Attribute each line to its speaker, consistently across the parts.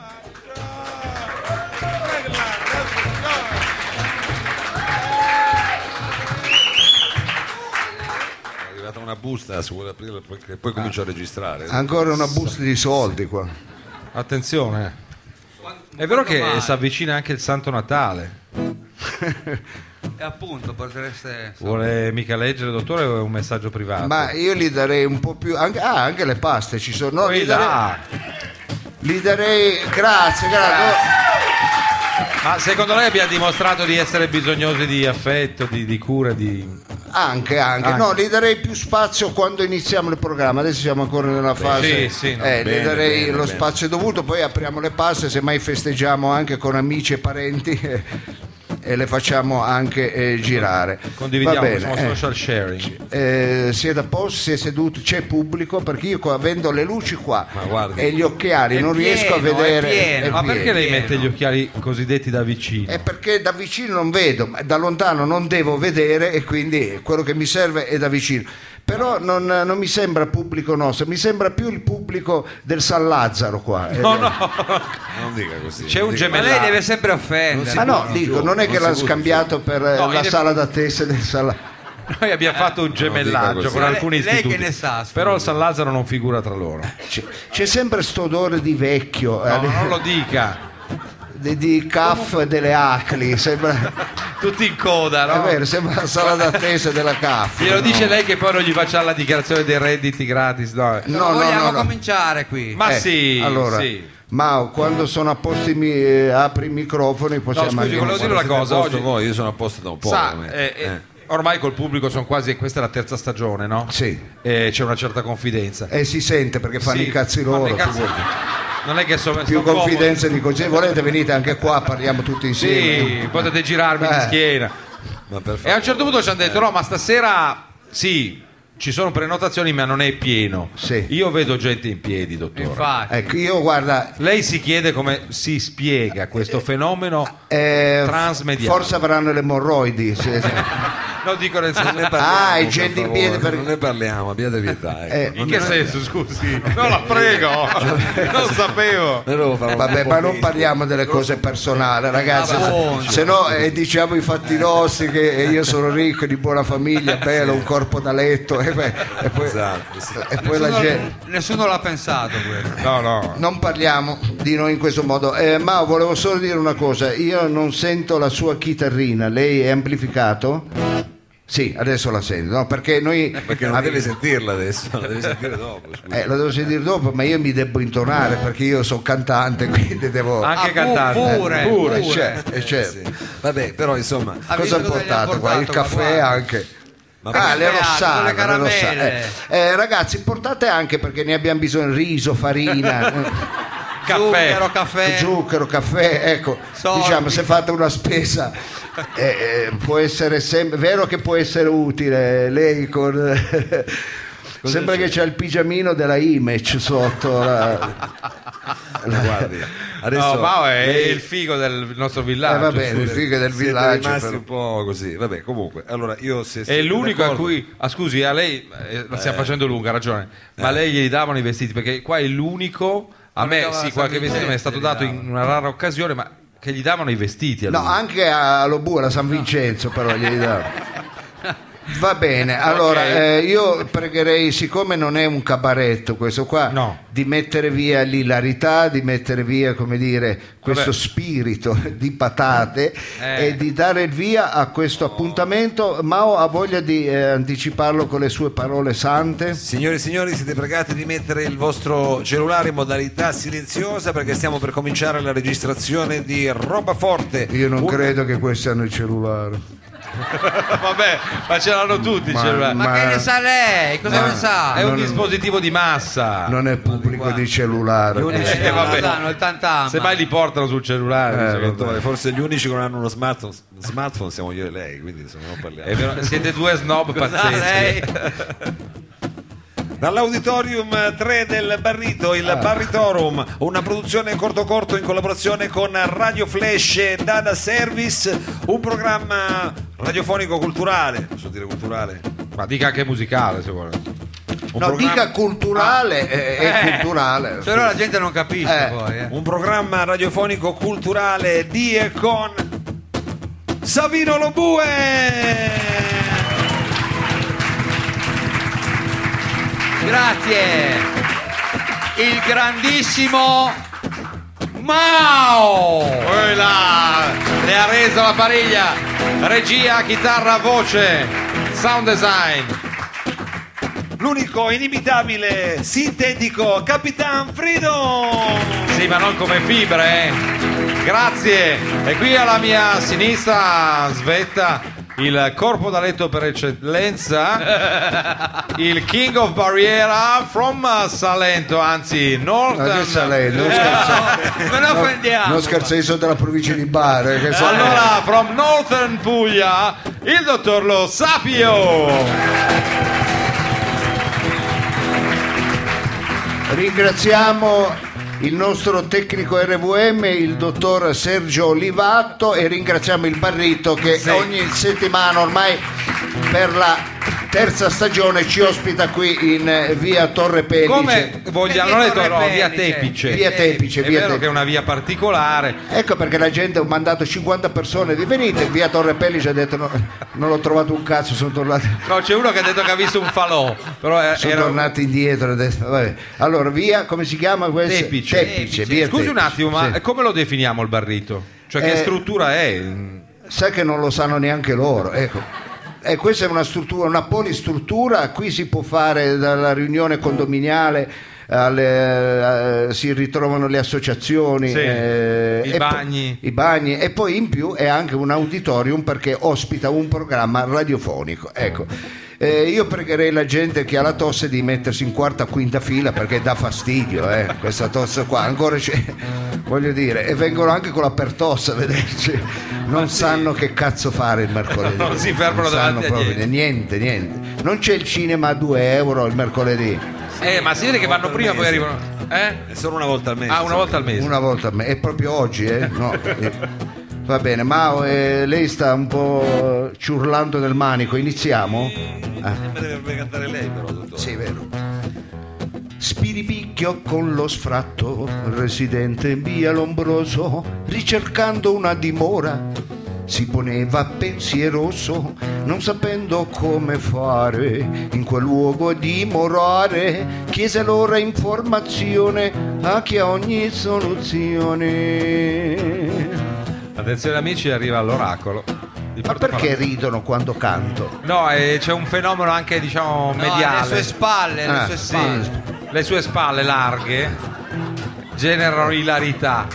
Speaker 1: Una busta, si vuole aprire perché poi comincio a registrare.
Speaker 2: Ancora una busta di soldi qua.
Speaker 3: Attenzione, è vero che si avvicina anche il Santo Natale.
Speaker 4: E appunto potreste.
Speaker 3: Vuole mica leggere, dottore, o è un messaggio privato?
Speaker 2: Ma io gli darei un po' più. Anche le paste ci sono. No, gli darei. Grazie.
Speaker 3: Ma secondo lei abbiamo dimostrato di essere bisognosi di affetto, di cura, di.
Speaker 2: Anche. No, gli darei più spazio quando iniziamo il programma. Adesso siamo ancora nella fase.
Speaker 3: Sì, no.
Speaker 2: Gli darei lo spazio dovuto, poi apriamo le paste, semmai festeggiamo anche con amici e parenti e le facciamo anche girare.
Speaker 3: Condividiamo, facciamo social sharing.
Speaker 2: Siete a posto, siete seduti, c'è pubblico, perché io avendo le luci qua e gli occhiali non riesco a vedere.
Speaker 3: Ma perché lei mette gli occhiali cosiddetti da vicino?
Speaker 2: È perché da vicino non vedo, ma da lontano non devo vedere, e quindi quello che mi serve è da vicino. Però non mi sembra pubblico nostro, mi sembra più il pubblico del San Lazzaro qua.
Speaker 3: No.
Speaker 1: Non dica così.
Speaker 3: C'è un
Speaker 4: Ma
Speaker 3: gemellaggio.
Speaker 4: lei deve sempre offendere.
Speaker 2: Non è che l'ha scambiato per la sala d'attesa del San Lazzaro.
Speaker 3: Noi abbiamo fatto un gemellaggio con alcuni
Speaker 4: lei
Speaker 3: istituti.
Speaker 4: che ne sa, scusi.
Speaker 3: Però il San Lazzaro non figura tra loro.
Speaker 2: C'è sempre sto odore di vecchio.
Speaker 3: No, non lo dica.
Speaker 2: Di CAF delle Acli, sembra.
Speaker 3: Tutti in coda, no?
Speaker 2: È vero, sembra la sala d'attesa della CAF.
Speaker 3: Glielo dice lei che poi non gli faccia la dichiarazione dei redditi gratis, no?
Speaker 2: No,
Speaker 4: vogliamo cominciare qui.
Speaker 3: Ma sì,
Speaker 2: allora,
Speaker 3: sì.
Speaker 2: Ma quando sono a posto apri i microfoni possiamo.
Speaker 3: No, scusi, volevo dire una cosa. Oggi
Speaker 1: Voi, io sono a posto da un po'.
Speaker 3: Ormai col pubblico sono quasi, questa è la terza stagione, no?
Speaker 2: Sì.
Speaker 3: C'è una certa confidenza.
Speaker 2: Si sente perché fanno i cazzi loro.
Speaker 3: Non è che
Speaker 2: più confidenza di così. Volete venite anche qua, parliamo tutti insieme.
Speaker 3: Sì, potete girarmi in schiena. E a un certo punto ci hanno detto: no, ma stasera sì, ci sono prenotazioni, ma non è pieno.
Speaker 2: Sì.
Speaker 3: Io vedo gente in piedi, dottore.
Speaker 4: Infatti.
Speaker 2: Ecco, io guarda.
Speaker 3: Lei si chiede come si spiega questo fenomeno transmediale.
Speaker 2: Forse avranno le emorroidi.
Speaker 3: No, dico nel senso.
Speaker 2: I gente in piedi.
Speaker 1: Non ne parliamo, abbiate pietà.
Speaker 3: In che senso, scusi? No, la prego. Non sapevo.
Speaker 2: Vabbè, ma non parliamo delle cose personali, ragazzi. Se no diciamo i fatti nostri, che io sono ricco, di buona famiglia, bello, un corpo da letto. E poi la gente.
Speaker 4: Nessuno l'ha pensato questo.
Speaker 3: No.
Speaker 2: Non parliamo di noi in questo modo. Ma volevo solo dire una cosa: io non sento la sua chitarrina. Lei è amplificato? Sì, adesso la sento, no? Perché
Speaker 1: non deve sentirla adesso, la deve sentire dopo.
Speaker 2: La devo sentire dopo, ma io mi devo intonare perché io sono cantante, quindi devo.
Speaker 3: Anche cantante.
Speaker 4: Pure.
Speaker 2: Certo.
Speaker 1: Sì. Vabbè, però insomma.
Speaker 2: Cosa ha portato qua? Il caffè anche. Le rossane,
Speaker 4: le caramelle.
Speaker 2: Ragazzi, portate anche, perché ne abbiamo bisogno, riso, farina. Zucchero, caffè, ecco.
Speaker 4: Soldi.
Speaker 2: Diciamo, se fate una spesa può essere sempre vero che può essere utile. Lei con sembra che c'è il pigiamino della Image sotto
Speaker 1: Guardi, adesso
Speaker 3: no, è il figo del nostro villaggio.
Speaker 2: Va bene, il figo del villaggio.
Speaker 1: Rimasti un po' così. Vabbè, comunque, allora io
Speaker 3: è l'unico a cui scusi, a lei la stiamo facendo lunga, ha ragione. Ma lei gli davano i vestiti, perché qua è l'unico. A me sì, qualche vestito mi è stato dato in una rara occasione, ma che gli davano i vestiti.
Speaker 2: No, anche a Lobue, a San Vincenzo, però glieli davano. Va bene, allora io pregherei, siccome non è un cabaretto questo qua, di mettere via l'ilarità, di mettere via, come dire, questo spirito di patate e di dare il via a questo appuntamento. Mao ha voglia di anticiparlo con le sue parole sante?
Speaker 1: Signore e signori, siete pregati di mettere il vostro cellulare in modalità silenziosa, perché stiamo per cominciare la registrazione di Roba Forte.
Speaker 2: Io non credo che questi hanno il cellulare.
Speaker 3: Vabbè, ma ce l'hanno tutti il cellulare.
Speaker 4: Ma che ne sa lei? Cosa ne sa?
Speaker 3: È un dispositivo di massa.
Speaker 2: Non è pubblico di cellulare.
Speaker 3: Vabbè.
Speaker 4: Il tantam.
Speaker 3: Se mai li portano sul cellulare,
Speaker 1: forse gli unici che non hanno uno smartphone siamo io e lei, quindi insomma non parliamo.
Speaker 3: Siete due snob pazzeschi.
Speaker 1: Dall'Auditorium 3 del Barrito, il Barritorum, una produzione corto in collaborazione con Radio Flash e Dada Service, un programma radiofonico culturale, posso dire culturale?
Speaker 3: Ma dica anche musicale, se vuole.
Speaker 2: No, dica culturale, è culturale.
Speaker 4: Però la gente non capisce poi.
Speaker 1: Un programma radiofonico culturale di e con Savino Lobue.
Speaker 4: Grazie. Il grandissimo Mao.
Speaker 3: Le ha reso la pariglia. Regia, chitarra, voce, sound design.
Speaker 1: L'unico inimitabile sintetico Capitan Frido.
Speaker 3: Sì, ma non come fibre, Grazie. E qui alla mia sinistra svetta il corpo da letto per eccellenza, il King of Barriera from Salento, anzi Northern
Speaker 2: Salento,
Speaker 4: Me ne offendiamo.
Speaker 2: non scherzai, sono della provincia di Bari.
Speaker 3: Allora, from Northern Puglia, il dottor Lo Sapio.
Speaker 2: Ringraziamo il nostro tecnico RVM, il dottor Sergio Olivatto, e ringraziamo il Barrito che ogni settimana ormai per la terza stagione ci ospita qui in via Torre Pellice.
Speaker 3: Come vogliamo? Non è detto, no, via Tepice.
Speaker 2: Via Tepice,
Speaker 3: è vero che è una via particolare.
Speaker 2: Ecco perché la gente ha mandato 50 persone di venite, via Torre Pellice ha detto no, non ho trovato un cazzo, sono tornati.
Speaker 3: No, c'è uno che ha detto che ha visto un falò, però
Speaker 2: sono tornati indietro adesso. Vabbè. Allora, via, come si chiama questo?
Speaker 3: Tepice.
Speaker 2: Via
Speaker 3: Scusi un
Speaker 2: Tepice,
Speaker 3: attimo, ma
Speaker 2: sì.
Speaker 3: come lo definiamo il Barrito? Cioè che struttura è?
Speaker 2: Sai che non lo sanno neanche loro, ecco. E questa è una struttura, una polistruttura. Qui si può fare dalla riunione condominiale si ritrovano le associazioni,
Speaker 3: i bagni.
Speaker 2: I bagni, e poi in più è anche un auditorium perché ospita un programma radiofonico. Ecco. Io pregherei la gente che ha la tosse di mettersi in quarta o quinta fila perché dà fastidio, questa tosse qua ancora voglio dire, e vengono anche con la pertosse a vederci, non sanno che cazzo fare il mercoledì,
Speaker 3: non si fermano davanti a
Speaker 2: niente, non c'è il cinema a 2 euro il mercoledì,
Speaker 3: ma si vede che vanno prima poi arrivano
Speaker 1: È solo una volta al mese.
Speaker 3: una volta al mese,
Speaker 2: è proprio oggi, no. Va bene, Mao, lei sta un po' ciurlando del manico, iniziamo?
Speaker 1: Deve cantare lei però, dottore.
Speaker 2: Sì, vero. Spiripicchio con lo sfratto, residente in via Lombroso, ricercando una dimora, si poneva pensieroso, non sapendo come fare in quel luogo dimorare, chiese allora informazione a chi ha ogni soluzione.
Speaker 3: Attenzione amici, arriva all'oracolo.
Speaker 2: Ma perché ridono quando canto?
Speaker 3: No, c'è un fenomeno anche, diciamo, mediale.
Speaker 4: Le sue spalle,
Speaker 3: le sue spalle larghe generano ilarità.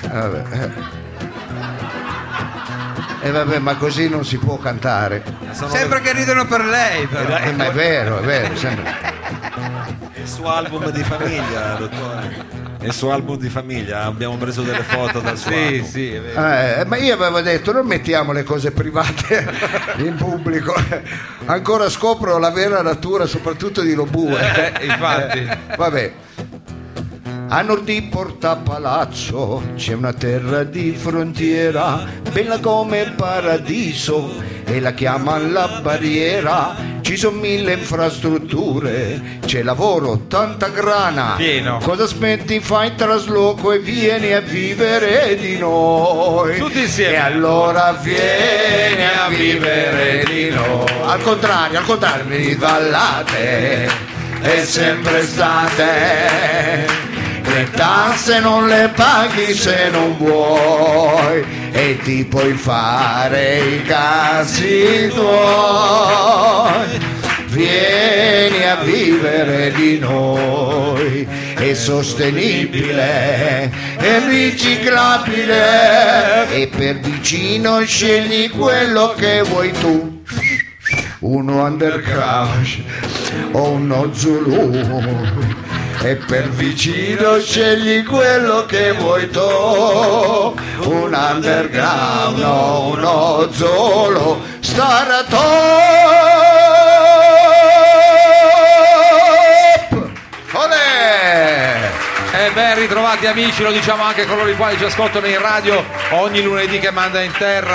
Speaker 2: Vabbè, ma così non si può cantare.
Speaker 4: Sempre che ridono per lei, però.
Speaker 2: Ma è vero, sempre.
Speaker 1: È il suo album di famiglia, dottore. È il suo album di famiglia, abbiamo preso delle foto dal suo album.
Speaker 3: Sì, è vero.
Speaker 2: Ma io avevo detto non mettiamo le cose private in pubblico, ancora scopro la vera natura soprattutto di Lobue.
Speaker 3: Infatti.
Speaker 2: Vabbè. A nord di Porta Palazzo c'è una terra di frontiera, bella come paradiso, e la chiamano la barriera. Ci sono 1000 infrastrutture, c'è lavoro, tanta grana.
Speaker 3: Pieno.
Speaker 2: Cosa aspetti? Fai trasloco e vieni a vivere di noi.
Speaker 3: Tutti insieme.
Speaker 2: E allora vieni a vivere di noi. Al contrario, mi ballate, è sempre estate. Le tasse non le paghi se non vuoi e ti puoi fare i cazzi tuoi. Vieni a vivere di noi, è sostenibile, è riciclabile e per vicino scegli quello che vuoi tu. Uno underground o uno Zulu. E per vicino scegli quello che vuoi tu, un underground o uno Zolo, Staratop. Olè!
Speaker 3: E ben ritrovati amici, lo diciamo anche a coloro i quali ci ascoltano in radio ogni lunedì che manda in terra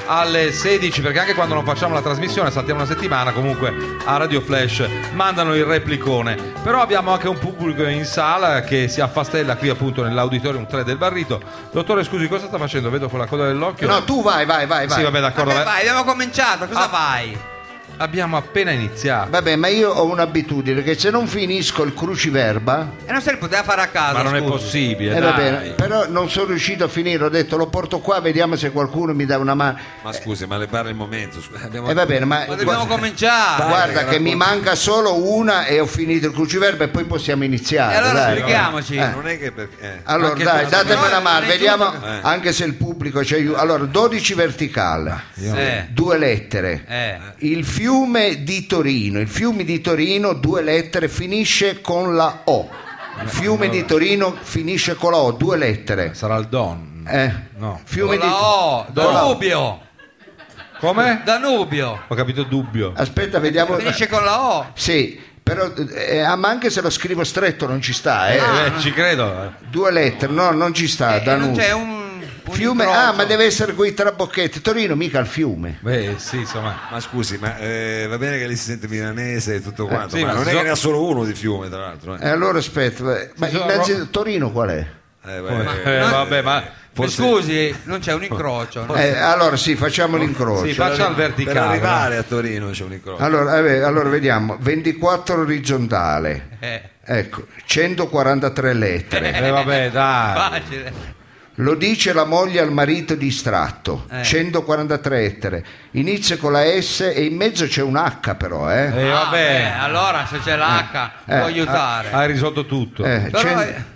Speaker 3: alle 16, perché anche quando non facciamo la trasmissione, saltiamo una settimana, comunque a Radio Flash mandano il replicone. Però abbiamo anche un pubblico in sala che si affastella qui appunto nell'auditorium 3 del Barrito. Dottore, scusi, cosa sta facendo? Vedo con la coda dell'occhio.
Speaker 2: No, tu vai.
Speaker 3: Sì, vabbè, d'accordo.
Speaker 4: Vai, abbiamo cominciato, cosa fai?
Speaker 3: Abbiamo appena iniziato.
Speaker 2: Vabbè, ma io ho un'abitudine che se non finisco il cruciverba,
Speaker 4: E non se li poteva fare a casa.
Speaker 3: Ma non è
Speaker 4: scusi.
Speaker 3: possibile,
Speaker 2: va
Speaker 3: dai.
Speaker 2: bene, però non sono riuscito a finire, ho detto lo porto qua, vediamo se qualcuno mi dà una mano.
Speaker 1: Ma scusi, ma le pare il momento?
Speaker 2: Va bene, ma
Speaker 4: dobbiamo cominciare.
Speaker 2: guarda che mi manca solo una e ho finito il cruciverba e poi possiamo iniziare.
Speaker 4: E allora
Speaker 2: dai.
Speaker 4: spieghiamoci.
Speaker 1: Non è che perché...
Speaker 2: Allora
Speaker 3: Anche
Speaker 2: dai,
Speaker 3: tu-
Speaker 2: datemi
Speaker 4: no,
Speaker 2: una mano,
Speaker 4: non è
Speaker 2: vediamo
Speaker 4: giusto
Speaker 2: anche se il pubblico ci aiuta. Allora, 12 verticale, 2 lettere. Il fiume di Torino, il fiume di Torino, 2 lettere, finisce con la O. Il fiume di Torino finisce con la O, 2 lettere.
Speaker 3: Sarà il Don. No.
Speaker 2: Fiume
Speaker 4: Con
Speaker 2: di
Speaker 4: la O, Danubio.
Speaker 3: Come?
Speaker 4: Danubio.
Speaker 3: Ho capito dubbio.
Speaker 2: Aspetta, vediamo.
Speaker 4: Finisce con la O.
Speaker 2: Sì, però ma anche se lo scrivo stretto non ci sta,
Speaker 3: Ci credo.
Speaker 2: 2 lettere, no, non ci sta,
Speaker 4: E non
Speaker 2: Danubio.
Speaker 4: c'è un
Speaker 2: Fiume,
Speaker 4: incrocio.
Speaker 2: ma deve essere quei trabocchetti. Torino mica il fiume.
Speaker 3: Beh, sì, insomma.
Speaker 1: Ma scusi, ma va bene che lei si sente milanese e tutto quanto,
Speaker 3: sì,
Speaker 1: ma
Speaker 3: ma
Speaker 1: non è
Speaker 3: so-
Speaker 1: che ne ha solo uno di fiume, tra l'altro.
Speaker 2: Allora aspetta, ma
Speaker 3: sono-
Speaker 2: innanzitutto Torino qual è?
Speaker 3: Vabbè, ma
Speaker 1: forse-
Speaker 4: Scusi, non c'è un incrocio. no?
Speaker 2: Allora sì, facciamo l'incrocio.
Speaker 3: sì, faccia al
Speaker 1: Per
Speaker 3: verticale.
Speaker 1: arrivare a Torino c'è un incrocio.
Speaker 2: Allora vediamo, 24 orizzontale, ecco, 143 lettere.
Speaker 3: Vabbè, dai.
Speaker 4: Facile.
Speaker 2: Lo dice la moglie al marito distratto, 143 lettere. Inizia con la S e in mezzo c'è un H però,
Speaker 3: Vabbè.
Speaker 4: Allora se c'è l'H può aiutare.
Speaker 3: Hai risolto tutto.
Speaker 4: Però
Speaker 2: cen-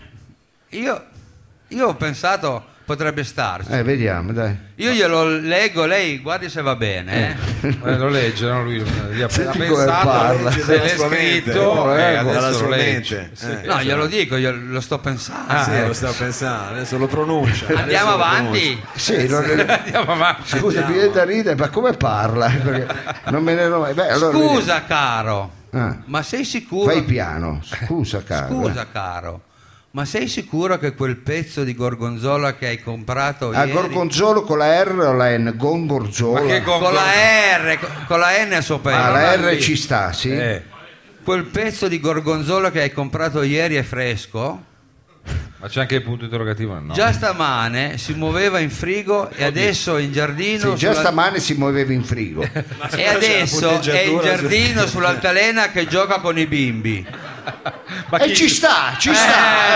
Speaker 4: io ho pensato potrebbe starci.
Speaker 2: vediamo, dai.
Speaker 4: Io glielo leggo, lei guardi se va bene.
Speaker 3: Lo legge, no? Lui gli ha appena
Speaker 2: Senti come
Speaker 3: pensato,
Speaker 2: parla.
Speaker 3: se
Speaker 1: Dalla
Speaker 3: l'è
Speaker 1: sua mente.
Speaker 3: scritto e
Speaker 1: Dalla
Speaker 3: adesso
Speaker 1: sua
Speaker 3: lo legge.
Speaker 1: mente.
Speaker 3: Sì.
Speaker 4: No, glielo dico, io lo sto pensando.
Speaker 1: Sì, lo stavo pensando, adesso lo pronuncia.
Speaker 4: Andiamo
Speaker 1: Adesso lo
Speaker 4: avanti.
Speaker 2: Sì,
Speaker 3: Andiamo avanti.
Speaker 2: scusa, mi viene da ridere, ma come parla? Perché non me ne ero mai. Beh, allora,
Speaker 4: Scusa caro,
Speaker 2: Ah.
Speaker 4: ma sei sicuro?
Speaker 2: Vai piano, scusa caro.
Speaker 4: Scusa caro, ma sei sicuro che quel pezzo di gorgonzola che hai comprato
Speaker 2: A
Speaker 4: ieri
Speaker 2: gorgonzolo con la R o la N? Gongorzolo.
Speaker 3: Ma che
Speaker 4: con la R, con la N a sopra?
Speaker 2: La R ci sta, sì.
Speaker 4: Quel pezzo di gorgonzola che hai comprato ieri è fresco?
Speaker 3: Ma c'è anche il punto interrogativo? No.
Speaker 4: Già stamane si muoveva in frigo e adesso è in giardino.
Speaker 2: Sì, già
Speaker 4: sulla-
Speaker 2: stamane si muoveva in frigo.
Speaker 4: E adesso è in giardino sull'altalena che gioca con i bimbi.
Speaker 3: Ma
Speaker 2: E ci sta, ci sta.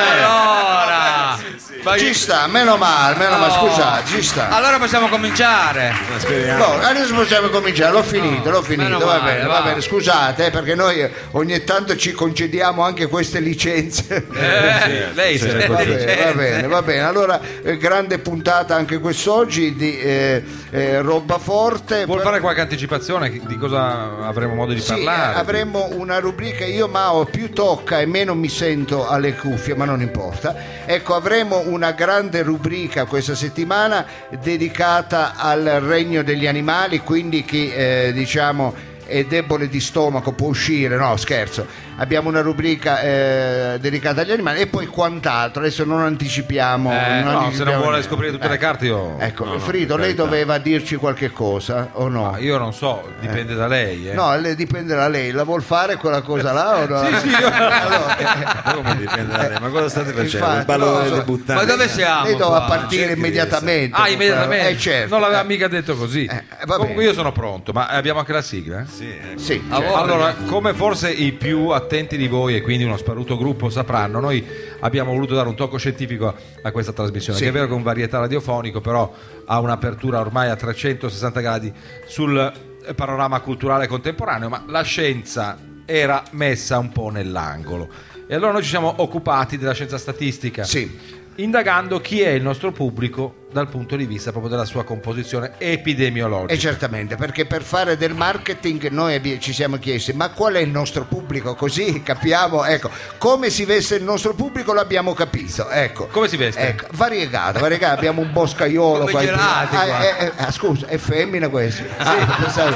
Speaker 4: Allora,
Speaker 2: Ci sta, meno male, scusate, ci sta.
Speaker 4: allora possiamo cominciare.
Speaker 1: Ma speriamo.
Speaker 2: Boh, adesso possiamo cominciare, l'ho finito,
Speaker 4: meno
Speaker 2: va
Speaker 4: male,
Speaker 2: bene,
Speaker 4: va.
Speaker 2: va bene, scusate, perché noi ogni tanto ci concediamo anche queste licenze.
Speaker 3: lei se ne
Speaker 2: Va
Speaker 3: può
Speaker 2: bene, va bene. Allora, grande puntata anche quest'oggi di roba forte.
Speaker 3: Vuol fare qualche anticipazione di cosa avremo modo di
Speaker 2: Sì,
Speaker 3: parlare?
Speaker 2: avremo una rubrica, io Mao più tocca e meno mi sento alle cuffie, ma non importa. Ecco, avremo una grande rubrica questa settimana dedicata al regno degli animali, quindi chi diciamo è debole di stomaco può uscire, no scherzo. Abbiamo una rubrica dedicata agli animali e poi quant'altro, adesso non anticipiamo.
Speaker 3: No, se non
Speaker 2: anticipiamo
Speaker 3: vuole
Speaker 2: niente.
Speaker 3: scoprire tutte le carte io...
Speaker 2: Ecco, Frido, lei doveva dirci qualche cosa o no?
Speaker 3: Ma io non so, dipende da lei.
Speaker 2: No, dipende da lei, la vuol fare quella cosa là o no?
Speaker 3: Sì, io...
Speaker 1: Come dipende da lei? Ma cosa state facendo?
Speaker 2: infatti,
Speaker 1: Il ballo
Speaker 2: no,
Speaker 1: delle
Speaker 2: so-
Speaker 1: debuttanti?
Speaker 4: Ma dove siamo?
Speaker 2: Lei doveva
Speaker 4: qua?
Speaker 2: partire
Speaker 1: cerchi di
Speaker 2: immediatamente.
Speaker 3: immediatamente.
Speaker 2: Certo.
Speaker 3: Non l'aveva mica detto così.
Speaker 2: va
Speaker 3: Comunque
Speaker 2: bene.
Speaker 3: io sono pronto, ma abbiamo anche la sigla?
Speaker 1: Sì, ecco.
Speaker 2: Sì,
Speaker 4: A
Speaker 2: certo.
Speaker 4: voi.
Speaker 3: Allora, come forse i più attenti di voi e quindi uno sparuto gruppo sapranno, noi abbiamo voluto dare un tocco scientifico a questa trasmissione,
Speaker 2: Sì.
Speaker 3: che è vero che è un varietà radiofonico, però ha un'apertura ormai a 360 gradi sul panorama culturale contemporaneo, ma la scienza era messa un po' nell'angolo. E allora noi ci siamo occupati della scienza statistica.
Speaker 2: Sì.
Speaker 3: Indagando chi è il nostro pubblico dal punto di vista proprio della sua composizione epidemiologica.
Speaker 2: E certamente, perché per fare del marketing noi ci siamo chiesti ma qual è il nostro pubblico, così capiamo, ecco, come si veste il nostro pubblico l'abbiamo capito, ecco.
Speaker 3: Come si veste?
Speaker 2: Ecco, variegato, abbiamo un boscaiolo
Speaker 4: Come
Speaker 2: qua in
Speaker 4: gelati
Speaker 2: più.
Speaker 4: qua.
Speaker 2: Scusa, è femmina questo? Pensavo-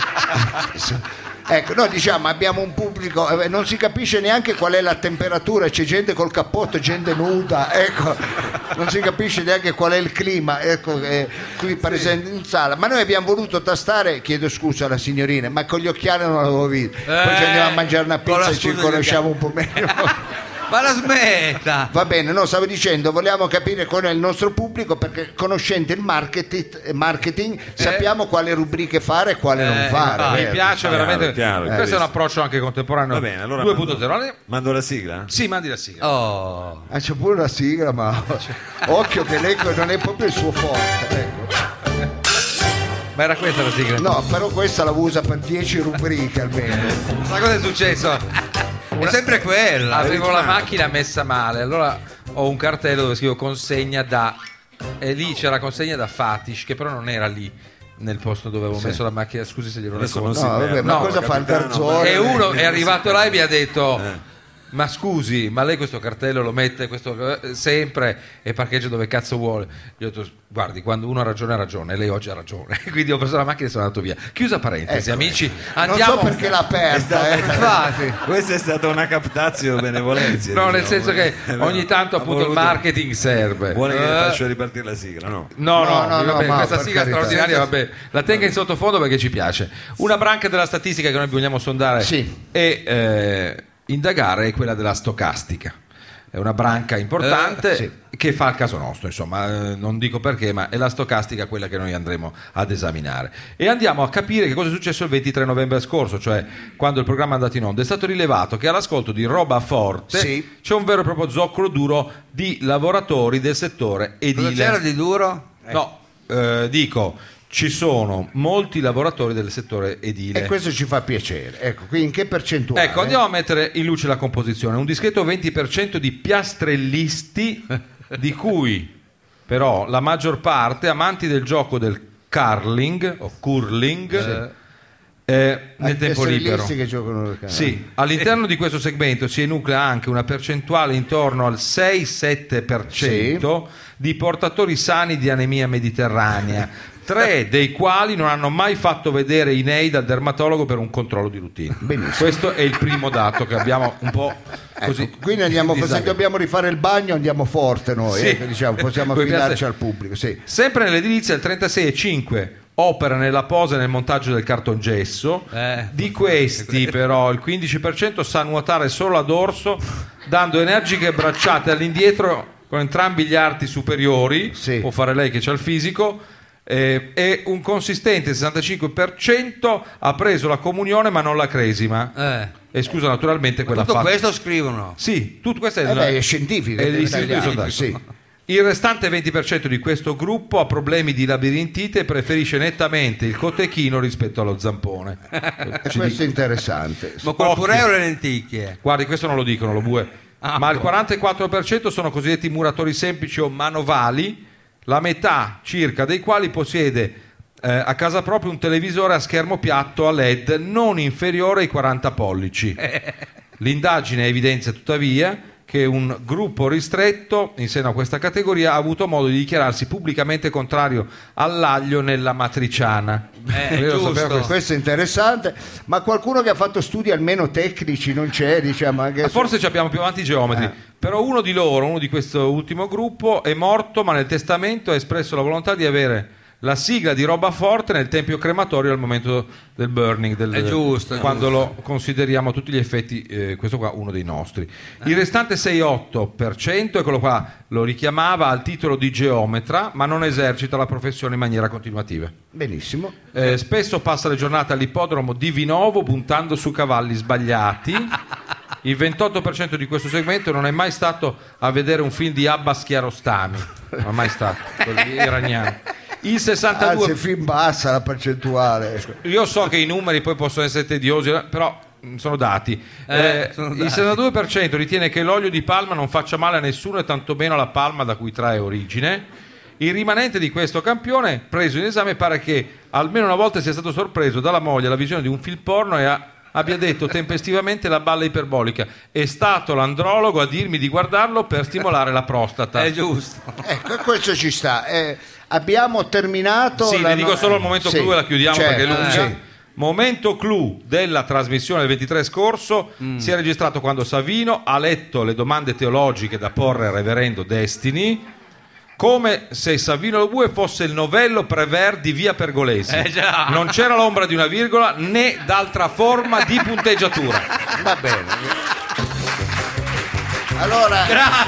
Speaker 2: Ecco, noi diciamo abbiamo un pubblico, non si capisce neanche qual è la temperatura, c'è gente col cappotto, gente nuda, ecco. non si capisce neanche qual è il clima, ecco, qui presente in sala. Ma noi abbiamo voluto tastare, chiedo scusa alla signorina, ma con gli occhiali non l'avevo visto. Poi ci andiamo a mangiare una pizza e ci conosciamo un po' meglio.
Speaker 4: Ma la smetta!
Speaker 2: Va bene, no, stavo dicendo, vogliamo capire con il nostro pubblico, perché conoscente il marketing sappiamo quale rubriche fare e quale non fare.
Speaker 3: Mi piace veramente.
Speaker 1: Chiaro.
Speaker 3: Questo è un approccio anche contemporaneo.
Speaker 1: Va bene, allora
Speaker 3: 2.0.
Speaker 1: mando la sigla?
Speaker 3: Sì, mandi la sigla.
Speaker 4: Oh.
Speaker 2: C'è pure la sigla, ma occhio che lei non è proprio il suo forte, ecco.
Speaker 3: Ma era questa la sigla?
Speaker 2: No, però questa la usa per 10 rubriche almeno.
Speaker 3: Sai cosa è successo?
Speaker 4: È sempre quella.
Speaker 3: Avevo la macchina messa male, allora ho un cartello dove scrivo consegna da, e lì c'era consegna da Fatish, che però non era lì nel posto dove avevo messo la macchina. Scusi se glielo
Speaker 1: Adesso
Speaker 3: racconto.
Speaker 1: non si
Speaker 2: Vabbè, ma cosa fa il garzone?
Speaker 3: E uno è arrivato là e mi ha detto ma scusi, ma lei questo cartello lo mette sempre e parcheggia dove cazzo vuole? Io ho detto guardi, quando uno ha ragione, lei oggi ha ragione. Quindi ho preso la macchina e sono andato via. Chiusa parentesi, amici, andiamo.
Speaker 2: Non so perché l'ha aperta,
Speaker 1: infatti. Questa è stata una captatio benevolenza.
Speaker 3: No, nel senso che ogni tanto appunto il marketing serve.
Speaker 1: Vuole che faccio ripartire la sigla?
Speaker 3: No,
Speaker 2: vabbè,
Speaker 3: questa sigla straordinaria, vabbè, la tenga in sottofondo perché ci piace. Una branca della statistica che noi vogliamo sondare e indagare è quella della stocastica. È una branca importante che fa il caso nostro, insomma, non dico perché, ma è la stocastica quella che noi andremo ad esaminare. E andiamo a capire che cosa è successo il 23 novembre scorso, cioè quando il programma è andato in onda. È stato rilevato che all'ascolto di Roba Forte c'è un vero e proprio zoccolo duro di lavoratori del settore edile.
Speaker 4: Cosa c'era di duro?
Speaker 3: No, dico, ci sono molti lavoratori del settore edile.
Speaker 2: E questo ci fa piacere. Ecco, qui in che percentuale?
Speaker 3: Ecco, andiamo a mettere in luce la composizione. Un discreto 20% di piastrellisti, di cui però la maggior parte amanti del gioco del curling o curling nel tempo libero.
Speaker 2: Che giocano
Speaker 3: sì, all'interno di questo segmento si enuclea anche una percentuale intorno al 6-7% di portatori sani di anemia mediterranea. 3 dei quali non hanno mai fatto vedere i nei dal dermatologo per un controllo di routine.
Speaker 2: Benissimo.
Speaker 3: Questo è il primo dato che abbiamo un po' così.
Speaker 2: Ecco, quindi andiamo, se dobbiamo rifare il bagno andiamo forte noi, diciamo, possiamo affidarci al pubblico.
Speaker 3: Sempre nell'edilizia il 36,5% opera nella posa e nel montaggio del cartongesso. Di questi però il 15% sa nuotare solo a dorso, dando energiche bracciate all'indietro con entrambi gli arti superiori. Può fare lei che c'ha il fisico. E un consistente 65% ha preso la comunione ma non la cresima. E scusa, naturalmente quella
Speaker 4: tutto
Speaker 3: fatta.
Speaker 4: Questo scrivono.
Speaker 3: Sì, tutto questo
Speaker 2: è scientifico.
Speaker 3: È l'istituto di sondaggio. Il restante 20% di questo gruppo ha problemi di labirintite e preferisce nettamente il cotechino rispetto allo zampone.
Speaker 2: Questo è interessante.
Speaker 4: Ma col pureo o le lenticchie?
Speaker 3: Guardi, questo non lo dicono, lo bue. Ma il 44% sono cosiddetti muratori semplici o manovali, la metà circa dei quali possiede a casa propria un televisore a schermo piatto a LED non inferiore ai 40 pollici. L'indagine evidenzia tuttavia che un gruppo ristretto in seno a questa categoria ha avuto modo di dichiararsi pubblicamente contrario all'aglio nella matriciana.
Speaker 2: Questo è interessante, ma qualcuno che ha fatto studi almeno tecnici non c'è, diciamo, anche
Speaker 3: forse ci abbiamo più avanti i geometri. Però uno di questo ultimo gruppo è morto, ma nel testamento ha espresso la volontà di avere la sigla di Roba Forte nel tempio crematorio al momento del burning, quando lo consideriamo a tutti gli effetti, questo qua uno dei nostri. Il restante 6,8%, eccolo qua, lo richiamava al titolo di geometra, ma non esercita la professione in maniera continuativa.
Speaker 2: Benissimo.
Speaker 3: Spesso passa le giornate all'ippodromo di Vinovo puntando su cavalli sbagliati. Il 28% di questo segmento non è mai stato a vedere un film di Abbas Kiarostami, non è mai stato, iraniano. Il 62%.
Speaker 2: Anzi, film bassa la percentuale.
Speaker 3: Io so che i numeri poi possono essere tediosi, però sono dati. Il 62% ritiene che l'olio di palma non faccia male a nessuno e tantomeno alla palma da cui trae origine. Il rimanente di questo campione, preso in esame, pare che almeno una volta sia stato sorpreso dalla moglie alla visione di un film porno e abbia detto tempestivamente la balla iperbolica. È stato l'andrologo a dirmi di guardarlo per stimolare la prostata.
Speaker 4: È giusto.
Speaker 2: Ecco, questo ci sta. Abbiamo terminato.
Speaker 3: Sì, ne dico solo il momento clou e la chiudiamo, perché è lunga. Momento clou della trasmissione del 23 scorso si è registrato quando Savino ha letto le domande teologiche da porre al reverendo Destiny come se Savino Lobue fosse il novello Prévert di via Pergolesi. Non c'era l'ombra di una virgola né d'altra forma di punteggiatura.
Speaker 2: Va bene. Allora,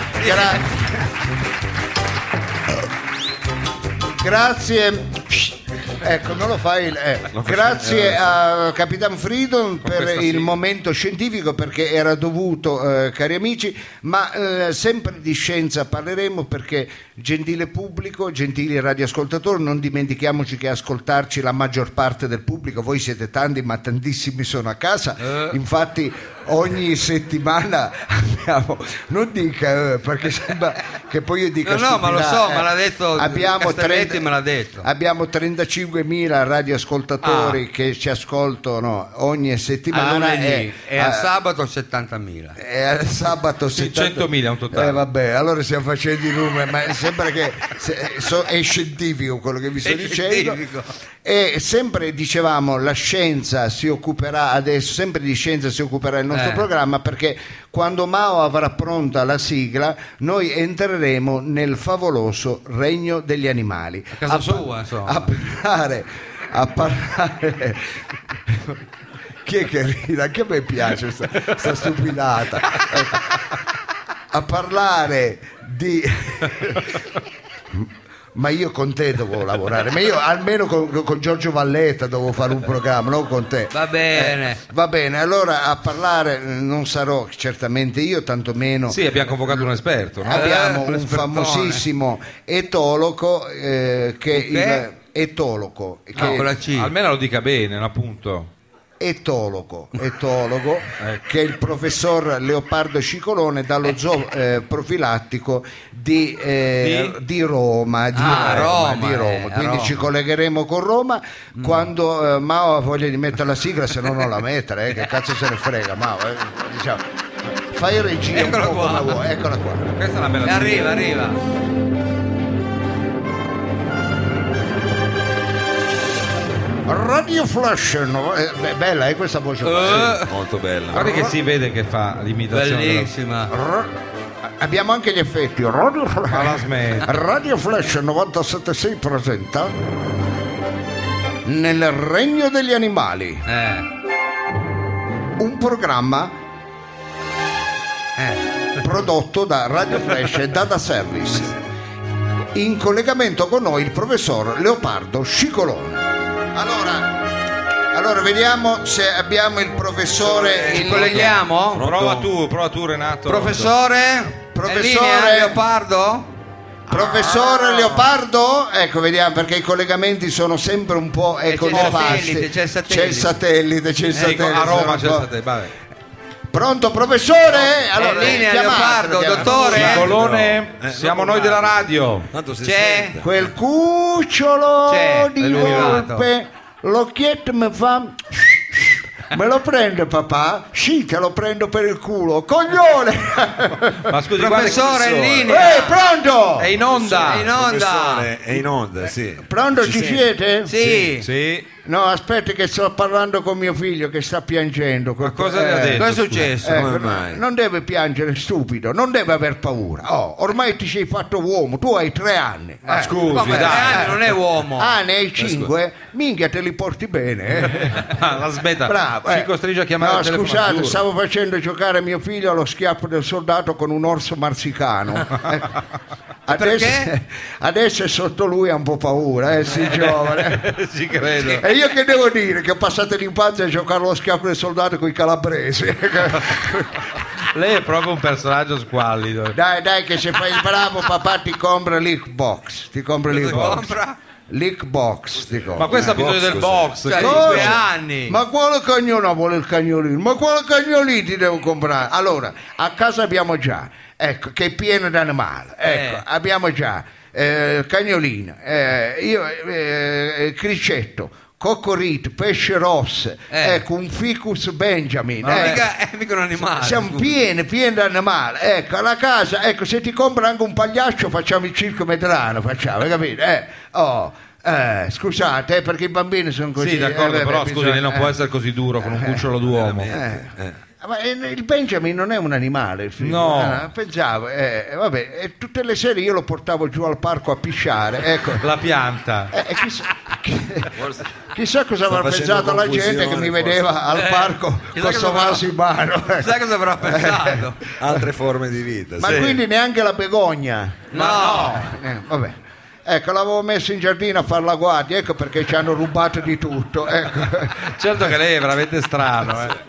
Speaker 2: grazie. Ecco, non lo fai. Grazie a Capitan Freedom per il momento scientifico, perché era dovuto, cari amici, ma sempre di scienza parleremo, perché, gentile pubblico, gentili radioascoltatori, non dimentichiamoci che ascoltarci la maggior parte del pubblico, voi siete tanti ma tantissimi sono a casa, infatti ogni settimana abbiamo, non dica perché sembra che poi io dica
Speaker 4: no, ma lo so, me l'ha detto
Speaker 2: abbiamo
Speaker 4: me l'ha detto.
Speaker 2: Abbiamo 35.000 radioascoltatori che ci ascoltano ogni settimana
Speaker 4: e a sabato 70.000
Speaker 2: e a sabato
Speaker 3: 100.000 un totale.
Speaker 2: Vabbè, allora stiamo facendo i numeri, ma sembra che è scientifico quello che vi sto dicendo. E sempre dicevamo, la scienza si occuperà adesso, sempre di scienza si occuperà il nostro programma, perché quando Mao avrà pronta la sigla noi entreremo nel favoloso regno degli animali.
Speaker 4: A casa sua, insomma.
Speaker 2: A parlare chi è che ride? Anche a me piace sta stupidata. A parlare di ma io con te devo lavorare, ma io almeno con Giorgio Valletta devo fare un programma, non con te.
Speaker 4: Va bene.
Speaker 2: Va bene, allora a parlare non sarò certamente io, tantomeno.
Speaker 3: Sì, abbiamo convocato un esperto, no?
Speaker 2: Abbiamo un famosissimo etologo etologo
Speaker 3: con la C. Almeno lo dica bene, appunto.
Speaker 2: Etologo che è il professor Leopardo Scicolone dallo zoo profilattico di Roma, quindi ci collegheremo con Roma quando Mao ha voglia di mettere la sigla, se no non la mettere, che cazzo se ne frega Mao, diciamo. Fai regia un po' come vuoi, eccola qua,
Speaker 3: questa è una bella
Speaker 4: sigla. Arriva
Speaker 2: Radio Flash, no? Bella questa voce
Speaker 1: molto bella.
Speaker 3: Guarda che si vede che fa l'imitazione
Speaker 4: bellissima.
Speaker 2: Abbiamo anche gli effetti. Radio Flash 97.6 presenta Nel regno degli animali, un programma prodotto da Radio Flash e Data Service. In collegamento con noi il professor Leopardo Scicolone. Allora vediamo se abbiamo il professore.
Speaker 4: Ci colleghiamo?
Speaker 3: Prova tu Renato.
Speaker 4: Professore Leopardo?
Speaker 2: Professore Leopardo? Ecco, vediamo, perché i collegamenti sono sempre un po' nefasti.
Speaker 4: C'è il satellite.
Speaker 3: A Roma c'è il satellite, vabbè.
Speaker 2: Pronto professore?
Speaker 4: Allora, linea Leopardo, dottore.
Speaker 3: Scicolone, siamo noi della radio.
Speaker 4: C'è
Speaker 2: quel cucciolo di volpe, l'occhietto mi fa. Me lo prende papà? Sì, te lo prendo per il culo, coglione!
Speaker 3: Ma scusi,
Speaker 4: professore, in linea.
Speaker 2: Pronto?
Speaker 3: È in onda.
Speaker 1: È in onda, sì.
Speaker 2: Pronto, ci siete?
Speaker 4: Sì.
Speaker 2: No, aspetti che sto parlando con mio figlio che sta piangendo.
Speaker 3: Ma cosa le ha detto?
Speaker 4: Cosa è successo?
Speaker 2: Non deve piangere, stupido, non deve aver paura. Ormai ti sei fatto uomo, tu hai 3 anni.
Speaker 3: Ma scusi,
Speaker 4: dai. 3 anni non è uomo.
Speaker 2: Ne hai 5? Minchia, te li porti bene.
Speaker 3: La smetta.
Speaker 2: Bravo.
Speaker 3: Ci costringe a chiamare
Speaker 2: No,
Speaker 3: il telefono.
Speaker 2: Scusate, stavo facendo giocare mio figlio allo schiaffo del soldato con un orso marsicano. Adesso è sotto lui, ha un po' paura, sì, giovane.
Speaker 3: Ci credo.
Speaker 2: E io che devo dire? Che ho passato l'infanzia a giocare allo schiaffo del soldato con i calabresi.
Speaker 3: Lei è proprio un personaggio squallido.
Speaker 2: Dai, che se fai il bravo papà ti compra l'Ickbox. L'Ickbox ti compra.
Speaker 3: Ma questo ha bisogno del box.
Speaker 4: 5 anni.
Speaker 2: Ma quale cagnolino vuole il cagnolino? Ma quale cagnolino ti devo comprare? Allora, a casa abbiamo già, ecco, che è pieno di animali. Ecco, abbiamo già cagnolino, cricetto, coccorito, pesce rosso, ecco, un ficus benjamin.
Speaker 4: È mica un animale.
Speaker 2: Siamo pieni di animali. Ecco, alla casa, ecco, se ti compra anche un pagliaccio facciamo il circo medrano, hai capito? Scusate, perché i bambini sono così.
Speaker 3: Sì, d'accordo, però scusi, lei non può essere così duro con un cucciolo d'uomo.
Speaker 2: Ma il Benjamin non è un animale, il figlio.
Speaker 3: No.
Speaker 2: Pensavo, vabbè, e tutte le sere io lo portavo giù al parco a pisciare, ecco.
Speaker 3: La pianta.
Speaker 2: Chissà cosa avrà pensato la gente che mi vedeva al parco con sto vaso in mano.
Speaker 4: Sai cosa avrà pensato?
Speaker 5: Altre forme di vita.
Speaker 2: Ma quindi neanche la begogna?
Speaker 4: No.
Speaker 2: Vabbè. Ecco, l'avevo messo in giardino a fare la guardia, ecco perché ci hanno rubato di tutto. Ecco.
Speaker 3: Certo che lei è veramente strano.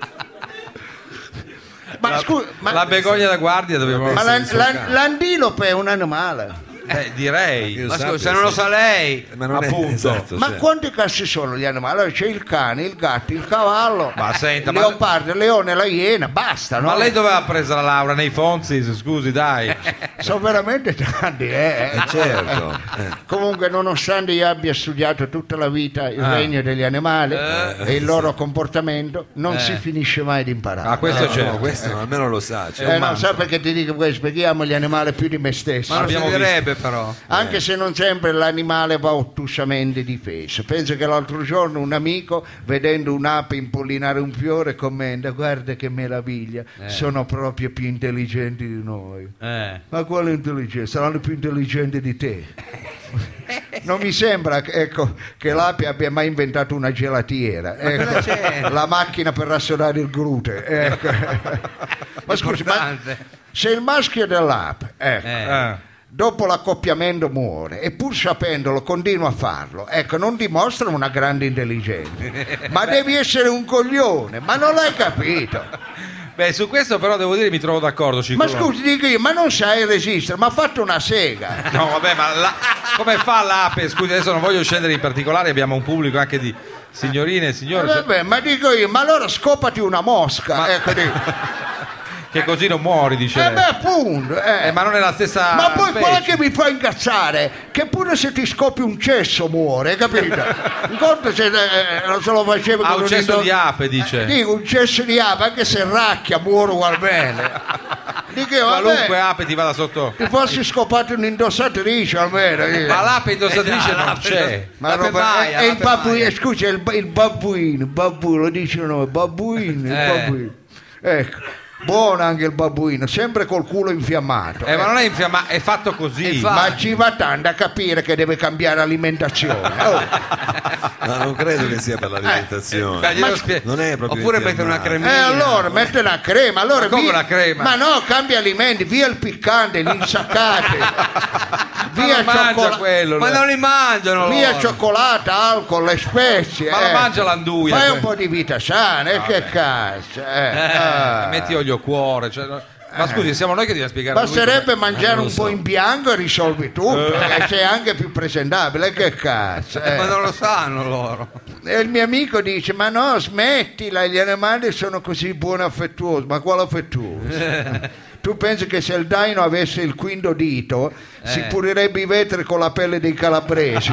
Speaker 2: Ma scusa,
Speaker 3: la begogna da guardia dobbiamo
Speaker 2: ma l'antilope è un animale.
Speaker 3: Direi.
Speaker 4: Ma scusa, se non lo sa lei.
Speaker 5: Ma non
Speaker 3: appunto.
Speaker 5: è esatto,
Speaker 2: Ma
Speaker 5: cioè.
Speaker 2: quanti cazzo sono gli animali? Allora c'è il cane, il gatto, il cavallo,
Speaker 3: Ma senta,
Speaker 2: il leopardo, il leone, la iena, basta, no?
Speaker 3: ma lei dove ha preso la laurea? Nei Fonzi? Scusi, dai.
Speaker 2: Sono veramente tanti,
Speaker 5: Certo.
Speaker 2: Comunque, nonostante io abbia studiato tutta la vita il regno degli animali e il loro comportamento, non si finisce mai di imparare.
Speaker 3: Ah, questo c'è.
Speaker 5: No, questo almeno lo sa. Cioè.
Speaker 2: Non so perché ti dico questo, perché io amo gli animali più di me stesso.
Speaker 4: Ma non si
Speaker 3: Abbiamo
Speaker 4: direbbe però.
Speaker 2: Anche se non sempre l'animale va ottusamente difeso. Penso che l'altro giorno un amico, vedendo un'ape impollinare un fiore, commenta: guarda che meraviglia, sono proprio più intelligenti di noi. Ma quale intelligenza? Saranno più intelligenti di te. Non mi sembra che l'ape abbia mai inventato una gelatiera, la macchina per rassolare il glute. Ecco. Ma scusi, se il maschio dell'ape dopo l'accoppiamento muore e pur sapendolo continua a farlo, ecco, non dimostra una grande intelligenza, ma devi essere un coglione, ma non l'hai capito?
Speaker 3: Beh, su questo però devo dire mi trovo d'accordo,
Speaker 2: Ma scusi, dico io, ma non sai resistere, ma ha fatto una sega.
Speaker 3: No, vabbè, ma come fa l'ape? Scusi, adesso non voglio scendere in particolare, abbiamo un pubblico anche di signorine e signori.
Speaker 2: Vabbè, ma dico io, ma allora scopati una mosca, ecco, dico.
Speaker 3: Che così non muori, dice lei.
Speaker 2: Beh, appunto.
Speaker 3: Ma non è la stessa
Speaker 2: Ma poi
Speaker 3: specie.
Speaker 2: quello che mi fa incazzare, che pure se ti scoppi un cesso muore, capito? Un conto se non se lo faceva con
Speaker 3: un cesso di ape, dice.
Speaker 2: Dico, un cesso di ape, anche se racchia muore ugualmente. Dico,
Speaker 3: Qualunque ape ti vada sotto.
Speaker 2: ti fossi scopato un'indossatrice almeno.
Speaker 3: Ma l'ape indossatrice non c'è.
Speaker 2: Ma è il babbuino, scusa, il babbuino, lo dicono, babbuino, il babbuino. Ecco. Buono anche il babbuino, sempre col culo infiammato.
Speaker 3: Ma non è infiammato, è fatto così.
Speaker 2: Ma ci va tanto a capire che deve cambiare alimentazione.
Speaker 5: Ma non credo che sia per l'alimentazione. Non è proprio.
Speaker 4: Oppure mette una cremina.
Speaker 2: Allora mette una crema. Allora,
Speaker 3: come una crema?
Speaker 2: Ma no, cambia alimenti, via il piccante, gli insaccati. Via
Speaker 3: quello.
Speaker 4: Ma non li mangiano.
Speaker 2: Via
Speaker 4: loro.
Speaker 2: cioccolata, alcol, le spezie.
Speaker 3: Ma lo mangia l'anduia.
Speaker 2: Fai un po' di vita sana, che cazzo.
Speaker 3: Metti olio cuore. Ma scusi, siamo noi che dobbiamo spiegare.
Speaker 2: Basterebbe mangiare un po' in bianco e risolvi tutto. Sei anche più presentabile, che cazzo.
Speaker 4: Ma non lo sanno loro.
Speaker 2: E il mio amico dice: ma no, smettila, gli animali sono così buoni e affettuosi. Ma quale affettuoso? Tu pensi che se il daino avesse il quinto dito si pulirebbe i vetri con la pelle dei calabresi?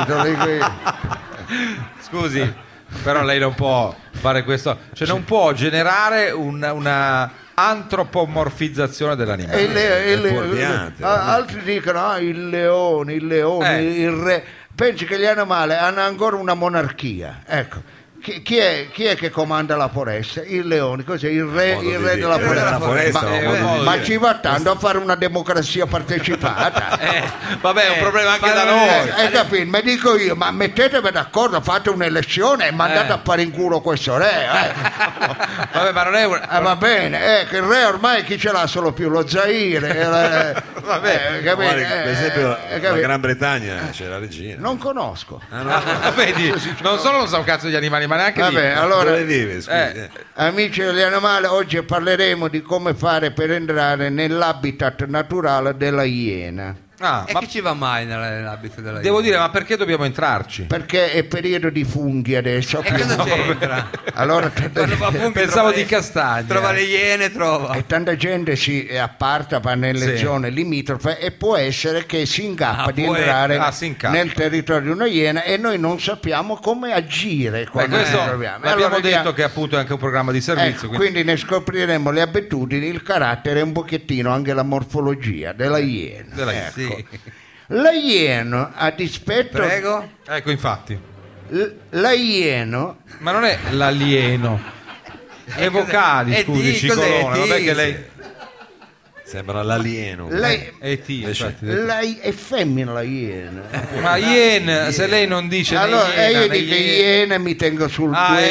Speaker 3: Scusi, però lei non può fare questo, cioè non può generare una antropomorfizzazione dell'animale.
Speaker 2: Altri dicono: il leone, il re. Pensi che gli animali hanno ancora una monarchia, ecco. Chi è che comanda la foresta? Il leone, cos'è? Il re della foresta. Ma ci va tanto a fare una democrazia partecipata.
Speaker 3: Vabbè, è un problema anche da noi.
Speaker 2: Hai capito? Ma dico io, ma mettetevi d'accordo, fate un'elezione e mandate a fare in culo questo re.
Speaker 3: Vabbè, ma non è
Speaker 2: va bene, che il re ormai chi ce l'ha solo più? Lo Zaire.
Speaker 3: Vabbè,
Speaker 5: per esempio la Gran Bretagna c'è la regina.
Speaker 2: Non conosco.
Speaker 3: Vedi, non solo non so un cazzo di animali, ma neanche
Speaker 2: Vabbè, allora,
Speaker 5: dove vive, scusi?
Speaker 2: Amici degli animali, oggi parleremo di come fare per entrare nell'habitat naturale della iena.
Speaker 4: E chi ci va mai nell'abito della
Speaker 3: Devo dire, ma perché dobbiamo entrarci?
Speaker 2: Perché è periodo di funghi adesso.
Speaker 4: E cosa c'entra?
Speaker 2: Allora,
Speaker 3: pensavo di castagni.
Speaker 4: Trova le iene,
Speaker 2: e tanta gente si apparta nelle zone limitrofe e può essere che si ingappa di entrare nel territorio di una iena e noi non sappiamo come agire quando ci troviamo.
Speaker 3: Abbiamo detto che appunto è anche un programma di servizio.
Speaker 2: Quindi ne scopriremo le abitudini, il carattere e un pochettino anche la morfologia della iena.
Speaker 4: Sì.
Speaker 2: La iena, a dispetto.
Speaker 4: Prego.
Speaker 3: Ecco, infatti.
Speaker 2: La iena.
Speaker 3: Ma non è l'alieno. Le vocali, scusi, Cicolone, non è che lei...
Speaker 5: Sembra l'alieno.
Speaker 2: Lei è femmina la iena.
Speaker 3: Ma iena, se lei non dice
Speaker 2: allora io dico iena, mi tengo sul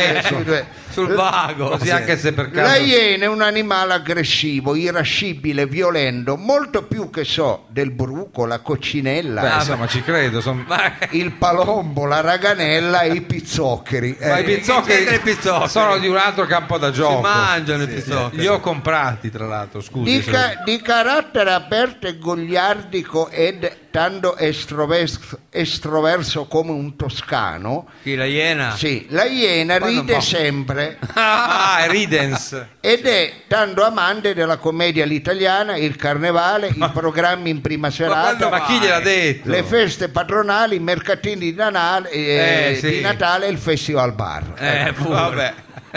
Speaker 4: vago,
Speaker 3: così anche se per caso
Speaker 2: la iena è un animale aggressivo, irascibile, violento, molto più che del bruco, la coccinella.
Speaker 3: Beh, insomma, ci credo,
Speaker 2: il palombo, la raganella e i pizzoccheri.
Speaker 3: Ma i pizzoccheri sono di un altro campo da gioco.
Speaker 4: Si mangiano i pizzoccheri.
Speaker 3: Li ho comprati, tra l'altro, scusi.
Speaker 2: Di carattere aperto e gogliardico ed tanto estroverso come un toscano.
Speaker 4: Chi, la iena?
Speaker 2: Sì, la iena ride sempre.
Speaker 3: È ridens.
Speaker 2: Ed è tanto amante della commedia all'italiana, il carnevale, i programmi in prima serata,
Speaker 3: ma chi gliel'ha detto?
Speaker 2: le feste patronali, i mercatini di Natale, di Natale e il festival bar.
Speaker 3: Vabbè.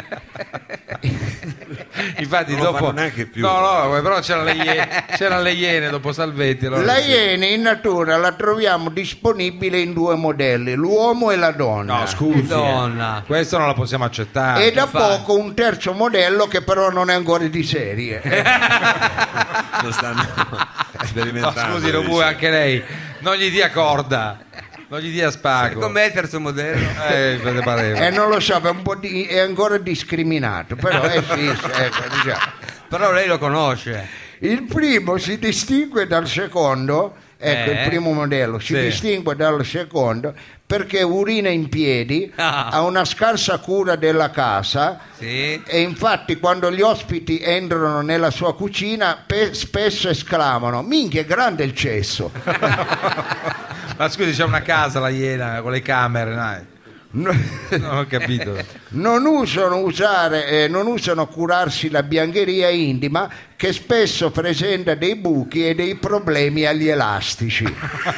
Speaker 3: Infatti
Speaker 5: non
Speaker 3: dopo
Speaker 5: lo neanche più.
Speaker 3: No, però c'erano le iene dopo Salvetti. Allora
Speaker 2: la iena in natura la troviamo disponibile in 2 modelli, l'uomo e la donna.
Speaker 3: No, scusi,
Speaker 4: donna.
Speaker 3: Questo non la possiamo accettare.
Speaker 2: E da poco un terzo modello che però non è ancora di serie.
Speaker 5: Lo stanno sperimentando.
Speaker 3: No, scusi, lo vuoi anche lei? Non gli dia corda. Non gli dia spago.
Speaker 4: Com'è il terzo modello?
Speaker 2: Non lo so, è ancora discriminato, però è fisso, diciamo.
Speaker 4: Però lei lo conosce.
Speaker 2: Il primo si distingue dal secondo, il primo modello si distingue dal secondo perché urina in piedi, ha una scarsa cura della casa e infatti quando gli ospiti entrano nella sua cucina spesso esclamano: minchia, è grande il cesso.
Speaker 3: Ma scusi, c'è una casa la iena con le camere, dai. Non ho capito.
Speaker 2: Non usano curarsi la biancheria intima che spesso presenta dei buchi e dei problemi agli elastici.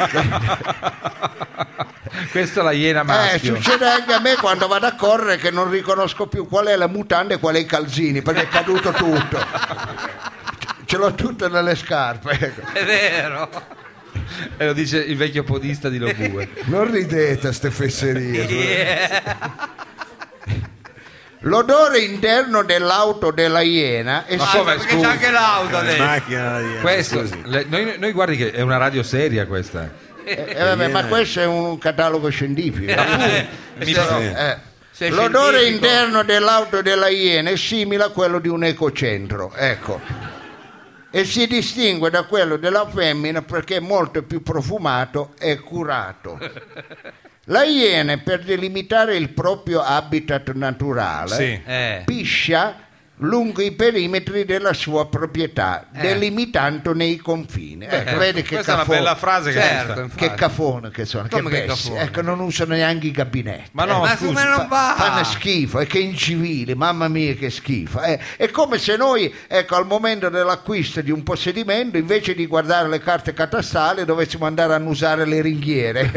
Speaker 3: Questa è la iena maschio.
Speaker 2: Succede anche a me quando vado a correre che non riconosco più qual è la mutanda e qual è i calzini perché è caduto tutto. Ce l'ho tutto nelle scarpe.
Speaker 4: È vero.
Speaker 3: E lo dice il vecchio podista di Lobue.
Speaker 2: Non ridete a ste fesserie. L'odore interno dell'auto della iena è
Speaker 4: perché c'è anche l'auto
Speaker 5: macchina della iena.
Speaker 2: noi
Speaker 3: guardi che è una radio seria questa.
Speaker 2: Ma questo è un catalogo scientifico. L'odore interno dell'auto della iena è simile a quello di un ecocentro, ecco. E si distingue da quello della femmina perché è molto più profumato e curato. La iena, per delimitare il proprio habitat naturale, piscia lungo i perimetri della sua proprietà, delimitandone i confini. Vedi che
Speaker 3: questa è una bella frase,
Speaker 2: che cafone che sono, che bessi. Ecco, non usano neanche i gabinetti.
Speaker 3: Ma no,
Speaker 4: come non va?
Speaker 2: Fanno schifo, e che incivili, mamma mia che schifo. È come se noi, al momento dell'acquisto di un possedimento, invece di guardare le carte catastali, dovessimo andare a annusare le ringhiere.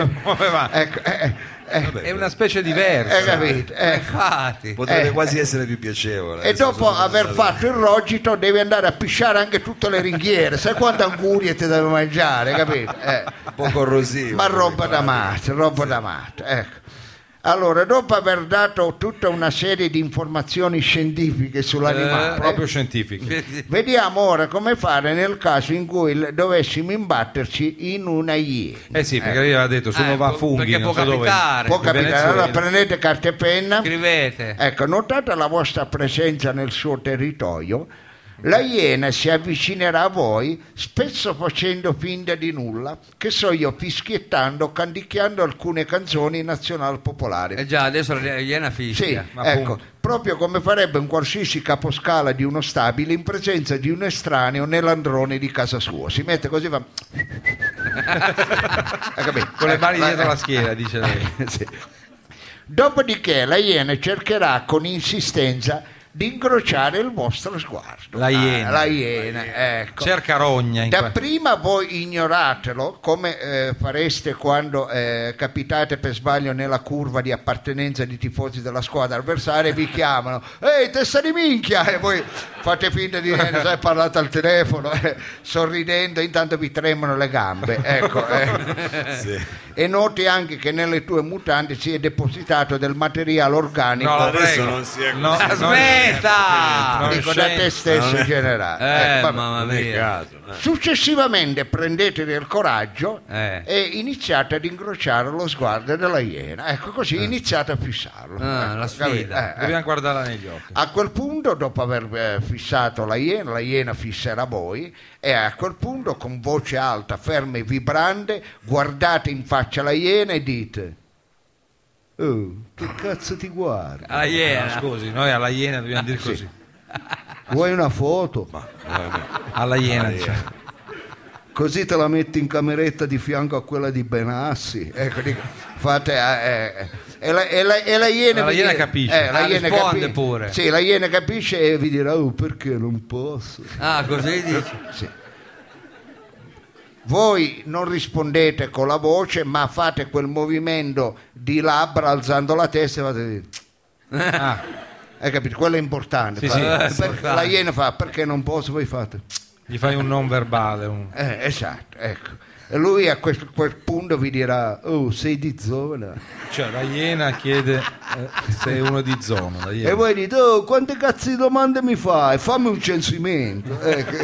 Speaker 3: È una specie diversa.
Speaker 2: Capito?
Speaker 5: Infatti. Potrebbe quasi essere più piacevole.
Speaker 2: E dopo aver fatto il rogito devi andare a pisciare anche tutte le ringhiere. Sai quante angurie ti deve mangiare, capito?
Speaker 5: Un po' corrosivo.
Speaker 2: Ma roba da matto, ecco. Allora, dopo aver dato tutta una serie di informazioni scientifiche sull'animale,
Speaker 3: proprio scientifiche,
Speaker 2: vediamo ora come fare nel caso in cui dovessimo imbatterci in una iena.
Speaker 3: Sì, perché lei aveva detto se uno va a funghi, non so dove.
Speaker 2: Può capitare. Allora prendete carta e penna,
Speaker 4: scrivete.
Speaker 2: Ecco, notate la vostra presenza nel suo territorio. La iena si avvicinerà a voi, spesso facendo finta di nulla, che so io, fischiettando, canticchiando alcune canzoni nazional-popolari.
Speaker 4: Già, adesso la iena fischia.
Speaker 2: Sì, ecco, proprio come farebbe un qualsiasi caposcala di uno stabile in presenza di un estraneo nell'androne di casa sua. Si mette così, fa...
Speaker 3: con le mani dietro la schiena, dice lei.
Speaker 2: Sì. Dopodiché la iena cercherà con insistenza di incrociare il vostro sguardo.
Speaker 3: La iena,
Speaker 2: ecco.
Speaker 3: Cerca rogna.
Speaker 2: Dapprima voi ignoratelo, come fareste quando capitate per sbaglio nella curva di appartenenza di tifosi della squadra avversaria e vi chiamano: ehi, testa di minchia! E voi fate finta di parlate al telefono, sorridendo, intanto vi tremano le gambe, ecco.
Speaker 5: Sì.
Speaker 2: E noti anche che nelle tue mutande si è depositato del materiale organico.
Speaker 3: No,
Speaker 5: adesso non si è così.
Speaker 4: Aspetta!
Speaker 2: Dico da te stesso in generale.
Speaker 4: Mamma mia.
Speaker 2: Successivamente prendete del coraggio e iniziate ad incrociare lo sguardo della Iena. Ecco, così iniziate a fissarlo.
Speaker 4: La sfida.
Speaker 3: Dobbiamo guardarla negli occhi.
Speaker 2: A quel punto, dopo aver fissato la Iena fisserà voi, e a quel punto, con voce alta, ferma e vibrante, guardate in faccia la Iena e dite: oh, che cazzo ti guardi?
Speaker 4: Alla Iena.
Speaker 3: Scusi, noi alla Iena dobbiamo dire così.
Speaker 2: Vuoi una foto?
Speaker 3: Alla Iena, diciamo.
Speaker 2: Così te la metti in cameretta di fianco a quella di Benassi. Ecco, dico, fate e la Iena
Speaker 3: capisce.
Speaker 2: La Iena
Speaker 4: risponde pure.
Speaker 2: Sì, la Iena capisce e vi dirà: oh, perché non posso?
Speaker 4: Ah, così dici?
Speaker 2: Sì. Voi non rispondete con la voce, ma fate quel movimento di labbra alzando la testa e fate hai capito? Quello è importante.
Speaker 3: Sì,
Speaker 2: la Iena fa: perché non posso? Voi fate.
Speaker 3: Gli fai un non verbale.
Speaker 2: Esatto, ecco. E lui a quel punto vi dirà: oh, sei di zona.
Speaker 3: Cioè la Iena chiede se è uno di zona. La Iena.
Speaker 2: E voi dite: oh, quante cazzo di domande mi fai? Fammi un censimento.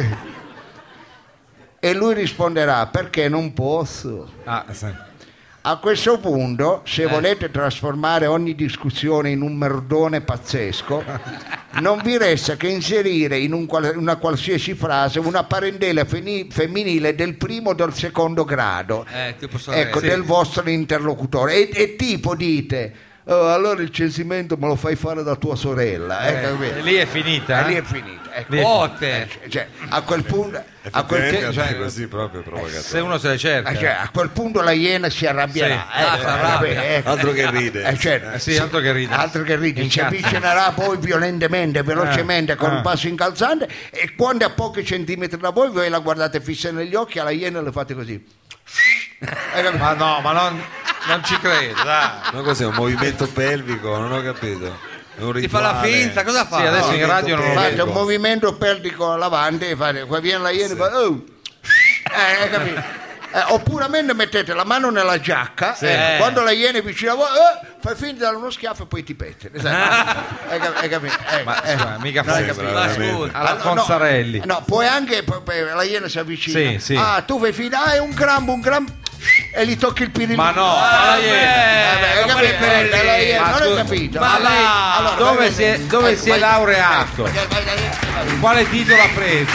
Speaker 2: E lui risponderà: perché non posso.
Speaker 3: Sì.
Speaker 2: A questo punto, se volete trasformare ogni discussione in un merdone pazzesco, non vi resta che inserire in una qualsiasi frase una parentela femminile del primo o del secondo grado, ecco, del vostro interlocutore. E tipo dite: oh, allora il censimento me lo fai fare da tua sorella.
Speaker 3: E lì è finita.
Speaker 2: Lì è finita.
Speaker 3: Cioè,
Speaker 2: a quel punto,
Speaker 5: così proprio provocazione.
Speaker 3: Se uno se le cerca,
Speaker 2: a quel punto la Iena si arrabbierà.
Speaker 5: Altro che ride.
Speaker 3: sì, altro che ride.
Speaker 2: Altro che ride. Si avvicinerà poi violentemente, velocemente, con un passo incalzante, e quando a pochi centimetri da voi la guardate fissa negli occhi, alla Iena le fate così.
Speaker 3: Ma no, ma non ci credo, dai.
Speaker 5: Ma cos'è, un movimento pelvico? Non ho capito.
Speaker 4: Ti fa la finta, cosa fa?
Speaker 3: Sì, adesso in radio non lo
Speaker 2: fate
Speaker 3: vedo.
Speaker 2: un movimento pelvico avanti e fate, qua viene la Iena e fa: oh, capito? Oppure mettete la mano nella giacca, quando la Iena è vicino a voi, fai finta di dare uno schiaffo e poi ti pette. Hai capito?
Speaker 3: Ma mica
Speaker 5: scusa.
Speaker 3: alla Conzarelli.
Speaker 2: No, puoi anche, la Iena si avvicina.
Speaker 3: Sì.
Speaker 2: Ah, tu fai finta, è un grammo. E gli tocchi il pirillo.
Speaker 3: Ma no,
Speaker 2: non hai capito.
Speaker 3: Ma lei allora, dove si è laureato? Quale titolo ha preso?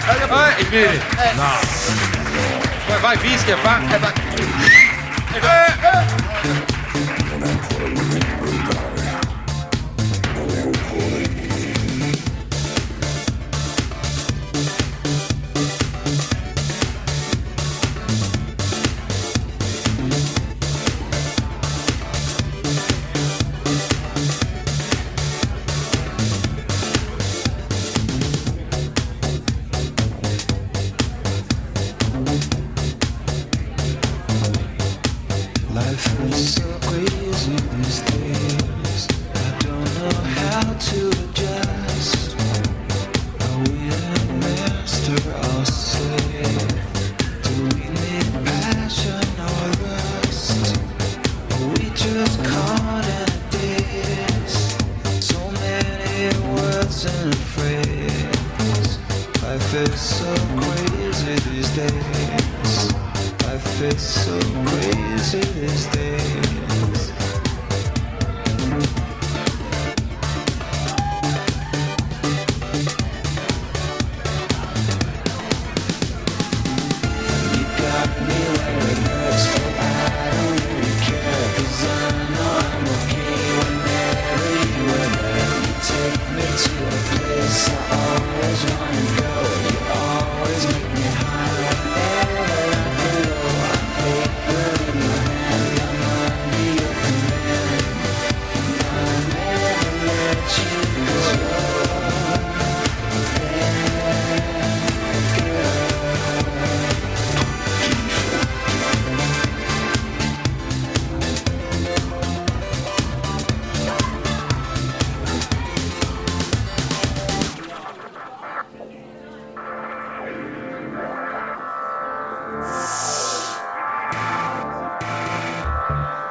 Speaker 3: No. Vai, fischia,
Speaker 6: Life is so crazy these days. I don't know how to adjust. Are we a master or slave? Do we need passion or lust? Are we just caught in a daze? So many words and a phrase. Life is so crazy these days. Life is so crazy these days. You got me where it hurts, but I don't really care, 'cause I know I'm okay whenever you are there. You take me to a place I always wanna go. You always make me high whenever I feel low. I hate burning my hand.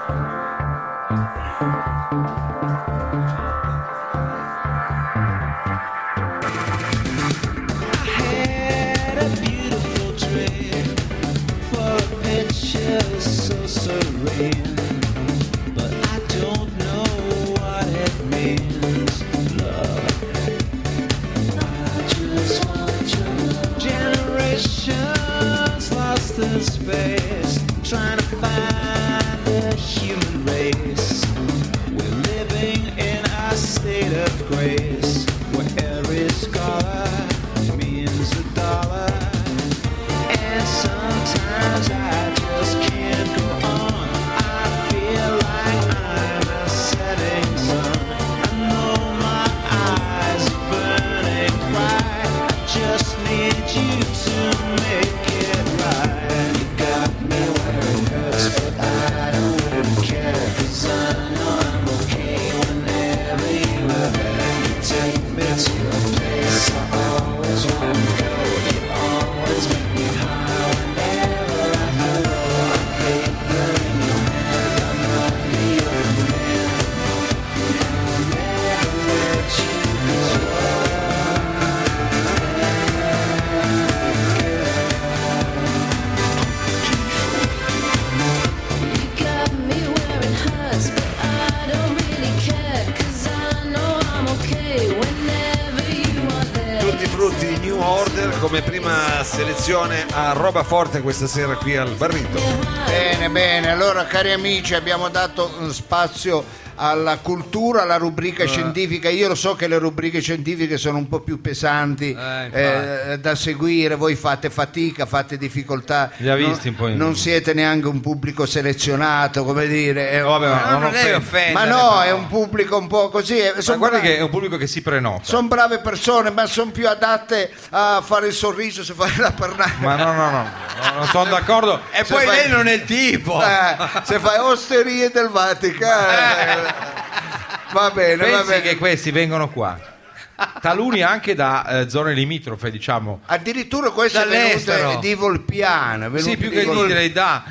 Speaker 6: Had a beautiful dream for a picture so serene, but I don't know what it means. Love, I just want your love. Generations lost in space, trying to find the human race. We're living in a state of grace, where every scholar means a dollar. And sometimes I just can't go on. I feel like I'm a setting sun. I know my eyes are burning bright. I just need you to make it right. You got me where it hurts, but I don't really care, 'cause I know I'm okay whenever you are there. You take me to a place I always want to go. You always make me high whenever I feel a paper in your hand. I'm under your hand. I'll never let you go.
Speaker 7: You got me where it hurts, but I don't really care, 'cause I know I'm okay whenever you are there.
Speaker 1: Tutti i frutti di New Order come prima selezione a roba forte questa sera qui al Barrito.
Speaker 2: Bene, bene, allora cari amici abbiamo dato spazio alla cultura, alla rubrica scientifica. Io lo so che le rubriche scientifiche sono un po' più pesanti da seguire, voi fate fatica, fate difficoltà,
Speaker 3: Li ha visti un po' in-
Speaker 2: non siete neanche un pubblico selezionato, come dire,
Speaker 3: Vabbè, ma non
Speaker 4: non è
Speaker 3: offende.
Speaker 4: offendere.
Speaker 2: ma no, è un pubblico un po' così,
Speaker 3: Ma guarda che è un pubblico che si prenota.
Speaker 2: sono brave persone, ma sono più adatte a fare il sorriso se fare la pernata.
Speaker 3: Ma no, non sono d'accordo.
Speaker 4: E poi
Speaker 2: fai-
Speaker 4: lei non è il tipo.
Speaker 2: Se fai osterie del Vaticano. Va bene, va
Speaker 3: Pensi
Speaker 2: bene.
Speaker 3: che questi vengono qua, taluni anche da zone limitrofe, diciamo.
Speaker 2: Addirittura questo è
Speaker 4: Dall'estero.
Speaker 2: venuto di Volpiano. È venuto
Speaker 3: Sì, più
Speaker 2: di
Speaker 3: che
Speaker 2: Volpiano.
Speaker 3: dire da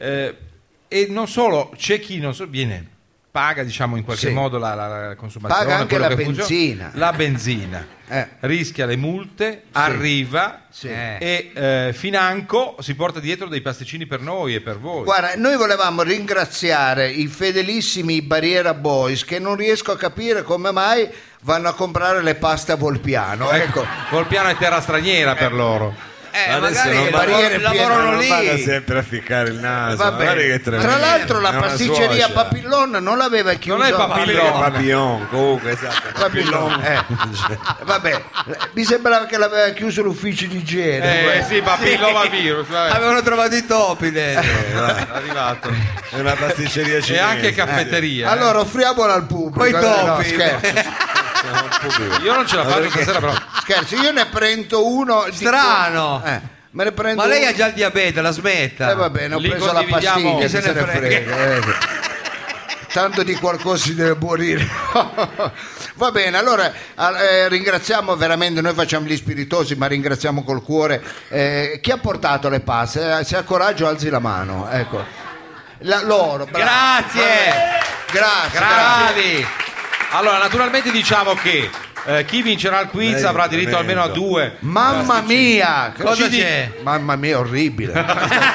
Speaker 3: e non solo, c'è chi non so, viene, paga diciamo in qualche
Speaker 2: Sì.
Speaker 3: modo la consumazione,
Speaker 2: Paga anche
Speaker 3: quello
Speaker 2: la
Speaker 3: che funziona.
Speaker 2: benzina.
Speaker 3: La benzina. Rischia le multe, arriva
Speaker 2: Sì.
Speaker 3: e financo si porta dietro dei pasticcini per noi e per voi.
Speaker 2: Guarda, noi volevamo ringraziare i fedelissimi Barriera Boys che non riesco a capire come mai vanno a comprare le paste a Volpiano. Ecco.
Speaker 3: Volpiano è terra straniera per loro.
Speaker 5: Adesso
Speaker 2: magari
Speaker 5: non
Speaker 2: le
Speaker 5: va-
Speaker 2: barriere
Speaker 4: lavorano
Speaker 5: non
Speaker 4: lì.
Speaker 5: vada sempre a ficcare il naso.
Speaker 2: Va
Speaker 5: guarda
Speaker 2: bene.
Speaker 5: che tremendo.
Speaker 2: Tra l'altro la
Speaker 5: È una
Speaker 2: pasticceria
Speaker 5: suocera.
Speaker 2: Papillon non l'aveva chiusa.
Speaker 3: Non è Papillon.
Speaker 5: Papillon, comunque, esatto.
Speaker 2: Papillon, vabbè, mi sembrava che l'aveva chiuso l'ufficio di igiene.
Speaker 3: Sì, papilloma virus.
Speaker 4: Avevano trovato i topi dentro.
Speaker 3: È arrivato.
Speaker 5: È una pasticceria
Speaker 3: E
Speaker 5: cinese.
Speaker 3: anche caffetteria.
Speaker 2: Allora offriamola al pubblico.
Speaker 4: Poi
Speaker 2: No,
Speaker 4: topi.
Speaker 2: scherzo,
Speaker 3: Io non ce la faccio stasera, però.
Speaker 2: scherzo, io ne prendo uno di-
Speaker 4: Strano.
Speaker 2: me ne prendo
Speaker 4: Ma lei
Speaker 2: uno.
Speaker 4: ha già il diabete, la smetta.
Speaker 2: Va bene, ho
Speaker 3: Li
Speaker 2: preso la
Speaker 3: condividiamo.
Speaker 2: pastiglia,
Speaker 4: Chi se ne frega.
Speaker 2: Tanto di qualcosa si deve morire. Va bene, allora ringraziamo veramente, noi facciamo gli spiritosi, ma ringraziamo col cuore chi ha portato le paste. Se ha coraggio alzi la mano, ecco. Loro, bravo.
Speaker 4: Grazie.
Speaker 2: Grazie.
Speaker 3: Bravi! Allora, naturalmente diciamo che chi vincerà il quiz
Speaker 5: Merito,
Speaker 3: avrà diritto almeno a
Speaker 5: merito.
Speaker 3: 2.
Speaker 2: Mamma mia,
Speaker 4: Cosa
Speaker 2: Ci
Speaker 4: c'è?
Speaker 2: Mamma mia, orribile.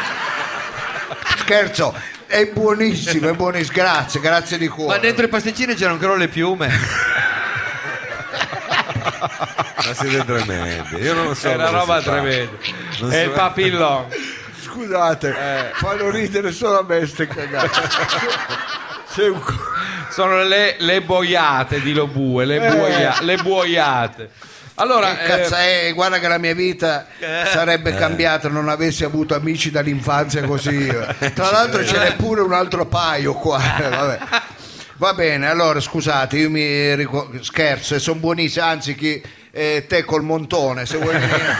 Speaker 2: Scherzo, è buonissimo, grazie, grazie di cuore.
Speaker 4: Ma dentro i pasticcini c'erano ancora le piume.
Speaker 5: Ma siete tremendi. Io non lo so.
Speaker 3: È una
Speaker 5: come
Speaker 3: roba
Speaker 5: si fa.
Speaker 3: tremenda.
Speaker 5: Non
Speaker 3: È
Speaker 5: so-
Speaker 3: il papillon.
Speaker 2: Scusate, fanno ridere solo a me ste cagate. Sei un
Speaker 3: Sono le boiate di Lobue, le buoiate. Allora,
Speaker 2: che cazzo è? Guarda che la mia vita sarebbe cambiata non avessi avuto amici dall'infanzia così. Tra l'altro ce n'è pure un altro paio qua. Vabbè. Va bene, allora scusate, io scherzo e sono buonissimi, anzi te col montone se vuoi venire.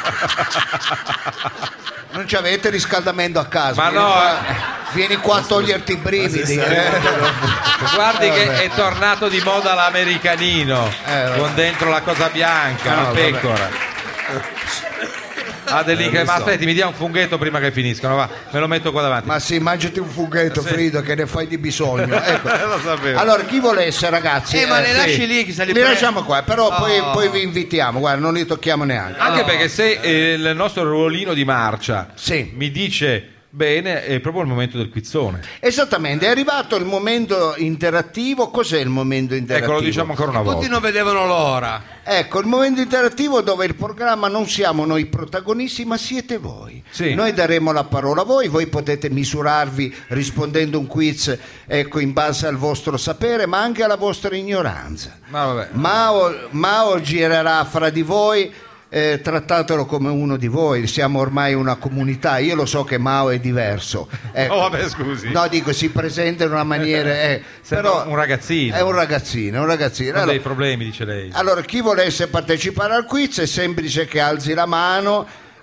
Speaker 2: Non ci avete riscaldamento a casa?
Speaker 3: Ma
Speaker 2: vieni
Speaker 3: no,
Speaker 2: qua, vieni qua a toglierti i brividi.
Speaker 3: guardi che è tornato di moda l'americanino
Speaker 2: vabbè.
Speaker 3: con dentro la cosa bianca, la
Speaker 2: No,
Speaker 3: pecora. Ha ma aspetti, mi dia un funghetto prima che finiscano, va, me lo metto qua davanti.
Speaker 2: Ma sì, mangiati un funghetto, Frido, che ne fai di bisogno. Ecco.
Speaker 3: Lo sapevo.
Speaker 2: Allora, chi volesse, ragazzi,
Speaker 4: ma le lasci lì, che se
Speaker 2: li lasciamo qua, però poi vi invitiamo, guarda, non li tocchiamo neanche.
Speaker 3: Anche perché se il nostro ruolino di marcia mi dice bene, è proprio il momento del quizzone.
Speaker 2: Esattamente, è arrivato il momento interattivo. Cos'è il momento interattivo?
Speaker 3: Ecco, lo diciamo ancora una volta.
Speaker 4: Tutti non vedevano l'ora.
Speaker 2: Ecco, il momento interattivo dove il programma non siamo noi protagonisti, ma siete voi.
Speaker 3: Sì.
Speaker 2: Noi daremo la parola a voi potete misurarvi rispondendo a un quiz, ecco, in base al vostro sapere, ma anche alla vostra ignoranza.
Speaker 3: Ma vabbè.
Speaker 2: Mao girerà fra di voi. Trattatelo come uno di voi, siamo ormai una comunità. Io lo so che Mao è diverso, ecco.
Speaker 3: Oh, vabbè, scusi.
Speaker 2: No, dico, si presenta in una maniera però
Speaker 3: un ragazzino.
Speaker 2: È un ragazzino.
Speaker 3: Non
Speaker 2: allora,
Speaker 3: dei problemi, dice lei.
Speaker 2: Allora, chi volesse partecipare al quiz è semplice che alzi la mano,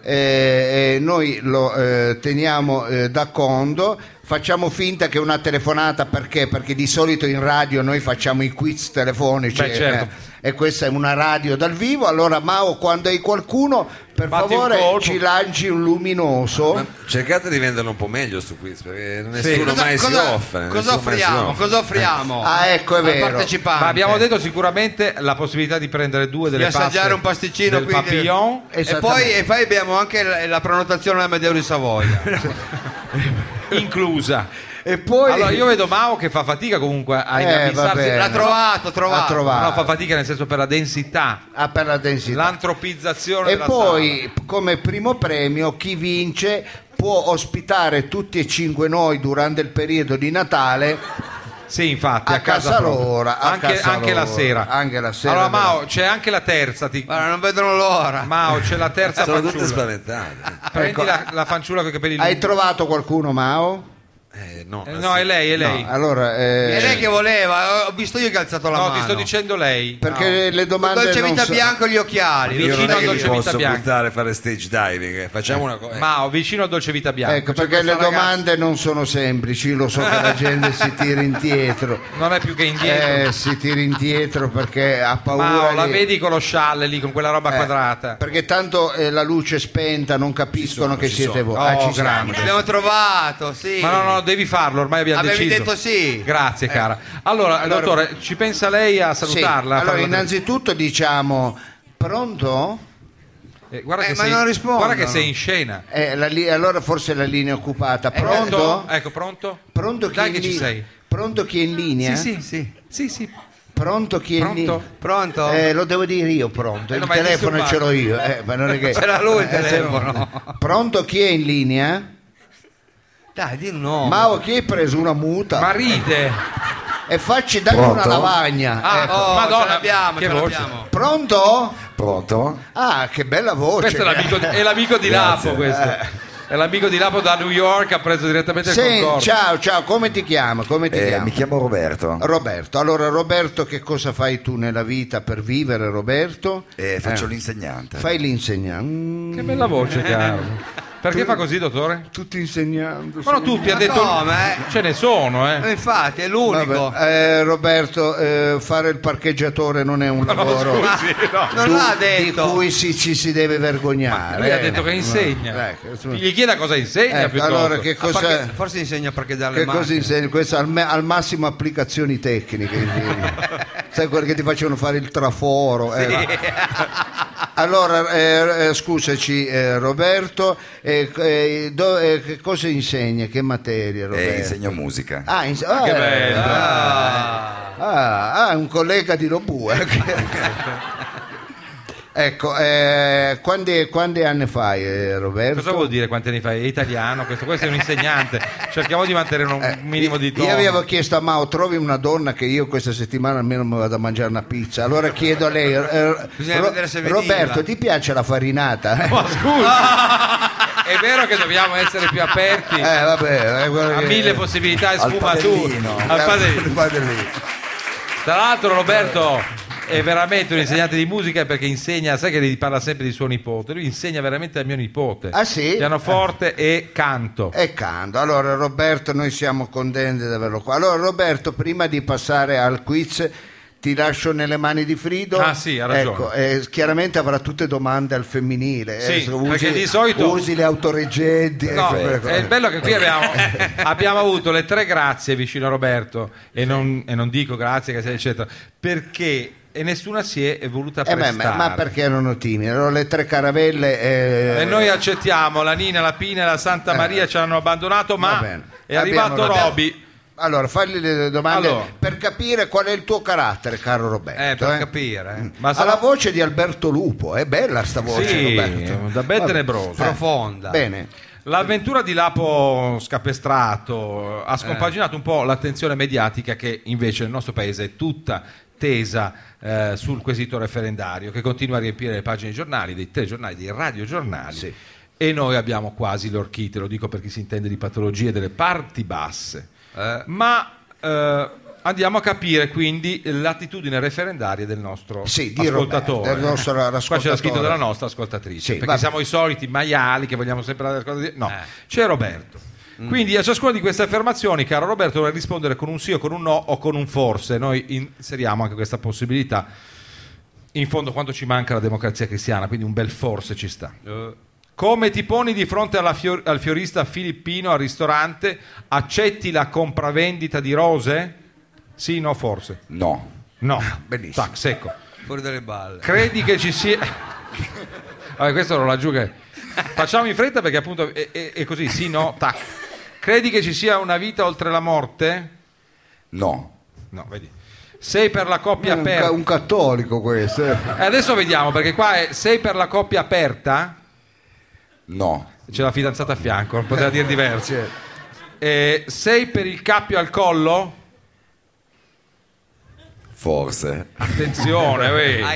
Speaker 2: noi lo teniamo da conto. Facciamo finta che è una telefonata, perché di solito in radio noi facciamo i quiz telefonici.
Speaker 3: Beh, certo.
Speaker 2: E questa è una radio dal vivo. Allora, Mao, quando hai qualcuno, per favore ci lanci un luminoso.
Speaker 5: Ma cercate di venderlo un po' meglio sto quiz, perché nessuno mai si offre.
Speaker 4: Cosa offriamo?
Speaker 2: Ah, ecco, è vero.
Speaker 3: Ma abbiamo detto sicuramente la possibilità di prendere due delle
Speaker 4: di assaggiare un pasticcino
Speaker 3: del Papillon.
Speaker 4: E poi abbiamo anche la prenotazione alla Medeo di Savoia
Speaker 3: inclusa.
Speaker 2: E poi...
Speaker 3: Allora io vedo Mao che fa fatica comunque a inabissarsi.
Speaker 4: L'ha trovato.
Speaker 3: No, fa fatica nel senso per la densità.
Speaker 2: Per la densità.
Speaker 3: L'antropizzazione
Speaker 2: e
Speaker 3: della
Speaker 2: poi
Speaker 3: sala.
Speaker 2: Come primo premio chi vince può ospitare tutti e 5 noi durante il periodo di Natale.
Speaker 3: Sì, infatti,
Speaker 2: a casa loro,
Speaker 3: anche la sera.
Speaker 2: Anche la sera.
Speaker 3: Allora, Mao, c'è anche la terza.
Speaker 4: Guarda, non vedono l'ora.
Speaker 3: Mao, c'è la terza
Speaker 5: Sono
Speaker 3: fanciulla.
Speaker 5: tutte spaventate.
Speaker 3: Prendi la fanciulla con i capelli lunghi.
Speaker 2: Hai trovato qualcuno, Mao?
Speaker 5: No,
Speaker 3: No, è lei.
Speaker 2: No, allora,
Speaker 4: è lei che voleva, ho visto io che ha alzato la mano.
Speaker 3: No, ti sto dicendo lei.
Speaker 2: Perché le domande
Speaker 4: Dolce
Speaker 2: non
Speaker 4: Vita
Speaker 2: so...
Speaker 4: Bianco gli occhiali.
Speaker 5: io non
Speaker 3: vicino
Speaker 5: è
Speaker 3: al
Speaker 5: che mi
Speaker 3: Dolce Vita
Speaker 5: posso
Speaker 3: Bianca.
Speaker 5: buttare a fare stage diving, facciamo una cosa.
Speaker 3: Mao, vicino al Dolce Vita Bianca.
Speaker 2: Ecco, perché le domande non sono semplici, lo so che la gente si tira indietro.
Speaker 3: Non è più che indietro.
Speaker 2: Si tira indietro perché ha paura.
Speaker 3: Mao, la vedi con lo scialle lì, con quella roba quadrata.
Speaker 2: Perché tanto la luce è spenta, non capiscono che siete voi.
Speaker 3: Oh,
Speaker 2: ci
Speaker 3: grande.
Speaker 4: L'abbiamo trovato, sì.
Speaker 3: Ma no, devi farlo, ormai abbiamo
Speaker 4: Avevi
Speaker 3: deciso.
Speaker 4: detto sì.
Speaker 3: Grazie, cara. Allora, dottore, ci pensa lei a salutarla?
Speaker 2: Sì. Allora, innanzitutto diciamo, pronto?
Speaker 3: Guarda che
Speaker 2: ma non rispondo.
Speaker 3: Guarda che sei in scena.
Speaker 2: Allora forse la linea è occupata. Pronto?
Speaker 3: Ecco, pronto?
Speaker 2: Pronto chi
Speaker 3: Dai
Speaker 2: è
Speaker 3: che
Speaker 2: in
Speaker 3: ci sei.
Speaker 2: Pronto chi è in linea?
Speaker 3: Sì.
Speaker 2: Pronto chi è in linea?
Speaker 4: Pronto?
Speaker 2: Lo devo dire io, pronto. Il
Speaker 3: ma è
Speaker 2: telefono ce l'ho io. Ma non è che...
Speaker 4: C'era lui il telefono.
Speaker 2: Pronto chi è in linea?
Speaker 4: Dai, di un nome.
Speaker 2: Mao, chi hai preso una muta?
Speaker 3: Ma ride.
Speaker 2: E facci dare una lavagna.
Speaker 3: Madonna,
Speaker 4: ce l'abbiamo.
Speaker 2: Pronto?
Speaker 5: Pronto?
Speaker 2: Ah, che bella voce.
Speaker 3: Questo è l'amico di Lapo, questo. È l'amico di Lapo da New York, ha preso direttamente il Concorde.
Speaker 2: Ciao, come ti chiama?
Speaker 8: Mi chiamo Roberto.
Speaker 2: Roberto, allora Roberto, che cosa fai tu nella vita per vivere, Roberto?
Speaker 8: Faccio l'insegnante.
Speaker 2: Fai l'insegnante.
Speaker 3: Che bella voce che ha. Perché fa così, dottore?
Speaker 2: Tutti insegnando.
Speaker 3: Ma no, tutti, ha detto.
Speaker 4: No,
Speaker 3: ce ne sono,
Speaker 4: infatti, è l'unico.
Speaker 2: Vabbè, Roberto, fare il parcheggiatore non è un lavoro
Speaker 4: non l'ha detto.
Speaker 2: di cui ci si deve vergognare.
Speaker 3: Lui ha detto che insegna. Gli chieda cosa insegna.
Speaker 2: Allora, che cosa...
Speaker 4: Forse insegna a parcheggiare le
Speaker 2: macchine. Cosa insegna? Questo al massimo applicazioni tecniche. Sai quelle che ti facevano fare il traforo. Allora, scusaci Roberto, che cosa insegna? Che materia, Roberto?
Speaker 8: Insegno musica.
Speaker 3: Che bello.
Speaker 2: Un collega di Lobue. Ecco, quanti anni fai, Roberto?
Speaker 3: Cosa vuol dire quanti anni fai? È italiano, questo è un insegnante. Cerchiamo di mantenere un minimo di tono.
Speaker 2: Io avevo chiesto a Mao, trovi una donna che io questa settimana almeno mi vado a mangiare una pizza. Allora chiedo a lei, Roberto, ti piace la farinata?
Speaker 3: Ma scusa, è vero che dobbiamo essere più aperti a mille possibilità e sfumature. Al padellino. Tra l'altro, Roberto è veramente un insegnante di musica, perché insegna, sai che gli parla sempre di suo nipote, lui insegna veramente al mio nipote.
Speaker 2: Ah sì?
Speaker 3: Pianoforte e canto.
Speaker 2: Allora Roberto, noi siamo contenti di averlo qua. Allora Roberto, prima di passare al quiz Ti lascio nelle mani di Frido.
Speaker 3: Ah, sì, ha ragione.
Speaker 2: Ecco, chiaramente avrà tutte domande al femminile.
Speaker 3: Sì, perché di solito
Speaker 2: usi le autoreggenti.
Speaker 3: No, è il bello che qui abbiamo avuto le 3 grazie vicino a Roberto e non dico grazie eccetera, perché nessuna si è voluta prestare.
Speaker 2: Ma perché erano timide? Allora, le 3 caravelle
Speaker 3: e noi accettiamo, la Nina, la Pina e la Santa Maria ci hanno abbandonato, ma è arrivato Roby.
Speaker 2: Allora, fagli le domande per capire qual è il tuo carattere, caro Roberto.
Speaker 4: Per capire.
Speaker 2: Ma ha la voce di Alberto Lupo, è bella sta voce,
Speaker 3: sì,
Speaker 2: Roberto.
Speaker 3: da ben tenebrosa.
Speaker 4: Profonda.
Speaker 2: Bene.
Speaker 3: L'avventura di Lapo scapestrato ha scompaginato un po' l'attenzione mediatica che invece nel nostro paese è tutta tesa sul quesito referendario, che continua a riempire le pagine dei giornali, dei telegiornali, dei radiogiornali. Sì. E noi abbiamo quasi l'orchite, lo dico per chi si intende di patologie delle parti basse. Ma andiamo a capire quindi l'attitudine referendaria del nostro ascoltatore.
Speaker 2: Del nostro
Speaker 3: Qua c'è scritto della nostra ascoltatrice,
Speaker 2: sì,
Speaker 3: perché siamo i soliti maiali che vogliamo sempre la ascoltatrice. No, c'è Roberto. Quindi a ciascuna di queste affermazioni, caro Roberto, dovrei rispondere con un sì o con un no o con un forse. Noi inseriamo anche questa possibilità. In fondo, quanto ci manca la democrazia cristiana, quindi un bel forse ci sta. Come ti poni di fronte al fiorista filippino al ristorante? Accetti la compravendita di rose? Sì, no, forse?
Speaker 8: No.
Speaker 2: Benissimo.
Speaker 3: Tac, secco.
Speaker 4: Fuori dalle balle.
Speaker 3: Credi che ci sia... Vabbè, questo non laggiù che... Facciamo in fretta perché appunto è così, sì, no, tac. Credi che ci sia una vita oltre la morte?
Speaker 8: No.
Speaker 3: No, vedi. Sei per la coppia aperta?
Speaker 2: Un cattolico questo.
Speaker 3: Adesso vediamo, perché qua è sei per la coppia aperta?
Speaker 8: No.
Speaker 3: C'è la fidanzata a fianco, non poteva dire diverso. Sei per il cappio al collo?
Speaker 8: Forse.
Speaker 3: Attenzione,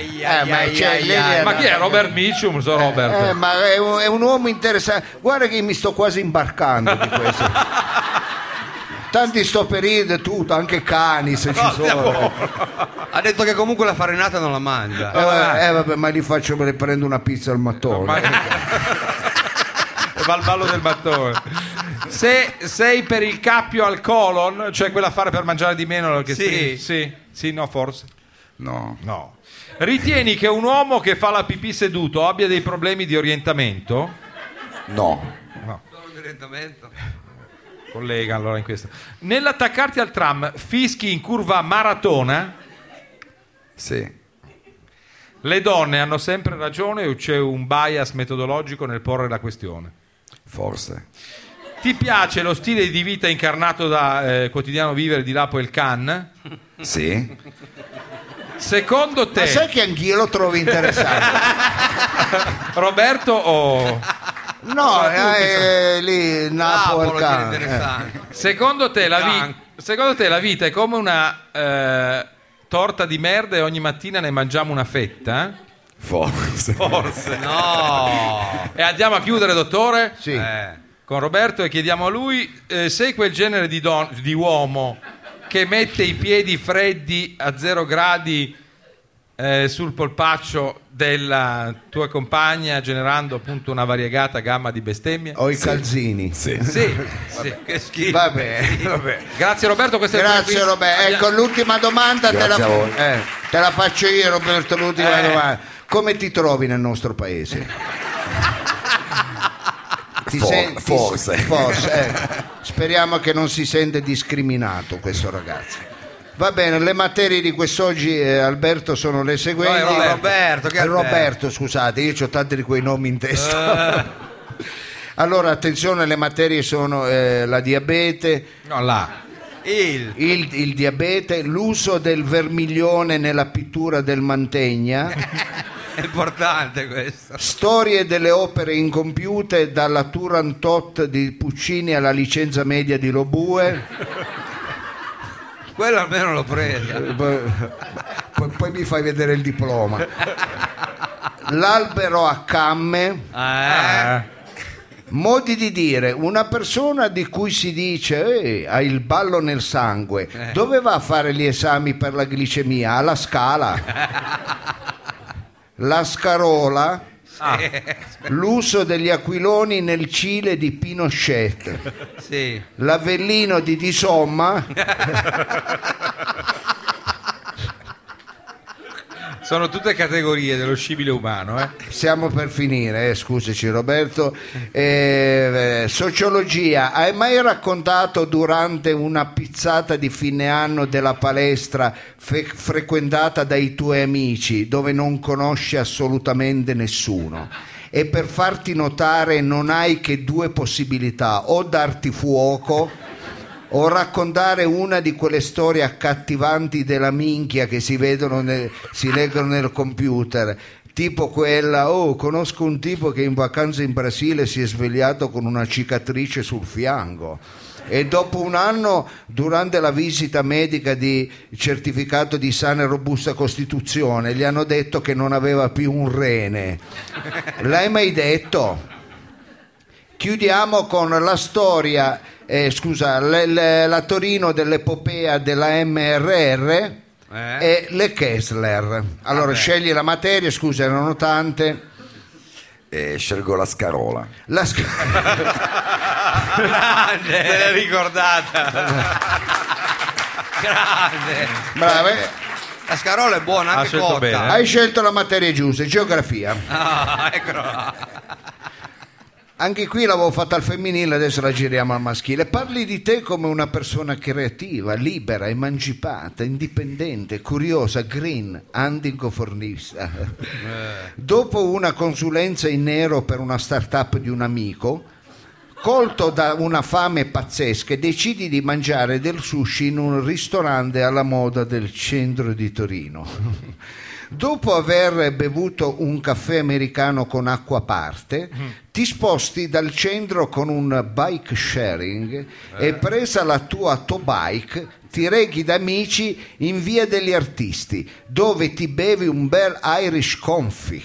Speaker 3: ma chi è? Robert Mitchum? So Robert.
Speaker 2: Ma è un uomo interessante. Guarda che mi sto quasi imbarcando di questo. Tanti sto per ridere tutto, anche cani se ci sono.
Speaker 4: Ha detto che comunque la farinata non la mangia.
Speaker 2: Vabbè, ma le prendo una pizza al mattone.
Speaker 3: Va al ballo del mattone. Se sei per il cappio al colon, cioè quell'affare per mangiare di meno che sì, no, forse.
Speaker 8: No.
Speaker 3: Ritieni che un uomo che fa la pipì seduto abbia dei problemi di orientamento?
Speaker 8: No.
Speaker 4: Solo di orientamento.
Speaker 3: Collega allora in questo. Nell'attaccarti al tram fischi in curva maratona?
Speaker 8: Sì.
Speaker 3: Le donne hanno sempre ragione o c'è un bias metodologico nel porre la questione?
Speaker 8: Forse.
Speaker 3: Ti piace lo stile di vita incarnato da Quotidiano Vivere di Lapo El Can?
Speaker 8: Sì.
Speaker 3: Secondo te...
Speaker 2: Ma sai che anch'io lo trovo interessante?
Speaker 3: Roberto o...
Speaker 2: No, lì Napoli El Can.
Speaker 3: Secondo te la vita è come una torta di merda e ogni mattina ne mangiamo una fetta?
Speaker 8: Forse.
Speaker 4: No.
Speaker 3: E andiamo a chiudere, dottore?
Speaker 2: Sì.
Speaker 3: Con Roberto e chiediamo a lui, sei quel genere di uomo che mette i piedi freddi a 0 gradi sul polpaccio della tua compagna, generando appunto una variegata gamma di bestemmie?
Speaker 2: O i calzini?
Speaker 8: Sì.
Speaker 3: Che schifo.
Speaker 2: Vabbè.
Speaker 3: Grazie Roberto,
Speaker 2: Grazie Roberto. Ecco, l'ultima domanda te la faccio io, Roberto, l'ultima domanda. Come ti trovi nel nostro paese?
Speaker 8: Forse.
Speaker 2: Speriamo che non si sente discriminato questo ragazzo. Va bene, le materie di quest'oggi, Alberto, sono le seguenti. Roberto, scusate, io ho tanti di quei nomi in testa. Allora, attenzione, le materie sono la diabete. Il diabete, l'uso del vermiglione nella pittura del Mantegna.
Speaker 4: È importante questo.
Speaker 2: Storie delle opere incompiute, dalla Turandot di Puccini alla licenza media di Lobue.
Speaker 4: Quello almeno l'ho preso.
Speaker 2: Poi mi fai vedere il diploma. L'albero a camme. Modi di dire: una persona di cui si dice ha il ballo nel sangue, dove va a fare gli esami per la glicemia? Alla Scala. La scarola, l'uso degli aquiloni nel Cile di Pinochet, l'Avellino di Somma,
Speaker 3: Sono tutte categorie dello scibile umano.
Speaker 2: Stiamo per finire, scusaci Roberto. Sociologia, hai mai raccontato durante una pizzata di fine anno della palestra frequentata dai tuoi amici, dove non conosci assolutamente nessuno, e per farti notare non hai che due possibilità: o darti fuoco o raccontare una di quelle storie accattivanti della minchia che si vedono si leggono nel computer, tipo quella: conosco un tipo che in vacanza in Brasile si è svegliato con una cicatrice sul fianco e dopo un anno, durante la visita medica di certificato di sana e robusta costituzione, gli hanno detto che non aveva più un rene. L'hai mai detto? Chiudiamo con la storia, la Torino dell'epopea della MRR e le Kessler. Allora scegli la materia, scusa, erano tante.
Speaker 8: Scelgo la Scarola.
Speaker 3: Grande, te l'hai ricordata. Grande.
Speaker 2: Brava.
Speaker 4: La Scarola è buona, anche
Speaker 3: scelto
Speaker 4: cotta.
Speaker 3: bene.
Speaker 2: Hai scelto la materia giusta, geografia.
Speaker 4: Eccolo là.
Speaker 2: Anche qui l'avevo fatta al femminile, adesso la giriamo al maschile. Parli di te come una persona creativa, libera, emancipata, indipendente, curiosa, green, anticonformista. Dopo una consulenza in nero per una startup di un amico, colto da una fame pazzesca, decidi di mangiare del sushi in un ristorante alla moda del centro di Torino. Dopo aver bevuto un caffè americano con acqua a parte, ti sposti dal centro con un bike sharing e, presa la tua bike, ti rechi da amici in via degli Artisti, dove ti bevi un bel Irish Coffee.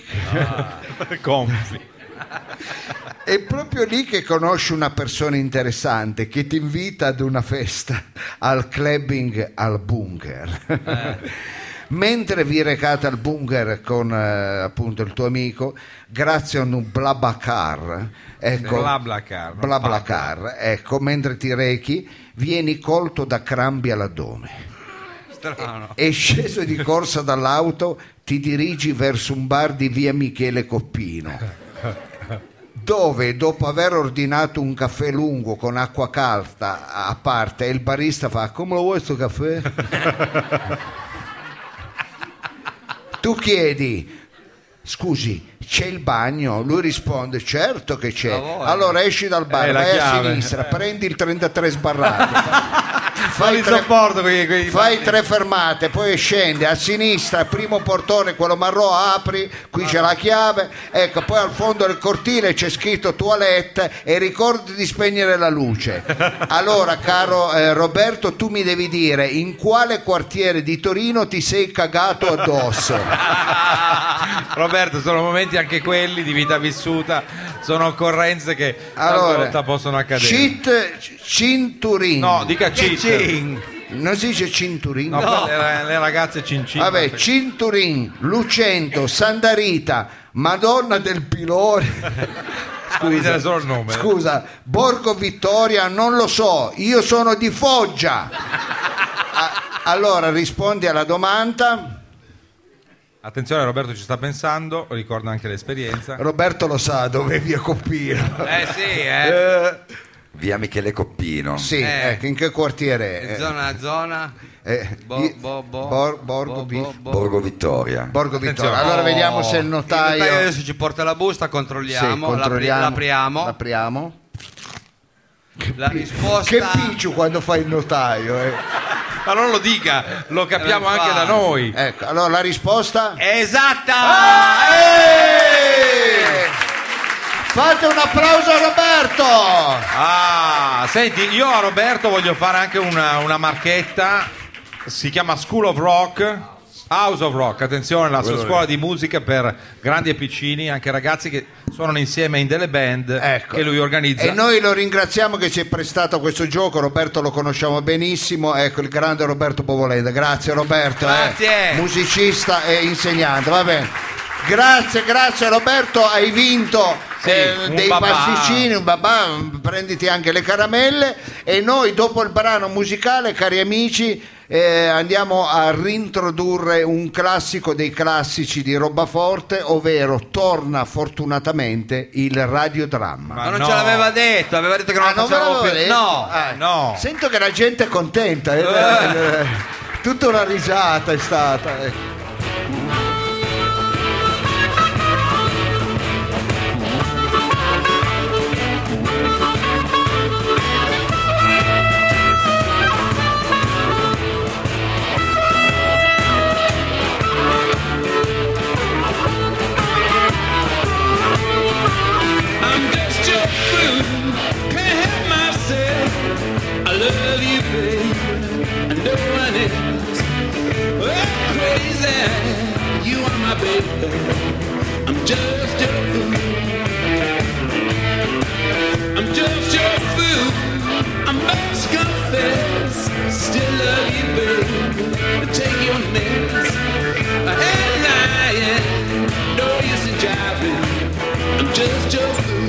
Speaker 2: È proprio lì che conosci una persona interessante che ti invita ad una festa al clubbing al bunker. Mentre vi recate al bunker con appunto il tuo amico, grazie a un BlaBlaCar, ecco, mentre ti rechi vieni colto da crampi all'addome. E sceso di corsa dall'auto ti dirigi verso un bar di via Michele Coppino, dove dopo aver ordinato un caffè lungo con acqua calda a parte, il barista fa: come lo vuoi sto caffè? Tu chiedi: scusi, c'è il bagno? Lui risponde: certo che c'è. Allora esci dal bar, vai a sinistra, prendi il 33 sbarrato, fai 3 fermate, poi scendi a sinistra, primo portone, quello marrò, apri, qui c'è la chiave, ecco, poi al fondo del cortile c'è scritto toilette e ricordi di spegnere la luce. Allora, caro Roberto, tu mi devi dire in quale quartiere di Torino ti sei cagato addosso.
Speaker 3: Roberto, sono momenti anche quelli di vita vissuta, sono occorrenze che talvolta possono accadere.
Speaker 2: Cinturin.
Speaker 3: No, dica cheat.
Speaker 2: Non si dice cinturin?
Speaker 3: No. Le ragazze cincin.
Speaker 2: Vabbè, Cinturin, Lucento, Santa Rita, Madonna del Pilone.
Speaker 3: Solo il nome.
Speaker 2: Scusa, Borgo Vittoria, non lo so, io sono di Foggia. Allora rispondi alla domanda.
Speaker 3: Attenzione, Roberto ci sta pensando, ricorda anche l'esperienza.
Speaker 2: Roberto lo sa dove è via Coppino.
Speaker 8: Via Michele Coppino.
Speaker 2: Sì, ecco, in che quartiere è?
Speaker 4: Zona.
Speaker 8: Borgo Vittoria.
Speaker 2: Borgo Vittoria. Allora vediamo se il notaio
Speaker 4: adesso ci porta la busta, controlliamo.
Speaker 2: L'apriamo.
Speaker 4: La risposta.
Speaker 2: Che picciu quando fai il notaio,
Speaker 3: Ma non lo dica, lo capiamo anche da noi.
Speaker 2: Ecco, allora la risposta
Speaker 4: esatta.
Speaker 2: Fate un applauso a Roberto.
Speaker 3: Senti, io a Roberto voglio fare anche una marchetta. Si chiama School of Rock, House of Rock, attenzione, la sua scuola di musica per grandi e piccini, anche ragazzi che suonano insieme in delle band, che lui organizza.
Speaker 2: E noi lo ringraziamo che ci è prestato questo gioco. Roberto lo conosciamo benissimo, ecco, il grande Roberto Bovolenda. Grazie Roberto,
Speaker 4: grazie.
Speaker 2: Musicista e insegnante, va bene. Grazie Roberto, hai vinto
Speaker 3: un
Speaker 2: dei
Speaker 3: babà.
Speaker 2: pasticcini, un babà, prenditi anche le caramelle e noi dopo il brano musicale, cari amici, andiamo a rintrodurre un classico dei classici di Roba Forte, ovvero torna fortunatamente il radiodramma.
Speaker 4: Ma non ce l'aveva detto, aveva detto che non lo facevamo più. No,
Speaker 3: No.
Speaker 2: Sento che la gente è contenta, tutta una risata è stata.
Speaker 6: I'm just your fool, can't help myself. I love you, baby, and no one else. Well, crazy, you are my baby. I'm just your fool. I'm just your fool. I must confess, still love you, baby. Take your mess. I ain't lying, no use in jiving. I'm just your fool.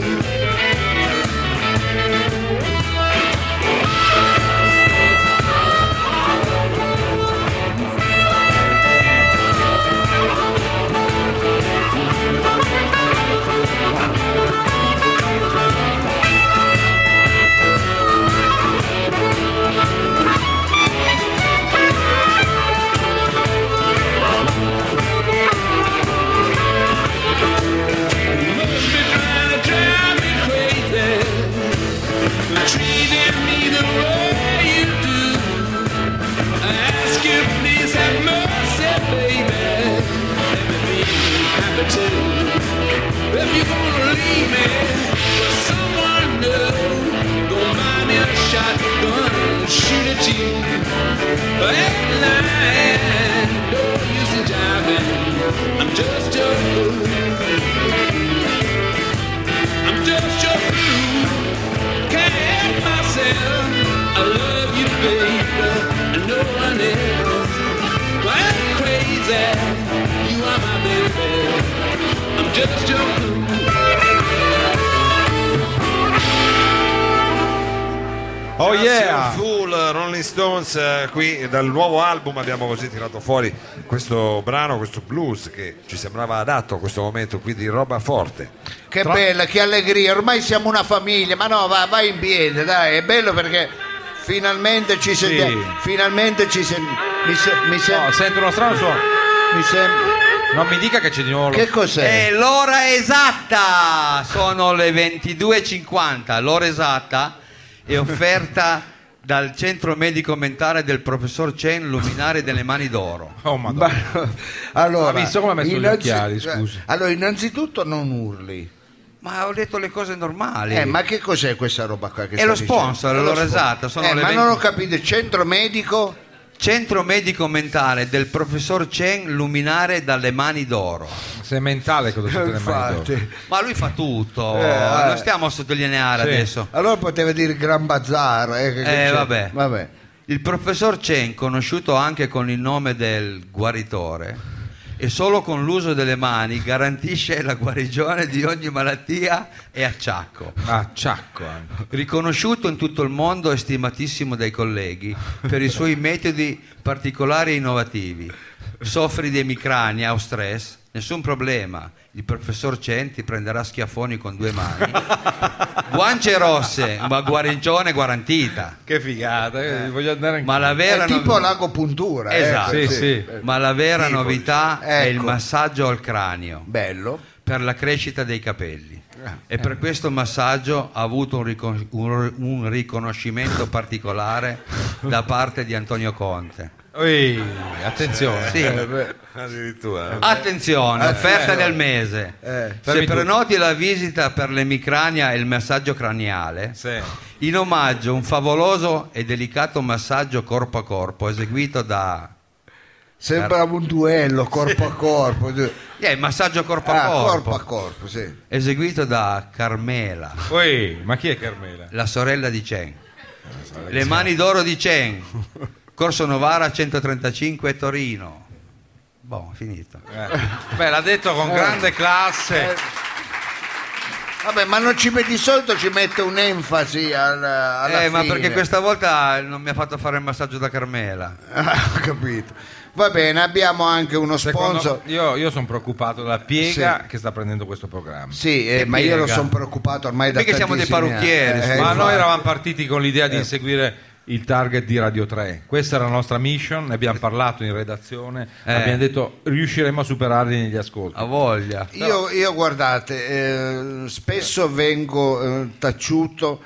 Speaker 6: Must be trying to drive me crazy, treating me the way you do. I ask you, please have mercy, baby. Let me be happy too. If you're gonna leave me for someone new, don't mind me a shotgun, shoot at you. I ain't lying, no use in jiving. I'm just your fool. I'm just your fool, can't help myself. I love you, baby, and no one else. I'm crazy, you are my baby. I'm just your fool.
Speaker 1: Oh yeah, Fool, Rolling Stones, qui dal nuovo album abbiamo così tirato fuori questo brano, questo blues che ci sembrava adatto a questo momento qui di Roba Forte.
Speaker 2: Che bella, che allegria, ormai siamo una famiglia, ma no, vai in piedi, dai, è bello perché finalmente ci sentiamo, finalmente ci sentiamo,
Speaker 3: No, sento uno strano suono.
Speaker 2: mi sembra,
Speaker 3: Non mi dica che c'è di nuovo.
Speaker 2: che cos'è?
Speaker 4: È l'ora esatta, sono le 22:50, l'ora esatta è offerta dal centro medico mentale del professor Chen, luminare delle mani d'oro.
Speaker 3: Oh madonna.
Speaker 2: Allora,
Speaker 3: Ma visto come ha messo gli occhiali, scusi.
Speaker 2: Allora, innanzitutto non urli.
Speaker 4: Ma ho detto le cose normali.
Speaker 2: Ma che cos'è questa roba qua? Che
Speaker 4: È
Speaker 2: sta
Speaker 4: lo
Speaker 2: dicendo?
Speaker 4: sponsor,
Speaker 2: È lo
Speaker 4: l'ora
Speaker 2: sponsor.
Speaker 4: esatta, sono le
Speaker 2: ma
Speaker 4: 20.
Speaker 2: non ho capito, centro medico?
Speaker 4: Centro medico mentale del professor Chen, luminare dalle mani d'oro.
Speaker 3: Se è mentale cosa c'è nelle mani d'oro?
Speaker 2: Infatti.
Speaker 4: Ma lui fa tutto, non stiamo a sottolineare
Speaker 3: Sì.
Speaker 4: adesso.
Speaker 2: Allora poteva dire Gran Bazar. Che c'è?
Speaker 4: Vabbè. Il professor Chen, conosciuto anche con il nome del guaritore, e solo con l'uso delle mani garantisce la guarigione di ogni malattia e acciacco.
Speaker 3: Acciacco anche.
Speaker 4: Riconosciuto in tutto il mondo e stimatissimo dai colleghi per i suoi metodi particolari e innovativi. Soffri di emicrania o stress? Nessun problema. Il professor Chen ti prenderà schiaffoni con 2 mani. Guance rosse, ma guarigione garantita.
Speaker 3: Che figata, voglio andare anche.
Speaker 4: Ma la vera
Speaker 2: È tipo l'agopuntura.
Speaker 4: Esatto.
Speaker 3: Sì.
Speaker 4: Ma la vera
Speaker 2: Tipo,
Speaker 4: novità è il
Speaker 2: ecco.
Speaker 4: massaggio al cranio
Speaker 2: Bello.
Speaker 4: per la crescita dei capelli. E per questo massaggio ha avuto un riconoscimento particolare da parte di Antonio Conte.
Speaker 3: Ui, attenzione.
Speaker 4: Sì.
Speaker 5: Addirittura.
Speaker 4: Attenzione, offerta del mese. Se
Speaker 3: Fermi
Speaker 4: prenoti la visita per l'emicrania e il massaggio craniale,
Speaker 3: Sì.
Speaker 4: in omaggio un favoloso e delicato massaggio corpo a corpo eseguito da...
Speaker 2: Sembra un duello corpo a corpo.
Speaker 4: il massaggio corpo a
Speaker 2: Corpo a corpo, sì.
Speaker 4: eseguito da Carmela,
Speaker 3: Ui, ma chi è Carmela?
Speaker 4: la sorella di Chen. Le mani d'oro di Chen, Corso Novara 135 Torino. Boh, è finito.
Speaker 3: Beh, l'ha detto con grande classe.
Speaker 2: Vabbè, ma non ci mette, di solito ci mette un'enfasi alla fine.
Speaker 4: Ma perché questa volta non mi ha fatto fare il massaggio da Carmela.
Speaker 2: Ho capito. Va bene, abbiamo anche uno sponsor.
Speaker 3: Io sono preoccupato della piega che sta prendendo questo programma.
Speaker 2: Sì, ma io lo sono preoccupato ormai da
Speaker 4: perché siamo dei parrucchieri.
Speaker 3: Ma
Speaker 2: infatti.
Speaker 3: noi eravamo partiti con l'idea di seguire il target di Radio 3. Questa era la nostra mission, ne abbiamo parlato in redazione, abbiamo detto riusciremo a superarli negli ascolti.
Speaker 4: A voglia.
Speaker 2: Io guardate, spesso vengo taciuto.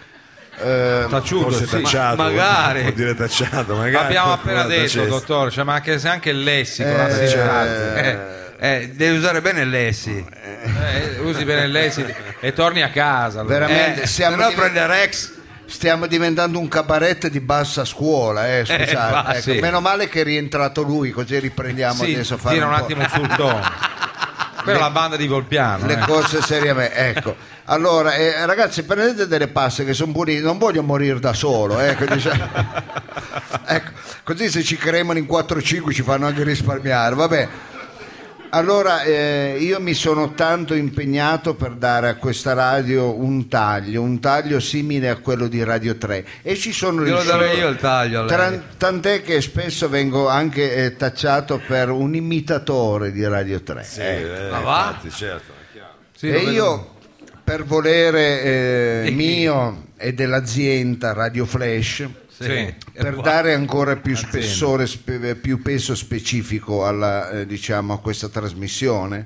Speaker 1: Forse
Speaker 3: sì.
Speaker 1: tacciato,
Speaker 4: magari.
Speaker 1: vuol dire tacciato, magari.
Speaker 3: Abbiamo appena
Speaker 1: Qualcuno
Speaker 3: detto,
Speaker 1: tacesse.
Speaker 3: dottore, cioè, ma anche se anche il lessico, la
Speaker 4: Devi usare bene il lessi.
Speaker 3: usi bene il lessico e torni a casa. Allora.
Speaker 2: Veramente,
Speaker 4: Se no prende Rex.
Speaker 2: stiamo diventando un cabaret di bassa scuola, scusate. Ecco,
Speaker 3: sì.
Speaker 2: meno male che è rientrato lui, così riprendiamo
Speaker 3: Sì,
Speaker 2: adesso a fare
Speaker 3: tira un
Speaker 2: po'
Speaker 3: attimo sul tono. Quella è la banda di Volpiano.
Speaker 2: le cose seriamente. Ecco, allora ragazzi, prendete delle paste che sono buone, non voglio morire da solo, ecco, ecco, così se ci cremano in 4-5 ci fanno anche risparmiare, vabbè. Allora io mi sono tanto impegnato per dare a questa radio un taglio simile a quello di Radio 3 e ci sono
Speaker 4: Glielo
Speaker 2: riuscito.
Speaker 4: darei io il taglio a lei.
Speaker 2: Tant'è che spesso vengo anche tacciato per un imitatore di Radio 3.
Speaker 1: Sì,
Speaker 4: Ma va?
Speaker 1: infatti, certo, è chiaro.
Speaker 3: Sì,
Speaker 2: E
Speaker 3: lo vedo.
Speaker 2: io, per volere mio e dell'azienda Radio Flash,
Speaker 3: Sì.
Speaker 2: per dare ancora più spessore, più peso specifico alla, diciamo, a questa trasmissione,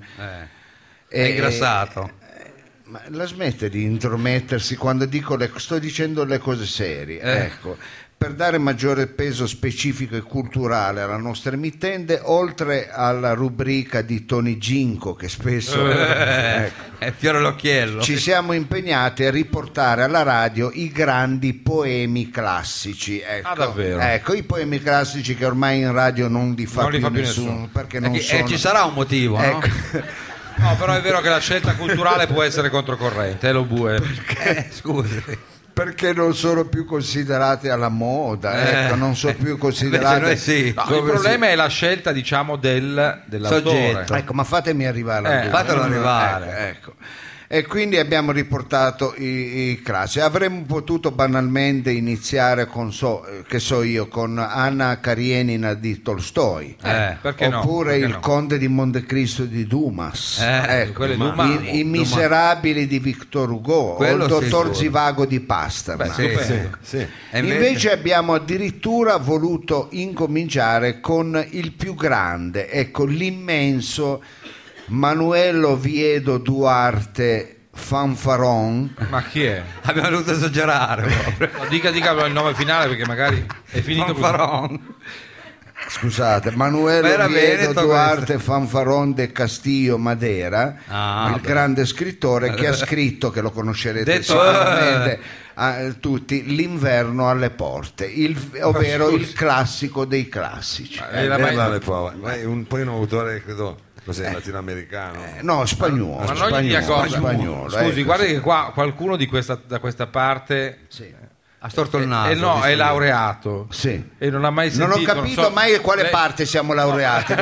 Speaker 4: È ingrassato.
Speaker 2: ma la smette di intromettersi quando sto dicendo le cose serie, ecco. Per dare maggiore peso specifico e culturale alla nostra emittente, oltre alla rubrica di Tony Ginco che spesso
Speaker 4: È fiore all'occhiello.
Speaker 2: ci siamo impegnati a riportare alla radio i grandi poemi classici, ecco.
Speaker 3: Ah, davvero?
Speaker 2: Ecco, i poemi classici che ormai in radio non li fa
Speaker 3: Non li
Speaker 2: più
Speaker 3: fa più
Speaker 2: nessuno,
Speaker 3: nessuno.
Speaker 2: perché non sono.
Speaker 4: Ci sarà un motivo, no?
Speaker 2: Ecco.
Speaker 3: No, però è vero che la scelta culturale può essere controcorrente, lo bue.
Speaker 4: Scusi.
Speaker 2: Perché non sono più considerati alla moda, ecco, non sono più considerati.
Speaker 4: Noi sì.
Speaker 3: No, il problema è la scelta, diciamo, dell'autore.
Speaker 4: Soggetto.
Speaker 2: Ecco, ma fatemi arrivare al dunque.
Speaker 4: Fatelo arrivare.
Speaker 2: Ecco. E quindi abbiamo riportato i classici. Avremmo potuto banalmente iniziare con con Anna Karenina di Tolstoi,
Speaker 3: perché no?
Speaker 2: oppure
Speaker 3: Perché
Speaker 2: il
Speaker 3: no?
Speaker 2: Conte di Montecristo di Dumas, ecco,
Speaker 3: quello è Dumas.
Speaker 2: I Miserabili di Victor Hugo, o
Speaker 4: Quello
Speaker 2: il
Speaker 4: sì,
Speaker 2: Dottor
Speaker 4: sicuro.
Speaker 2: Zivago di Pasternak.
Speaker 3: Beh,
Speaker 4: Sì,
Speaker 3: stupendo.
Speaker 4: sì.
Speaker 1: Sì.
Speaker 4: E
Speaker 2: Invece abbiamo addirittura voluto incominciare con il più grande, ecco, l'immenso Manuel Oviedo Duarte Fanfaron.
Speaker 3: Ma chi è?
Speaker 4: abbiamo dovuto esagerare proprio.
Speaker 3: No, dica il nome finale perché magari è finito così.
Speaker 4: Fanfaron.
Speaker 2: Scusate, Manuel
Speaker 4: Ma era
Speaker 2: Oviedo
Speaker 4: Veneto
Speaker 2: Duarte Fanfaron de Castillo Madera, il grande scrittore che ha scritto, che lo conoscerete
Speaker 3: Detto-
Speaker 2: sicuramente tutti, L'inverno alle porte, ovvero il classico dei classici.
Speaker 3: Era mai-
Speaker 1: Bella le prove. Ma è poi un autore, credo, cos'è, latinoamericano.
Speaker 2: No, spagnolo.
Speaker 3: Ma non gli dia cosa.
Speaker 2: spagnolo,
Speaker 3: Scusi,
Speaker 2: ecco,
Speaker 3: guardi
Speaker 2: sì.
Speaker 3: che qua qualcuno da questa parte
Speaker 4: Ha storto il naso.
Speaker 3: no,
Speaker 4: visto
Speaker 3: è
Speaker 4: lì.
Speaker 3: laureato.
Speaker 2: Sì.
Speaker 3: E non ha mai
Speaker 2: Non
Speaker 3: sentito.
Speaker 2: ho capito
Speaker 3: so-
Speaker 2: mai quale
Speaker 3: lei-
Speaker 2: parte siamo laureati.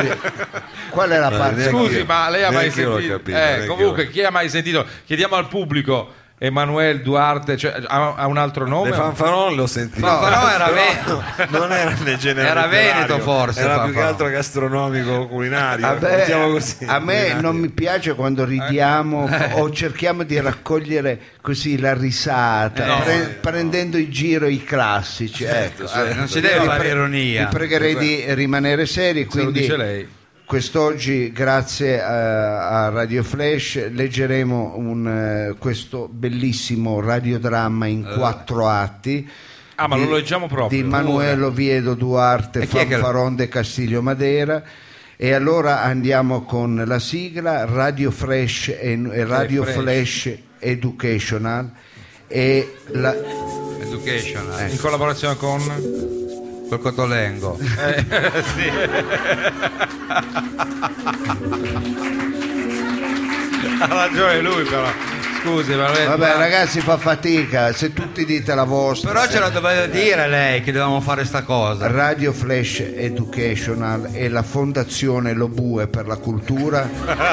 Speaker 2: Qual è la parte?
Speaker 3: Scusi, ma lei ha mai
Speaker 1: Neanche io l'ho
Speaker 3: sentito?
Speaker 1: capito, neanche
Speaker 3: Comunque,
Speaker 1: io.
Speaker 3: chi ha mai sentito? Chiediamo al pubblico. Emanuele Duarte, cioè, ha un altro nome?
Speaker 1: Le Fanfaron l'ho sentito.
Speaker 4: Fanfaron era
Speaker 1: Però non era nel genere
Speaker 4: Era
Speaker 1: letterario,
Speaker 4: veneto forse,
Speaker 1: era più che
Speaker 4: Fanfaron.
Speaker 1: altro gastronomico culinario.
Speaker 2: Vabbè,
Speaker 1: mettiamo così,
Speaker 2: a me
Speaker 1: culinario.
Speaker 2: non mi piace quando ridiamo o cerchiamo di raccogliere così la risata, prendendo in giro i classici. Ecco.
Speaker 4: Non si deve
Speaker 2: Vi
Speaker 4: fare ironia.
Speaker 2: Vi pregherei di rimanere seri,
Speaker 3: Se lo
Speaker 2: quindi
Speaker 3: dice lei.
Speaker 2: quest'oggi, grazie a Radio Flash, leggeremo questo bellissimo radiodramma in 4 atti.
Speaker 3: Ah, ma lo leggiamo proprio.
Speaker 2: Di Manuel Oviedo Duarte
Speaker 4: E chi è che-
Speaker 2: Fanfaron de Castillo Madera. E allora andiamo con la sigla Radio Fresh e Radio Flash Educational e la...
Speaker 4: Education.
Speaker 3: In collaborazione con
Speaker 4: Col Cotolengo.
Speaker 3: ha ragione lui però. scusi, ma
Speaker 2: Vabbè ragazzi, fa fatica, se tutti dite la vostra.
Speaker 4: Però ce la doveva dire lei che dovevamo fare sta cosa.
Speaker 2: Radio Flash Educational e la Fondazione Lo Bue per la Cultura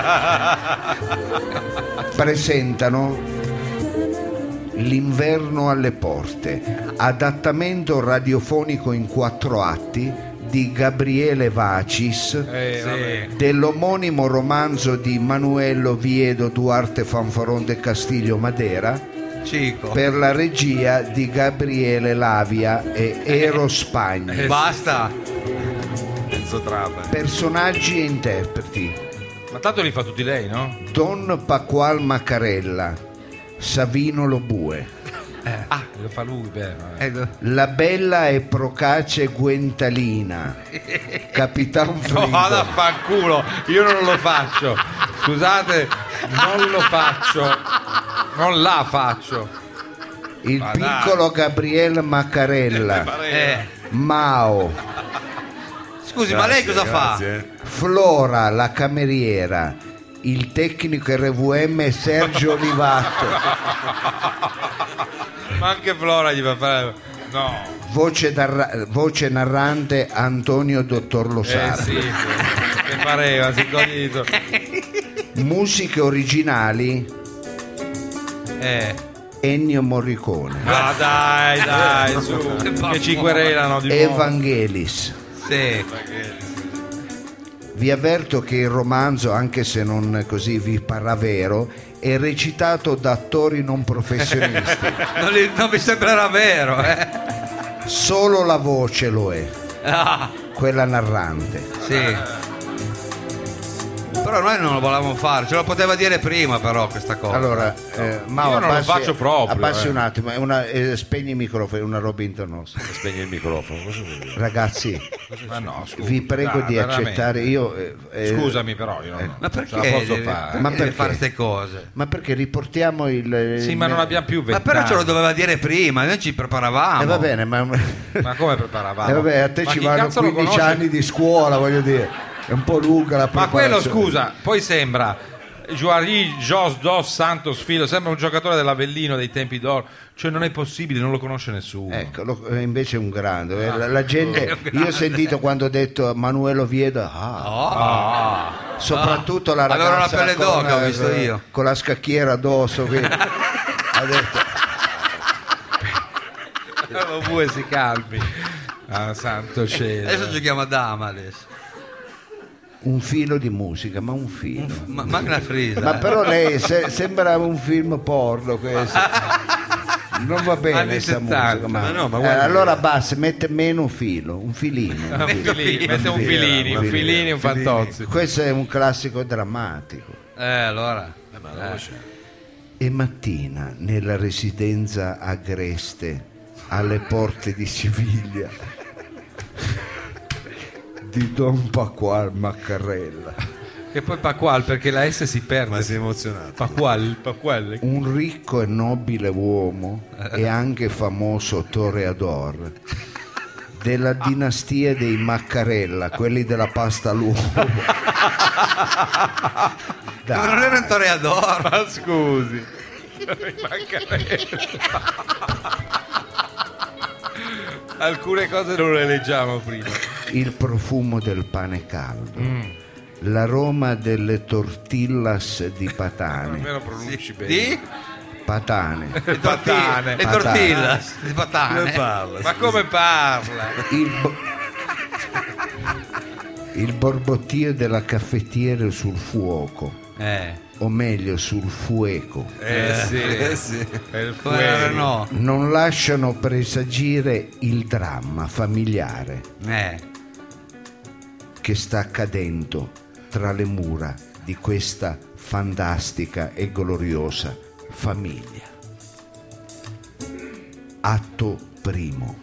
Speaker 2: presentano L'inverno alle porte, adattamento radiofonico in 4 atti di Gabriele Vacis dell'omonimo romanzo di Manuel Oviedo Duarte Fanfaron de Castillo Madera,
Speaker 4: Cico.
Speaker 2: per la regia di Gabriele Lavia e Ero Spagni.
Speaker 4: Basta.
Speaker 5: Enzo Traba.
Speaker 2: Personaggi e interpreti:
Speaker 3: ma tanto li fa tutti lei, no?
Speaker 2: Don Pasqual Maccarella, Savino Lo Bue,
Speaker 3: Lo fa lui, bene.
Speaker 2: la bella e procace Guentalina, Capitan Frigo,
Speaker 3: No, vado a fanculo, io non lo faccio. Scusate, non lo faccio. Non la faccio.
Speaker 2: il
Speaker 3: Ma
Speaker 2: piccolo Gabriele Maccarella, Mao,
Speaker 4: Scusi, ma lei cosa fa?
Speaker 2: Flora la cameriera, il tecnico RVM Sergio Olivato,
Speaker 3: Ma anche Flora gli fa fare. No.
Speaker 2: voce narrante Antonio Dottor Lo Sardo.
Speaker 3: Sì, che pareva, si cognito.
Speaker 2: Musiche originali Ennio Morricone,
Speaker 3: Ma dai, su. Che ci querelano di nuovo.
Speaker 2: Evangelis.
Speaker 4: Sì.
Speaker 2: Vi avverto che il romanzo, anche se non così vi parrà vero, è recitato da attori non professionisti.
Speaker 4: Non mi sembrerà vero,
Speaker 2: Solo la voce lo è,
Speaker 4: Ah,
Speaker 2: quella narrante.
Speaker 4: sì. Però noi non lo volevamo fare, ce lo poteva dire prima però questa cosa.
Speaker 2: Allora, Mao,
Speaker 3: Io non lo faccio proprio,
Speaker 2: abbassi un attimo, spegni il microfono, è una roba internossa.
Speaker 5: Spegne il microfono. Cosa vuol dire?
Speaker 2: Ragazzi,
Speaker 3: Ma no, scusa,
Speaker 2: vi prego
Speaker 3: dai,
Speaker 2: di
Speaker 3: veramente.
Speaker 2: accettare. Io,
Speaker 3: Scusami, però, io non
Speaker 4: Ma
Speaker 3: ce
Speaker 4: perché
Speaker 3: la posso
Speaker 4: deve,
Speaker 3: fare.
Speaker 2: Ma
Speaker 4: deve
Speaker 2: perché?
Speaker 4: fare queste cose?
Speaker 2: Ma perché riportiamo il.
Speaker 3: Sì, ma non abbiamo più
Speaker 4: Ma
Speaker 3: 20
Speaker 4: però ce lo
Speaker 3: anni.
Speaker 4: doveva dire prima, noi ci preparavamo.
Speaker 2: Va bene, ma.
Speaker 3: Ma come preparavamo?
Speaker 2: Vabbè, a te
Speaker 3: Ma
Speaker 2: ci
Speaker 3: chi
Speaker 2: vanno
Speaker 3: cazzo lo
Speaker 2: 15
Speaker 3: conosce?
Speaker 2: anni di scuola, voglio dire. È un po' lunga la
Speaker 3: Ma quello,
Speaker 2: preparazione.
Speaker 3: scusa, poi sembra Juari Jos Dos Santos Filo, sembra un giocatore dell'Avellino dei tempi d'oro, cioè non è possibile, non lo conosce nessuno.
Speaker 2: Ecco, invece è un grande. La gente, io ho sentito quando ho detto Manuel Oviedo, soprattutto la ragazza
Speaker 4: Allora la pelle d'oca ho visto io.
Speaker 2: con la scacchiera addosso. Quindi, ha detto,
Speaker 3: Lo vuoi si calmi. Ah, santo cielo.
Speaker 4: Adesso giochiamo a dama adesso.
Speaker 2: un filo di musica, ma un filo.
Speaker 4: Magna Frisa.
Speaker 2: Ma però lei sembra un film porno questo. Non va bene
Speaker 3: Anni
Speaker 2: questa
Speaker 3: 70.
Speaker 2: musica,
Speaker 5: Ma no, ma guarda-
Speaker 2: allora basta, mette meno un filo, un filino.
Speaker 3: Mette un filini, un filini e un fantozzi.
Speaker 2: Questo è un classico drammatico.
Speaker 4: Allora.
Speaker 2: E mattina nella residenza agreste alle porte di Siviglia di Don Pasqual Maccarella,
Speaker 3: E poi Pasqual, perché la S si perde.
Speaker 5: Ma sei emozionato.
Speaker 3: Pasqual.
Speaker 2: un ricco e nobile uomo e anche famoso toreador della dinastia dei Maccarella, quelli della pasta all'uovo.
Speaker 4: Ma non era un toreador.
Speaker 3: Ma scusi. Alcune cose non le leggiamo prima.
Speaker 2: Il profumo del pane caldo, l'aroma delle tortillas di patane.
Speaker 3: Almeno pronunci bene.
Speaker 4: Di?
Speaker 2: Patane.
Speaker 4: Le
Speaker 3: Patane.
Speaker 4: tortillas di patane.
Speaker 3: Ma come parla?
Speaker 2: Il borbottio della caffettiera sul fuoco, o meglio sul fueco,
Speaker 3: Sì. È il fuego.
Speaker 4: No.
Speaker 2: non lasciano presagire il dramma familiare che sta accadendo tra le mura di questa fantastica e gloriosa famiglia. Atto primo.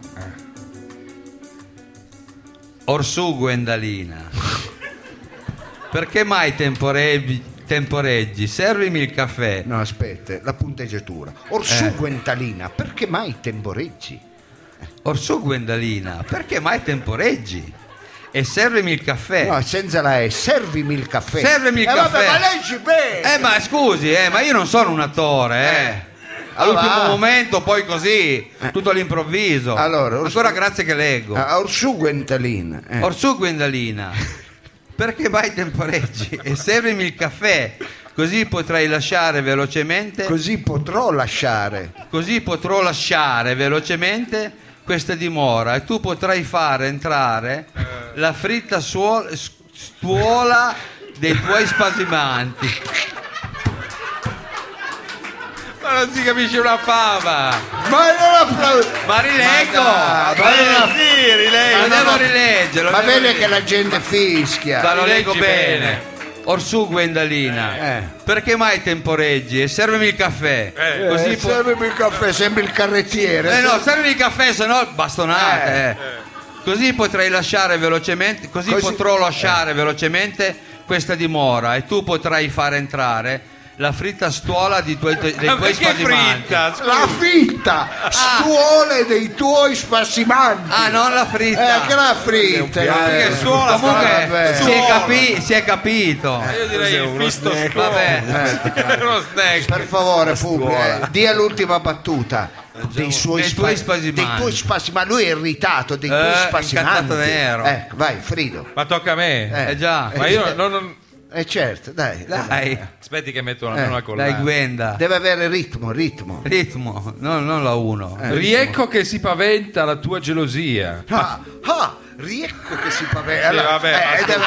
Speaker 4: Orsù Guendalina. Perché mai temporeggi? Servimi il caffè.
Speaker 2: No, aspetta, la punteggiatura. Orsù Guentalina, perché mai temporeggi?
Speaker 4: Orsù Guendalina, perché mai temporeggi? e servimi il caffè.
Speaker 2: No, senza la E, servimi il caffè.
Speaker 4: Servimi il
Speaker 2: Vabbè,
Speaker 4: caffè.
Speaker 2: ma leggi bene.
Speaker 4: Ma scusi, ma io non sono un attore, All'ultimo
Speaker 2: Allora,
Speaker 4: momento, poi così, tutto all'improvviso.
Speaker 2: Allora,
Speaker 4: ancora grazie che leggo.
Speaker 2: Orsù Guentalina.
Speaker 4: Orsù Guendalina, perché mai temporeggi e servimi il caffè, così potrai lasciare velocemente.
Speaker 2: Così potrò lasciare.
Speaker 4: Così potrò lasciare velocemente questa dimora e tu potrai fare entrare la fritta stuola dei tuoi spasimanti. Ma non si capisce una fava. Ma rileggo. Ma devo rileggere.
Speaker 2: Ma vede che la gente fischia.
Speaker 4: Ma lo leggo bene. Orsù Guendalina, perché mai temporeggi e servimi il caffè? Così
Speaker 2: servimi il caffè, sembri il carrettiere.
Speaker 4: no, servimi il caffè, se no bastonate. Così potrai lasciare velocemente, così potrò lasciare velocemente questa dimora e tu potrai fare entrare la fritta stuola dei tuoi spasimanti.
Speaker 2: La fritta stuole dei tuoi spasimanti.
Speaker 4: Non la fritta.
Speaker 2: Che la fritta.
Speaker 4: Comunque si è capito.
Speaker 3: Io direi il fisto
Speaker 4: Vabbè.
Speaker 3: uno snack.
Speaker 2: Per favore, Fulvio, dia l'ultima battuta. Dei tuoi
Speaker 4: spasimanti.
Speaker 2: Ma lui è irritato dei tuoi spasimanti.
Speaker 4: Incazzato nero.
Speaker 2: Vai, Frido.
Speaker 3: Ma tocca a me.
Speaker 4: Già.
Speaker 3: Ma io non...
Speaker 2: certo, dai.
Speaker 3: Aspetti che metto una collana.
Speaker 4: Dai Gwenda.
Speaker 2: Deve avere ritmo.
Speaker 4: Ritmo, non la uno.
Speaker 3: Riecco che si paventa la tua gelosia.
Speaker 2: Riecco che si paventa.
Speaker 3: Sì, vabbè,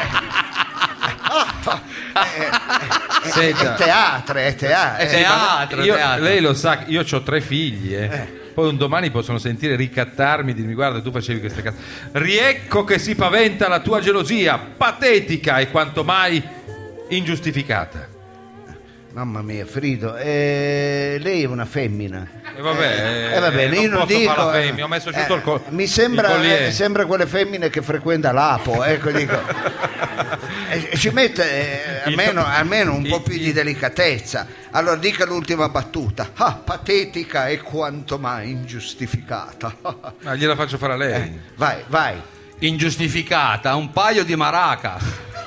Speaker 2: È teatro.
Speaker 3: Lei lo sa, io ho 3 figli, Poi un domani possono sentire ricattarmi, dirmi guarda tu facevi queste cazzo. Riecco che si paventa la tua gelosia, patetica e quanto mai ingiustificata.
Speaker 2: Mamma mia, Frido, lei è una femmina.
Speaker 3: Va
Speaker 2: bene, io non
Speaker 3: posso
Speaker 2: dico.
Speaker 3: fare la femmina, ho messo giusto
Speaker 2: mi sembra quelle femmine che frequenta l'Apo, ecco, dico. Ci mette almeno un po' più di delicatezza. Allora dica l'ultima battuta. Patetica e quanto mai ingiustificata.
Speaker 3: Ma gliela faccio fare a lei.
Speaker 2: Vai.
Speaker 4: Ingiustificata, un paio di maracas.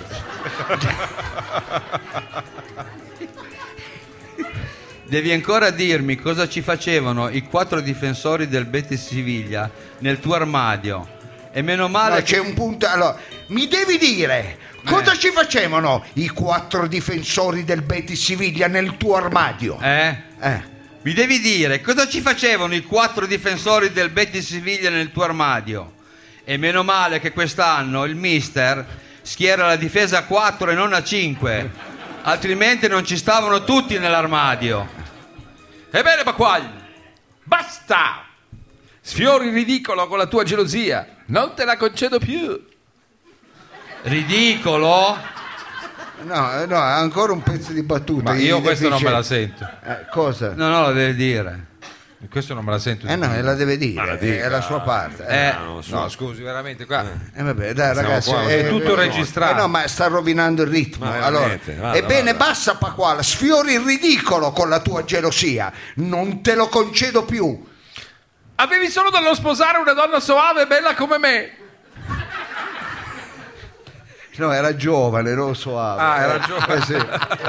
Speaker 4: Devi ancora dirmi cosa ci facevano i 4 difensori del Betis Siviglia nel tuo armadio. E meno male
Speaker 2: c'è un punto. Allora, mi devi dire cosa ci facevano i 4 difensori del Betis Siviglia nel tuo armadio?
Speaker 4: Mi devi dire cosa ci facevano i 4 difensori del Betis Siviglia nel tuo armadio. E meno male che quest'anno il mister schiera la difesa a 4 e non a 5, altrimenti non ci stavano tutti nell'armadio.
Speaker 3: Ebbene Baquagli, basta! Sfiori il ridicolo con la tua gelosia, non te la concedo più.
Speaker 4: Ridicolo?
Speaker 2: No, ancora un pezzo di battuta.
Speaker 3: Ma io questo non me la sento.
Speaker 2: Cosa?
Speaker 4: No, lo devi dire.
Speaker 3: Questo non me la sento.
Speaker 2: No, la deve dire, è la sua parte.
Speaker 3: No, scusi, veramente qua.
Speaker 2: Vabbè, dai ragazzi,
Speaker 3: è tutto registrato.
Speaker 2: No, ma sta rovinando il ritmo. Ebbene, basta Pasquale, sfiori il ridicolo con la tua gelosia. Non te lo concedo più.
Speaker 3: Avevi solo dallo sposare una donna soave e bella come me.
Speaker 2: No, era giovane, non soave.
Speaker 3: Era giovane.
Speaker 2: Sì.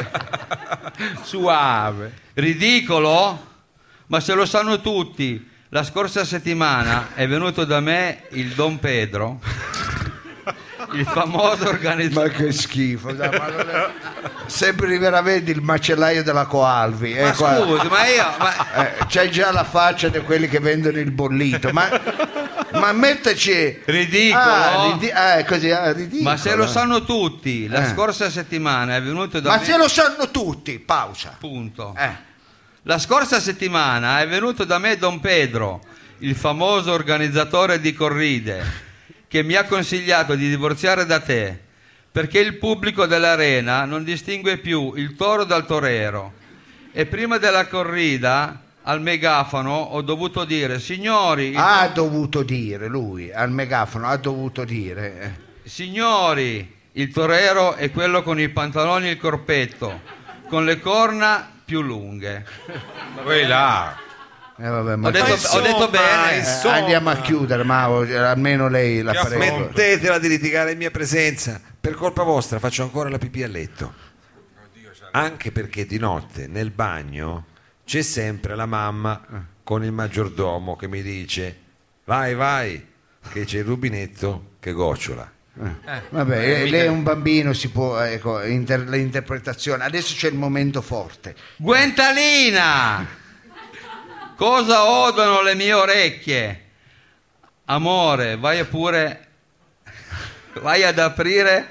Speaker 4: Suave. Ridicolo? Ma se lo sanno tutti, la scorsa settimana è venuto da me il Don Pedro, il famoso organizzatore.
Speaker 2: Ma che schifo, sembri veramente il macellaio della Coalvi.
Speaker 4: Ma scusi, ma io.
Speaker 2: C'hai già la faccia di quelli che vendono il bollito, ma mettaci.
Speaker 4: Ridicolo.
Speaker 2: Ridicolo.
Speaker 4: Ma se lo sanno tutti, la scorsa settimana è venuto da me.
Speaker 2: Ma se lo sanno tutti, pausa.
Speaker 4: Punto. La scorsa settimana è venuto da me Don Pedro, il famoso organizzatore di corride, che mi ha consigliato di divorziare da te, perché il pubblico dell'arena non distingue più il toro dal torero. E prima della corrida, al megafono, ho dovuto dire, signori...
Speaker 2: Ha dovuto dire, lui, al megafono, ha dovuto dire...
Speaker 4: Signori, il torero è quello con i pantaloni e il corpetto, con le corna più lunghe.
Speaker 3: Quella.
Speaker 2: Vabbè, ma
Speaker 4: Ho detto bene.
Speaker 2: andiamo a chiudere, Mauro, almeno lei la prego.
Speaker 1: Smettetela di litigare in mia presenza. Per colpa vostra faccio ancora la pipì a letto. Anche perché di notte nel bagno c'è sempre la mamma con il maggiordomo che mi dice: vai, che c'è il rubinetto che gocciola.
Speaker 2: Vabbè, lei è un bambino, si può, ecco, l'interpretazione. Adesso c'è il momento forte.
Speaker 4: Guentalina, cosa odono le mie orecchie? Amore, vai ad aprire.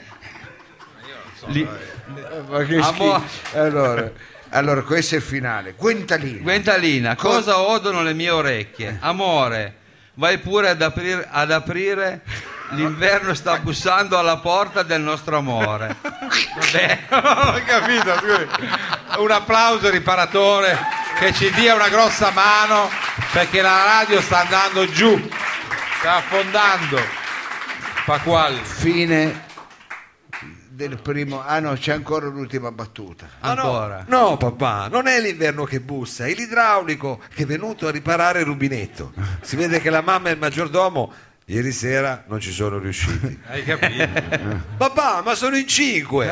Speaker 2: Ma che schifo. Allora, questo è il finale.
Speaker 4: Guentalina, cosa odono le mie orecchie? Amore, vai pure ad aprire. L'inverno sta bussando alla porta del nostro amore.
Speaker 3: Vabbè, non ho capito. Scusi. Un applauso riparatore che ci dia una grossa mano, perché la radio sta andando giù, sta affondando. Pasquale.
Speaker 2: Fine del primo. Ah no, c'è ancora l'ultima battuta.
Speaker 4: Ancora.
Speaker 1: No, papà, non è l'inverno che bussa, è l'idraulico che è venuto a riparare il rubinetto. Si vede che la mamma e il maggiordomo ieri sera non ci sono riusciti.
Speaker 3: Hai capito?
Speaker 1: Papà, ma sono in 5.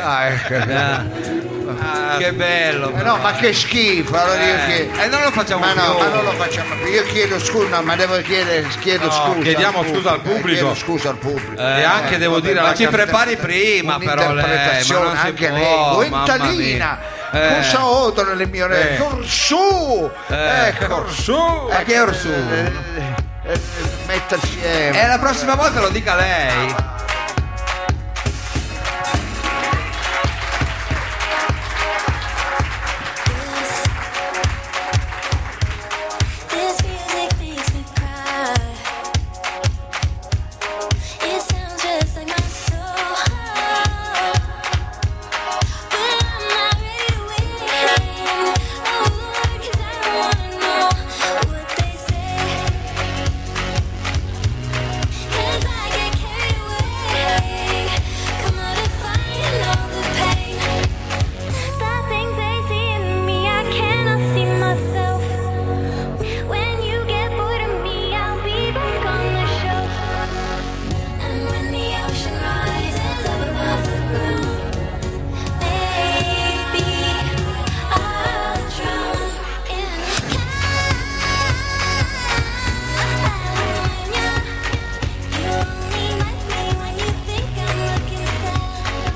Speaker 4: Che bello.
Speaker 2: No, ma che schifo. Allora io chiedo.
Speaker 4: Non lo facciamo più.
Speaker 2: Ma non lo facciamo più. Io chiedo scusa, ma devo chiedo scusa.
Speaker 3: Chiediamo scusa al pubblico.
Speaker 2: Chiedo scusa al pubblico.
Speaker 3: E anche devo dire
Speaker 4: Ma ci prepari prima, però
Speaker 2: un'interpretazione anche lei. Guentalina, cosa odono le mie orecchie? Orsù! Ecco.
Speaker 3: Orsù!
Speaker 4: Ma che Orsù?
Speaker 2: Metta assieme.
Speaker 4: E la prossima volta lo dica lei.
Speaker 7: This music makes me cry. It sounds just like my soul, but I'm not ready to win. Oh Lord, 'cause I don't wanna know what they say. 'Cause I get carried away. Come out and find all the pain. The things they see in me, I cannot see myself. When you get bored of me, I'll be back on the shelf. And when the ocean rises up above the ground, maybe I'll drown in California. You only like me when you think I'm looking sad.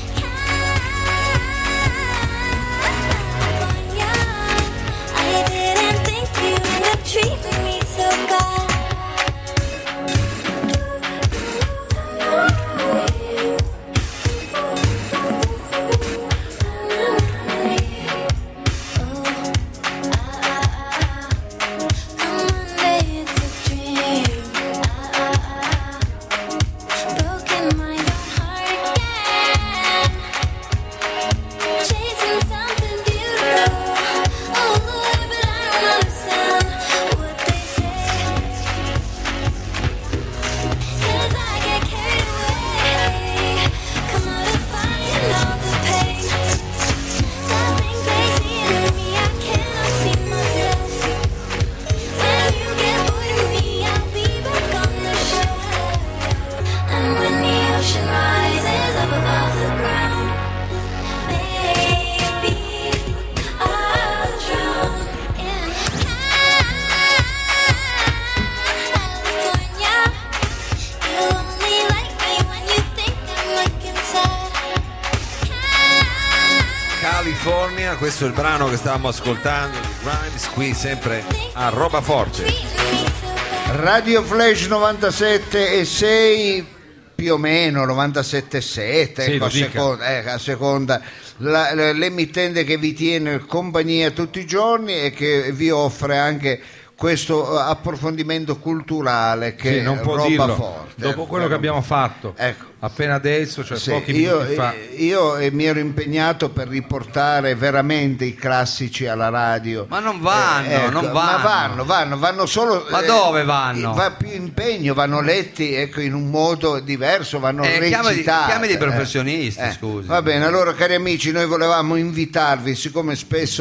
Speaker 7: California, I didn't think you'd end up treating me so bad. Come on, babe, it's a dream. Broken mind, don't heart again. Chasing something beautiful. Oh Lord, but I don't understand what they say. 'Cause I get carried away. Come out and find all the pain. The things they see in me, I cannot see myself. When you get bored of me, I'll be back on the shelf. And when the ocean rises up above the ground, maybe I'll drown in California. You only like me when you think I'm looking sad.
Speaker 1: California, questo è il brano che stavamo ascoltando di Grimes, qui sempre a Roba Forte.
Speaker 2: Radio Flash 97,6 più o meno 97,7,
Speaker 3: Sì,
Speaker 2: ecco,
Speaker 3: lo dica.
Speaker 2: a seconda l'emittente che vi tiene compagnia tutti i giorni e che vi offre anche questo approfondimento culturale che
Speaker 3: Sì, non
Speaker 2: è
Speaker 3: può
Speaker 2: Roba
Speaker 3: dirlo
Speaker 2: Forte.
Speaker 3: dopo quello che abbiamo fatto appena adesso, cioè
Speaker 2: Sì,
Speaker 3: pochi minuti fa.
Speaker 2: io mi ero impegnato per riportare veramente i classici alla radio.
Speaker 4: Ma non vanno, non vanno.
Speaker 2: Ma vanno solo.
Speaker 4: Ma dove vanno?
Speaker 2: Va più impegno, vanno letti, ecco, in un modo diverso, vanno recitati.
Speaker 4: Chiami dei professionisti, scusi.
Speaker 2: Va bene, allora cari amici, noi volevamo invitarvi, siccome spesso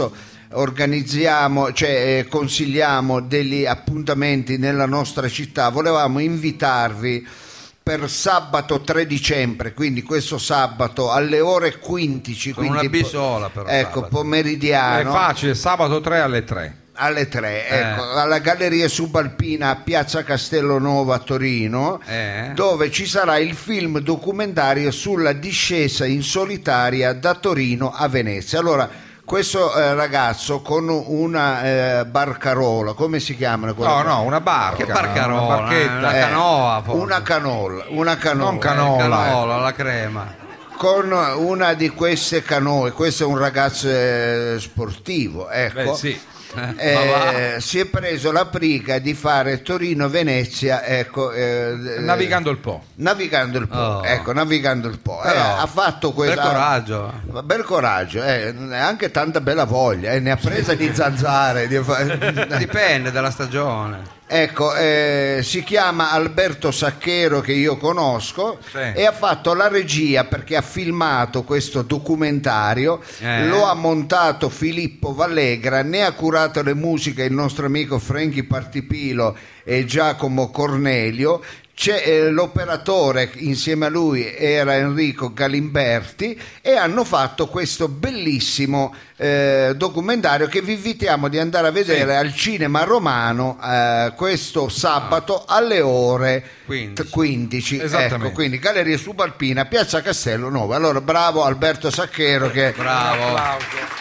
Speaker 2: organizziamo, cioè consigliamo degli appuntamenti nella nostra città, volevamo invitarvi per sabato 3 dicembre, quindi questo sabato alle ore 15,
Speaker 4: Con
Speaker 2: quindi
Speaker 4: una B sola però.
Speaker 2: ecco,
Speaker 4: sabato.
Speaker 3: È
Speaker 2: pomeridiano.
Speaker 3: facile, sabato 3 alle 3.
Speaker 2: Alle 3, ecco, alla Galleria Subalpina a Piazza Castello Nuovo a Torino, dove ci sarà il film documentario sulla discesa in solitaria da Torino a Venezia. Allora, questo ragazzo con una barcarola, come si chiamano?
Speaker 3: No, una barca.
Speaker 4: Che barcarola?
Speaker 3: Una barchetta.
Speaker 4: Una canoa, forse.
Speaker 2: Una canola,
Speaker 3: Non canola.
Speaker 4: Canola, la crema.
Speaker 2: con una di queste canoe. Questo è un ragazzo sportivo, ecco.
Speaker 3: Beh, sì.
Speaker 2: Si è preso la briga di fare Torino-Venezia, ecco,
Speaker 3: Navigando il Po.
Speaker 2: navigando il Po,
Speaker 4: Oh.
Speaker 2: ecco, navigando il Po.
Speaker 4: Però,
Speaker 2: Ha fatto
Speaker 4: Bel
Speaker 2: questa
Speaker 4: coraggio.
Speaker 2: bel coraggio, anche tanta bella voglia, ne ha presa di zanzare.
Speaker 4: Dipende dalla stagione.
Speaker 2: Ecco, si chiama Alberto Sacchero, che io conosco,
Speaker 3: Sì.
Speaker 2: e ha fatto la regia perché ha filmato questo documentario, lo ha montato Filippo Vallegra, ne ha curato le musiche il nostro amico Franchi Partipilo e Giacomo Cornelio. C'è l'operatore insieme a lui era Enrico Galimberti, e hanno fatto questo bellissimo documentario che vi invitiamo di andare a vedere al Cinema Romano questo sabato alle ore 15.
Speaker 3: Esattamente.
Speaker 2: Ecco, quindi Galleria Subalpina, Piazza Castello Nuovo. Allora, bravo Alberto Sacchero che
Speaker 4: Bravo.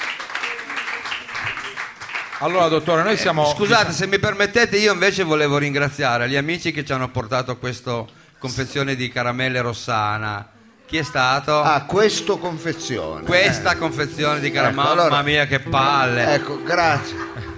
Speaker 3: Allora, dottore, noi siamo...
Speaker 4: Scusate, se mi permettete, io invece volevo ringraziare gli amici che ci hanno portato questa confezione di caramelle Rossana. Chi è stato?
Speaker 2: questo confezione.
Speaker 4: Questa confezione di caramelle.
Speaker 2: Ecco, allora-
Speaker 4: Mamma mia, che palle!
Speaker 2: Ecco, grazie.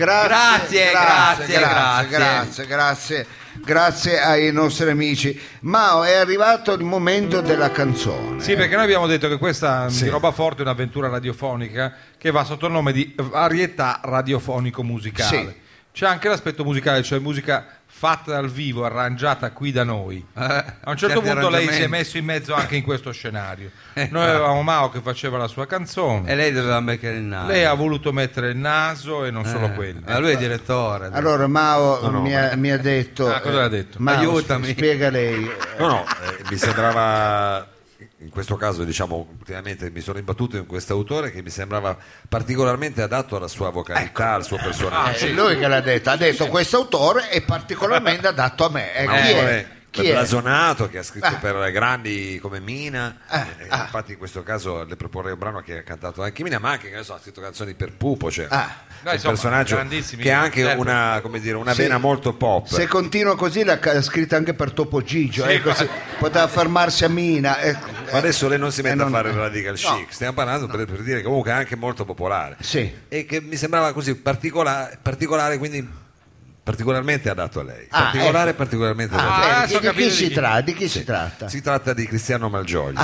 Speaker 2: Grazie ai nostri amici. Ma è arrivato il momento della canzone.
Speaker 3: Sì, perché noi abbiamo detto che questa di Roba Forte è un'avventura radiofonica che va sotto il nome di varietà radiofonico-musicale.
Speaker 2: Sì.
Speaker 3: C'è anche l'aspetto musicale, cioè musica fatta dal vivo, arrangiata qui da noi. A un certo
Speaker 4: certi
Speaker 3: punto lei si è
Speaker 4: arrangiamenti.
Speaker 3: messo in mezzo anche in questo scenario. Noi avevamo Mao che faceva la sua canzone.
Speaker 4: E lei doveva mettere il naso.
Speaker 3: Lei ha voluto mettere il naso e non solo quello.
Speaker 4: Lui è direttore.
Speaker 2: Allora Mao mi ha detto
Speaker 3: cosa le ha detto?
Speaker 2: Mao,
Speaker 4: Aiutami.
Speaker 2: spiega lei.
Speaker 5: Mi sembrava, in questo caso, diciamo, ultimamente mi sono imbattuto in questo autore che mi sembrava particolarmente adatto alla sua vocalità, al suo personaggio.
Speaker 2: È lui che l'ha detto, ha detto questo autore è particolarmente adatto a me.
Speaker 5: Un
Speaker 2: Chi
Speaker 5: autore
Speaker 2: è? Chi è?
Speaker 5: blasonato, che ha scritto per grandi come Mina, infatti in questo caso le proporrei un brano che ha cantato anche Mina, ma anche, che ne so, ha scritto canzoni per Pupo, cioè
Speaker 3: Beh,
Speaker 5: un
Speaker 3: insomma,
Speaker 5: personaggio
Speaker 3: grandissimi
Speaker 5: che ha anche
Speaker 3: interpreti.
Speaker 5: una, come dire, una
Speaker 2: Sì.
Speaker 5: vena molto pop.
Speaker 2: Se continua così l'ha scritta anche per Topo Gigio,
Speaker 3: Sì,
Speaker 2: ecco, poteva fermarsi a Mina.
Speaker 5: Ma adesso lei non si mette
Speaker 2: non-
Speaker 5: a fare il radical chic, stiamo parlando per dire che comunque è anche molto popolare.
Speaker 2: Sì.
Speaker 5: E che mi sembrava così particolare, quindi particolarmente adatto a lei. Particolarmente adatto a lei.
Speaker 3: so
Speaker 2: Di
Speaker 3: capire
Speaker 2: chi si tratta? Di chi si tratta?
Speaker 5: Si tratta di Cristiano Malgioglio.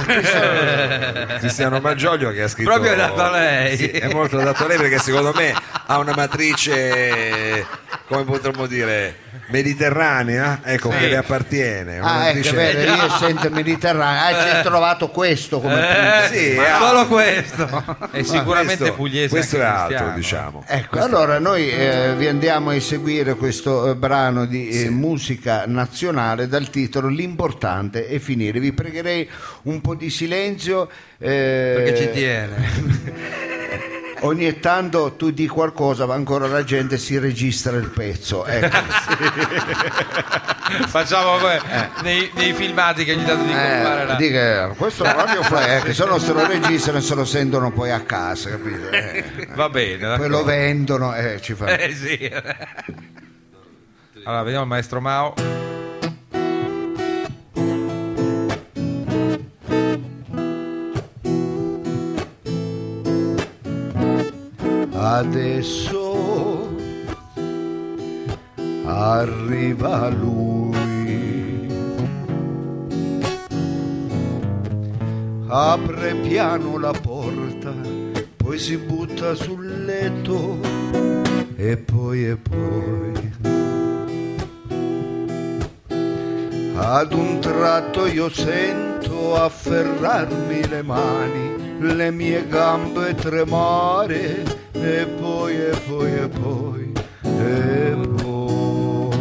Speaker 5: Cristiano Malgioglio che ha scritto...
Speaker 4: Proprio adatto a lei.
Speaker 5: Sì, è molto adatto a lei perché secondo me ha una matrice, come potremmo dire, mediterranea, ecco, che le appartiene. Una
Speaker 2: Ecco,
Speaker 5: matrice-
Speaker 2: vede, io essendo mediterraneo, ci hai trovato questo come punto.
Speaker 5: sì,
Speaker 4: Ma solo questo.
Speaker 3: E sicuramente
Speaker 5: questo-
Speaker 3: pugliese
Speaker 5: questo è
Speaker 3: anche
Speaker 5: altro,
Speaker 3: Cristiano.
Speaker 5: diciamo.
Speaker 2: Ecco, allora noi vi andiamo a eseguire questo brano di musica nazionale dal titolo L'importante è finire. Vi pregherei un po' di silenzio.
Speaker 4: Perché ci tiene.
Speaker 2: Ogni tanto tu di qualcosa, ma ancora la gente si registra il pezzo. Ecco.
Speaker 3: Facciamo nei filmati che gli date di comprare là.
Speaker 2: Dica, questo è Radio Flash, se no se lo registrano e se lo sentono poi a casa, capito?
Speaker 3: Va bene,
Speaker 2: Poi
Speaker 3: d'accordo.
Speaker 2: lo vendono e ci fanno.
Speaker 3: Sì. Allora, vediamo il maestro Mao.
Speaker 2: Adesso arriva lui, apre piano la porta, poi si butta sul letto e poi ad un tratto io sento afferrarmi le mani, le mie gambe tremare, e poi, e poi, e poi, e poi.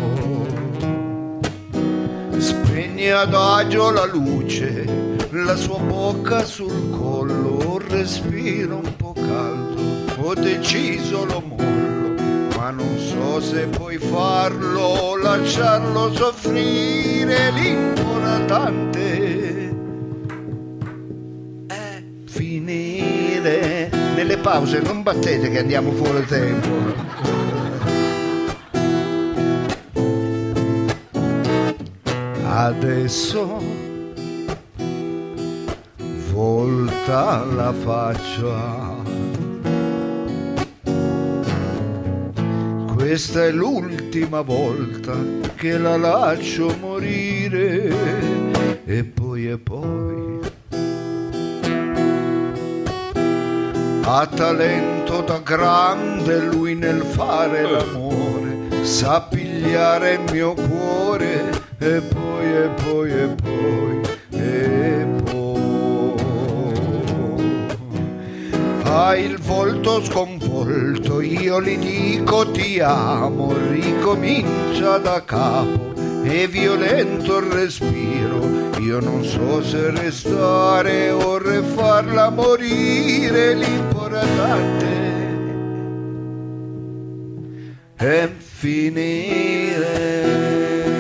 Speaker 2: Spegne adagio la luce, la sua bocca sul collo, un respiro un po' caldo, ho deciso lo mollo, ma non so se puoi farlo, lasciarlo soffrire, l'importante è finire. Nelle pause non battete che andiamo fuori tempo. Adesso volta la faccia, questa è l'ultima volta che la lascio morire, e poi ha talento da grande lui nel fare l'amore, sa pigliare il mio cuore, e poi, e poi, e poi, e poi. Ha il volto sconvolto, io gli dico ti amo, ricomincia da capo, è violento il respiro, io non so se restare o farla morire, l'importante è finire.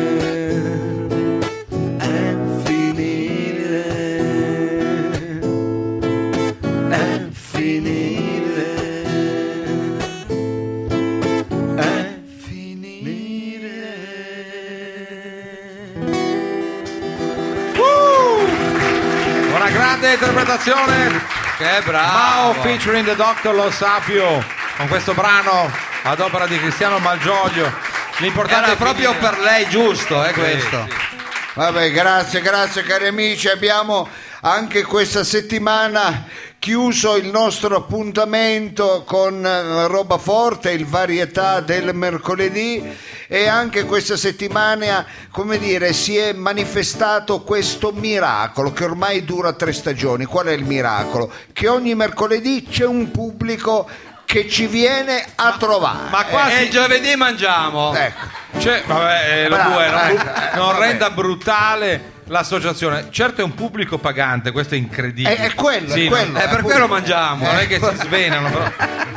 Speaker 3: Grande interpretazione,
Speaker 4: che bravo,
Speaker 3: Mao featuring the Dr. Lo Sapio con questo brano ad opera di Cristiano Malgioglio. L'importante
Speaker 4: era
Speaker 3: è
Speaker 4: proprio
Speaker 3: finire.
Speaker 4: per lei, giusto, questo.
Speaker 3: Sì.
Speaker 2: Vabbè, grazie cari amici, abbiamo anche questa settimana chiuso il nostro appuntamento con Roba Forte, il varietà del mercoledì, e anche questa settimana, come dire, si è manifestato questo miracolo che ormai dura 3 stagioni. Qual è il miracolo? Che ogni mercoledì c'è un pubblico che ci viene a trovare.
Speaker 3: Ma quasi
Speaker 4: E il giovedì mangiamo.
Speaker 2: Ecco.
Speaker 3: Cioè, vabbè,
Speaker 2: Bravo,
Speaker 3: non
Speaker 2: vabbè.
Speaker 3: renda brutale l'associazione. Certo è un pubblico pagante, questo è incredibile.
Speaker 2: È quello,
Speaker 3: Sì,
Speaker 2: è quello.
Speaker 3: non-
Speaker 4: Per quello mangiamo.
Speaker 3: non è che si svenano, però.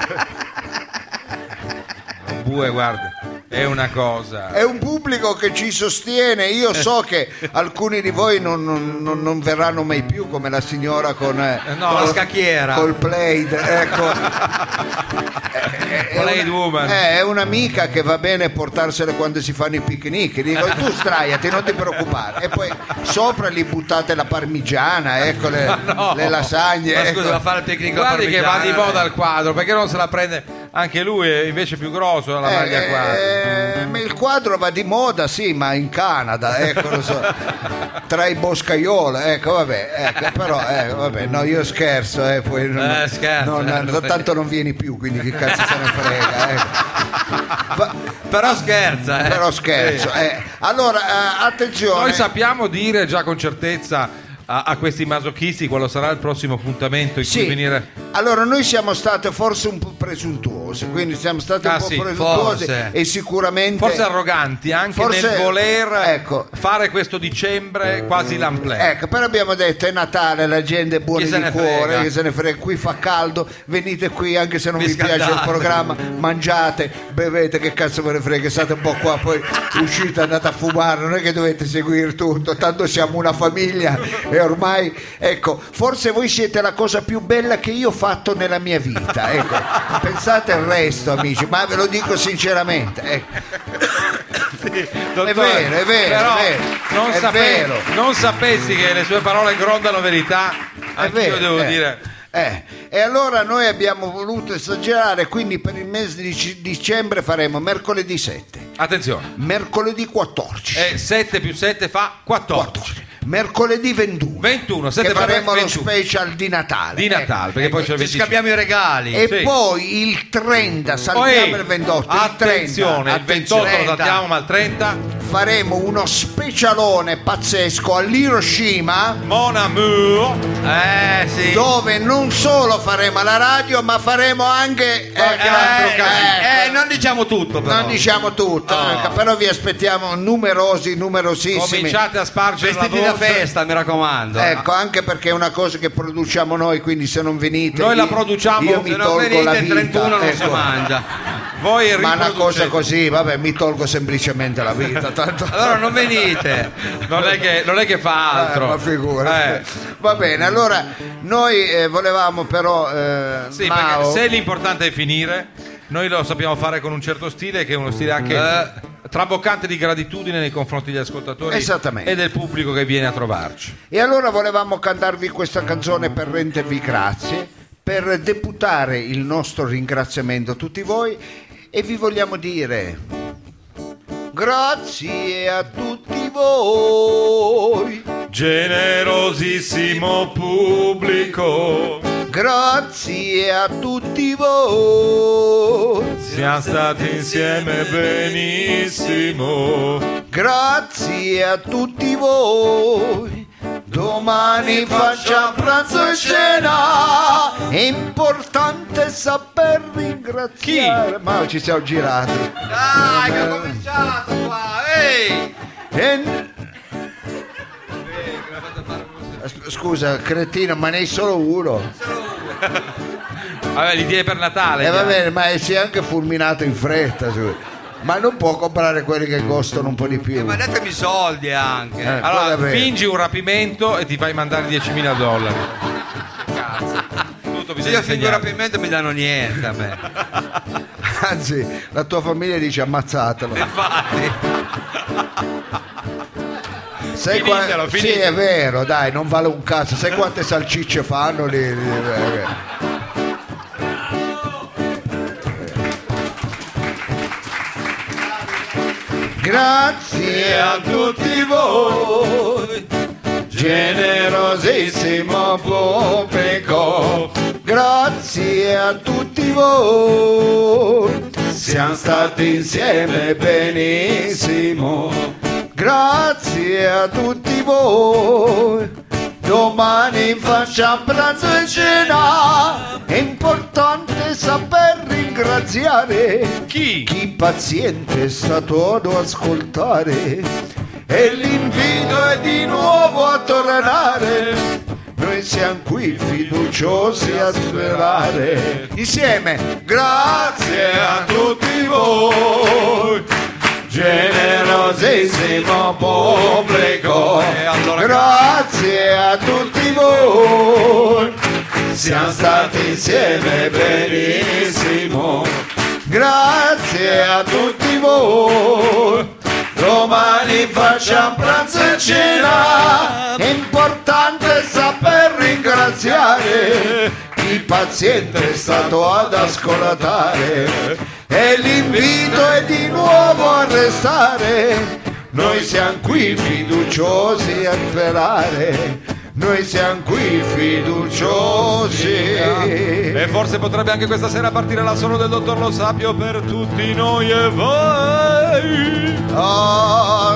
Speaker 3: Bue, guarda, è una cosa.
Speaker 2: È un pubblico che ci sostiene. Io so che alcuni di voi non verranno mai più, come la signora con
Speaker 4: la scacchiera.
Speaker 2: col plaid, ecco.
Speaker 3: Plaid woman.
Speaker 2: È un'amica che va bene portarsele quando si fanno i picnic. Dico, tu sdraiati, non ti preoccupare. E poi sopra gli buttate la parmigiana, ecco, le lasagne.
Speaker 4: Ma
Speaker 2: ecco.
Speaker 4: scusa, va a fare il picnic con la
Speaker 3: Guardi che va di
Speaker 4: parmigiana.
Speaker 3: moda il quadro, perché non se la prende anche lui, è invece più grosso la maglia quadro.
Speaker 2: Ma il quadro va di moda, sì, ma in Canada, ecco, lo so, tra i boscaiola, ecco, vabbè, ecco, però, vabbè, no, io scherzo, poi
Speaker 4: scherzo.
Speaker 2: tanto non vieni più, quindi che cazzo se ne frega, ecco.
Speaker 4: Però scherza,
Speaker 2: Però scherzo, Allora, attenzione.
Speaker 3: Noi sappiamo dire già con certezza a questi masochisti quale sarà il prossimo appuntamento in cui
Speaker 2: Sì,
Speaker 3: venire.
Speaker 2: allora noi siamo stati forse un po' presuntuosi, quindi siamo stati un po'
Speaker 3: sì,
Speaker 2: presuntuosi
Speaker 4: forse.
Speaker 2: e sicuramente
Speaker 3: Forse arroganti anche
Speaker 2: Forse-
Speaker 3: nel voler
Speaker 2: ecco.
Speaker 3: fare questo dicembre quasi l'amplè.
Speaker 2: Ecco, però abbiamo detto è Natale, la gente è buona
Speaker 4: Chi se
Speaker 2: di
Speaker 4: ne
Speaker 2: cuore,
Speaker 4: frega?
Speaker 2: che se ne frega, qui fa caldo, venite qui anche se non
Speaker 4: Vi
Speaker 2: vi piace il
Speaker 4: scaldate.
Speaker 2: programma, mangiate, bevete, che cazzo ve ne frega, state un po' qua, poi uscite, andate a fumare, non è che dovete seguire tutto, tanto siamo una famiglia e ormai, ecco, forse voi siete la cosa più bella che io ho fatto nella mia vita, ecco, pensate al resto amici, ma ve lo dico sinceramente, ecco.
Speaker 3: Dottore,
Speaker 2: È vero,
Speaker 3: però
Speaker 2: è vero,
Speaker 3: non,
Speaker 2: è vero.
Speaker 3: non sapessi che le sue parole grondano verità,
Speaker 2: È
Speaker 3: anch'io
Speaker 2: vero,
Speaker 3: devo dire.
Speaker 2: E allora noi abbiamo voluto esagerare, quindi per il mese di dicembre faremo mercoledì 7,
Speaker 3: Attenzione,
Speaker 2: mercoledì 14,
Speaker 3: 7 più 7 fa 14.
Speaker 2: mercoledì 21,
Speaker 3: 21, 7
Speaker 2: che faremo lo
Speaker 3: 21.
Speaker 2: special di Natale.
Speaker 3: Di Natale, perché poi c'è il
Speaker 4: Ci
Speaker 3: 25.
Speaker 4: scambiamo i regali.
Speaker 2: E
Speaker 3: Sì.
Speaker 2: poi il 30 saltiamo il 28,
Speaker 3: Attenzione, il 28 lo
Speaker 2: attenzione.
Speaker 3: saltiamo, ma il 30
Speaker 2: faremo uno specialone pazzesco all'Hiroshima,
Speaker 3: Mon amour.
Speaker 4: Sì.
Speaker 2: dove non solo faremo la radio ma faremo anche
Speaker 4: Non diciamo tutto, però.
Speaker 2: non diciamo tutto, però vi aspettiamo numerosissimi.
Speaker 3: Cominciate a spargere
Speaker 4: Vestiti
Speaker 3: la
Speaker 4: da
Speaker 3: voce.
Speaker 4: festa, mi raccomando.
Speaker 2: Ecco, anche perché è una cosa che produciamo noi, quindi se non venite
Speaker 3: Noi la
Speaker 2: io-
Speaker 3: produciamo,
Speaker 2: io mi
Speaker 4: Se non
Speaker 2: tolgo
Speaker 4: venite
Speaker 2: la
Speaker 4: il
Speaker 2: vita,
Speaker 4: 31 non si
Speaker 2: ecco.
Speaker 4: mangia.
Speaker 3: Voi
Speaker 2: Ma una cosa
Speaker 3: riproducete.
Speaker 2: così, vabbè, mi tolgo semplicemente la vita, tanto
Speaker 4: Allora non venite.
Speaker 3: Non è che fa altro.
Speaker 2: ma figura. Va bene, allora noi volevamo però
Speaker 3: Sì,
Speaker 2: Mao,
Speaker 3: perché se l'importante è finire, noi lo sappiamo fare con un certo stile, che è uno stile anche traboccante di gratitudine nei confronti degli ascoltatori
Speaker 2: Esattamente.
Speaker 3: e del pubblico che viene a trovarci.
Speaker 2: e allora volevamo cantarvi questa canzone per rendervi grazie, per deputare il nostro ringraziamento a tutti voi, e vi vogliamo dire grazie a tutti voi,
Speaker 3: Generosissimo pubblico,
Speaker 2: grazie a tutti voi,
Speaker 3: siamo stati insieme benissimo.
Speaker 2: grazie a tutti voi. Domani facciamo pranzo e cena, è importante saper ringraziare. Ma ci siamo girati.
Speaker 4: Dai, che ho cominciato qua. Ehi!
Speaker 2: Scusa, cretino, ma ne hai solo uno.
Speaker 3: Vabbè, li tieni per Natale.
Speaker 2: Va bene, ma si è anche fulminato in fretta. Ma non può comprare quelli che costano un po' di più.
Speaker 4: Ma datemi soldi anche.
Speaker 3: Allora,
Speaker 2: va bene.
Speaker 3: fingi un rapimento e ti fai mandare $10.000. Cazzo. Tutto
Speaker 4: Se
Speaker 3: bisogna
Speaker 4: io fingo
Speaker 3: insegnare.
Speaker 4: rapimento mi danno niente a me.
Speaker 2: Anzi, la tua famiglia dice ammazzatelo.
Speaker 4: Infatti.
Speaker 2: Sai
Speaker 3: Finitelo,
Speaker 2: Sì,
Speaker 3: finitelo.
Speaker 2: è vero, dai, non vale un cazzo. Sai quante salsicce fanno lì? Grazie a tutti voi, generosissimo pubblico. Grazie a tutti voi, siamo stati insieme benissimo. Grazie a tutti voi, domani facciamo pranzo e cena. È importante saper ringraziare
Speaker 3: Chi?
Speaker 2: paziente è stato ad ascoltare, e l'invito è di nuovo a tornare. Noi siamo qui fiduciosi a sperare. Insieme, grazie a tutti voi, generosissimo pubblico. Grazie a tutti voi, siamo stati insieme benissimo. Grazie a tutti voi, domani facciamo pranzo e cena. È importante saper ringraziare chi paziente è stato ad ascoltare, e l'invito è di nuovo a restare. Noi siamo qui fiduciosi a sperare. Noi siamo qui fiduciosi.
Speaker 3: E forse potrebbe anche questa sera partire la solo del dottor Lo Sapio per tutti noi e voi.
Speaker 2: A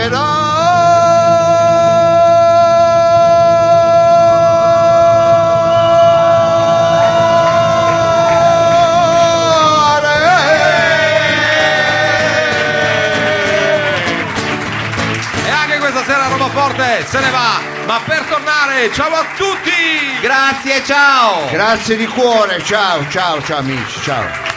Speaker 3: E anche questa sera Roma Forte se ne va, ma per tornare, ciao a tutti!
Speaker 4: Grazie, ciao!
Speaker 2: Grazie di cuore, ciao amici, ciao.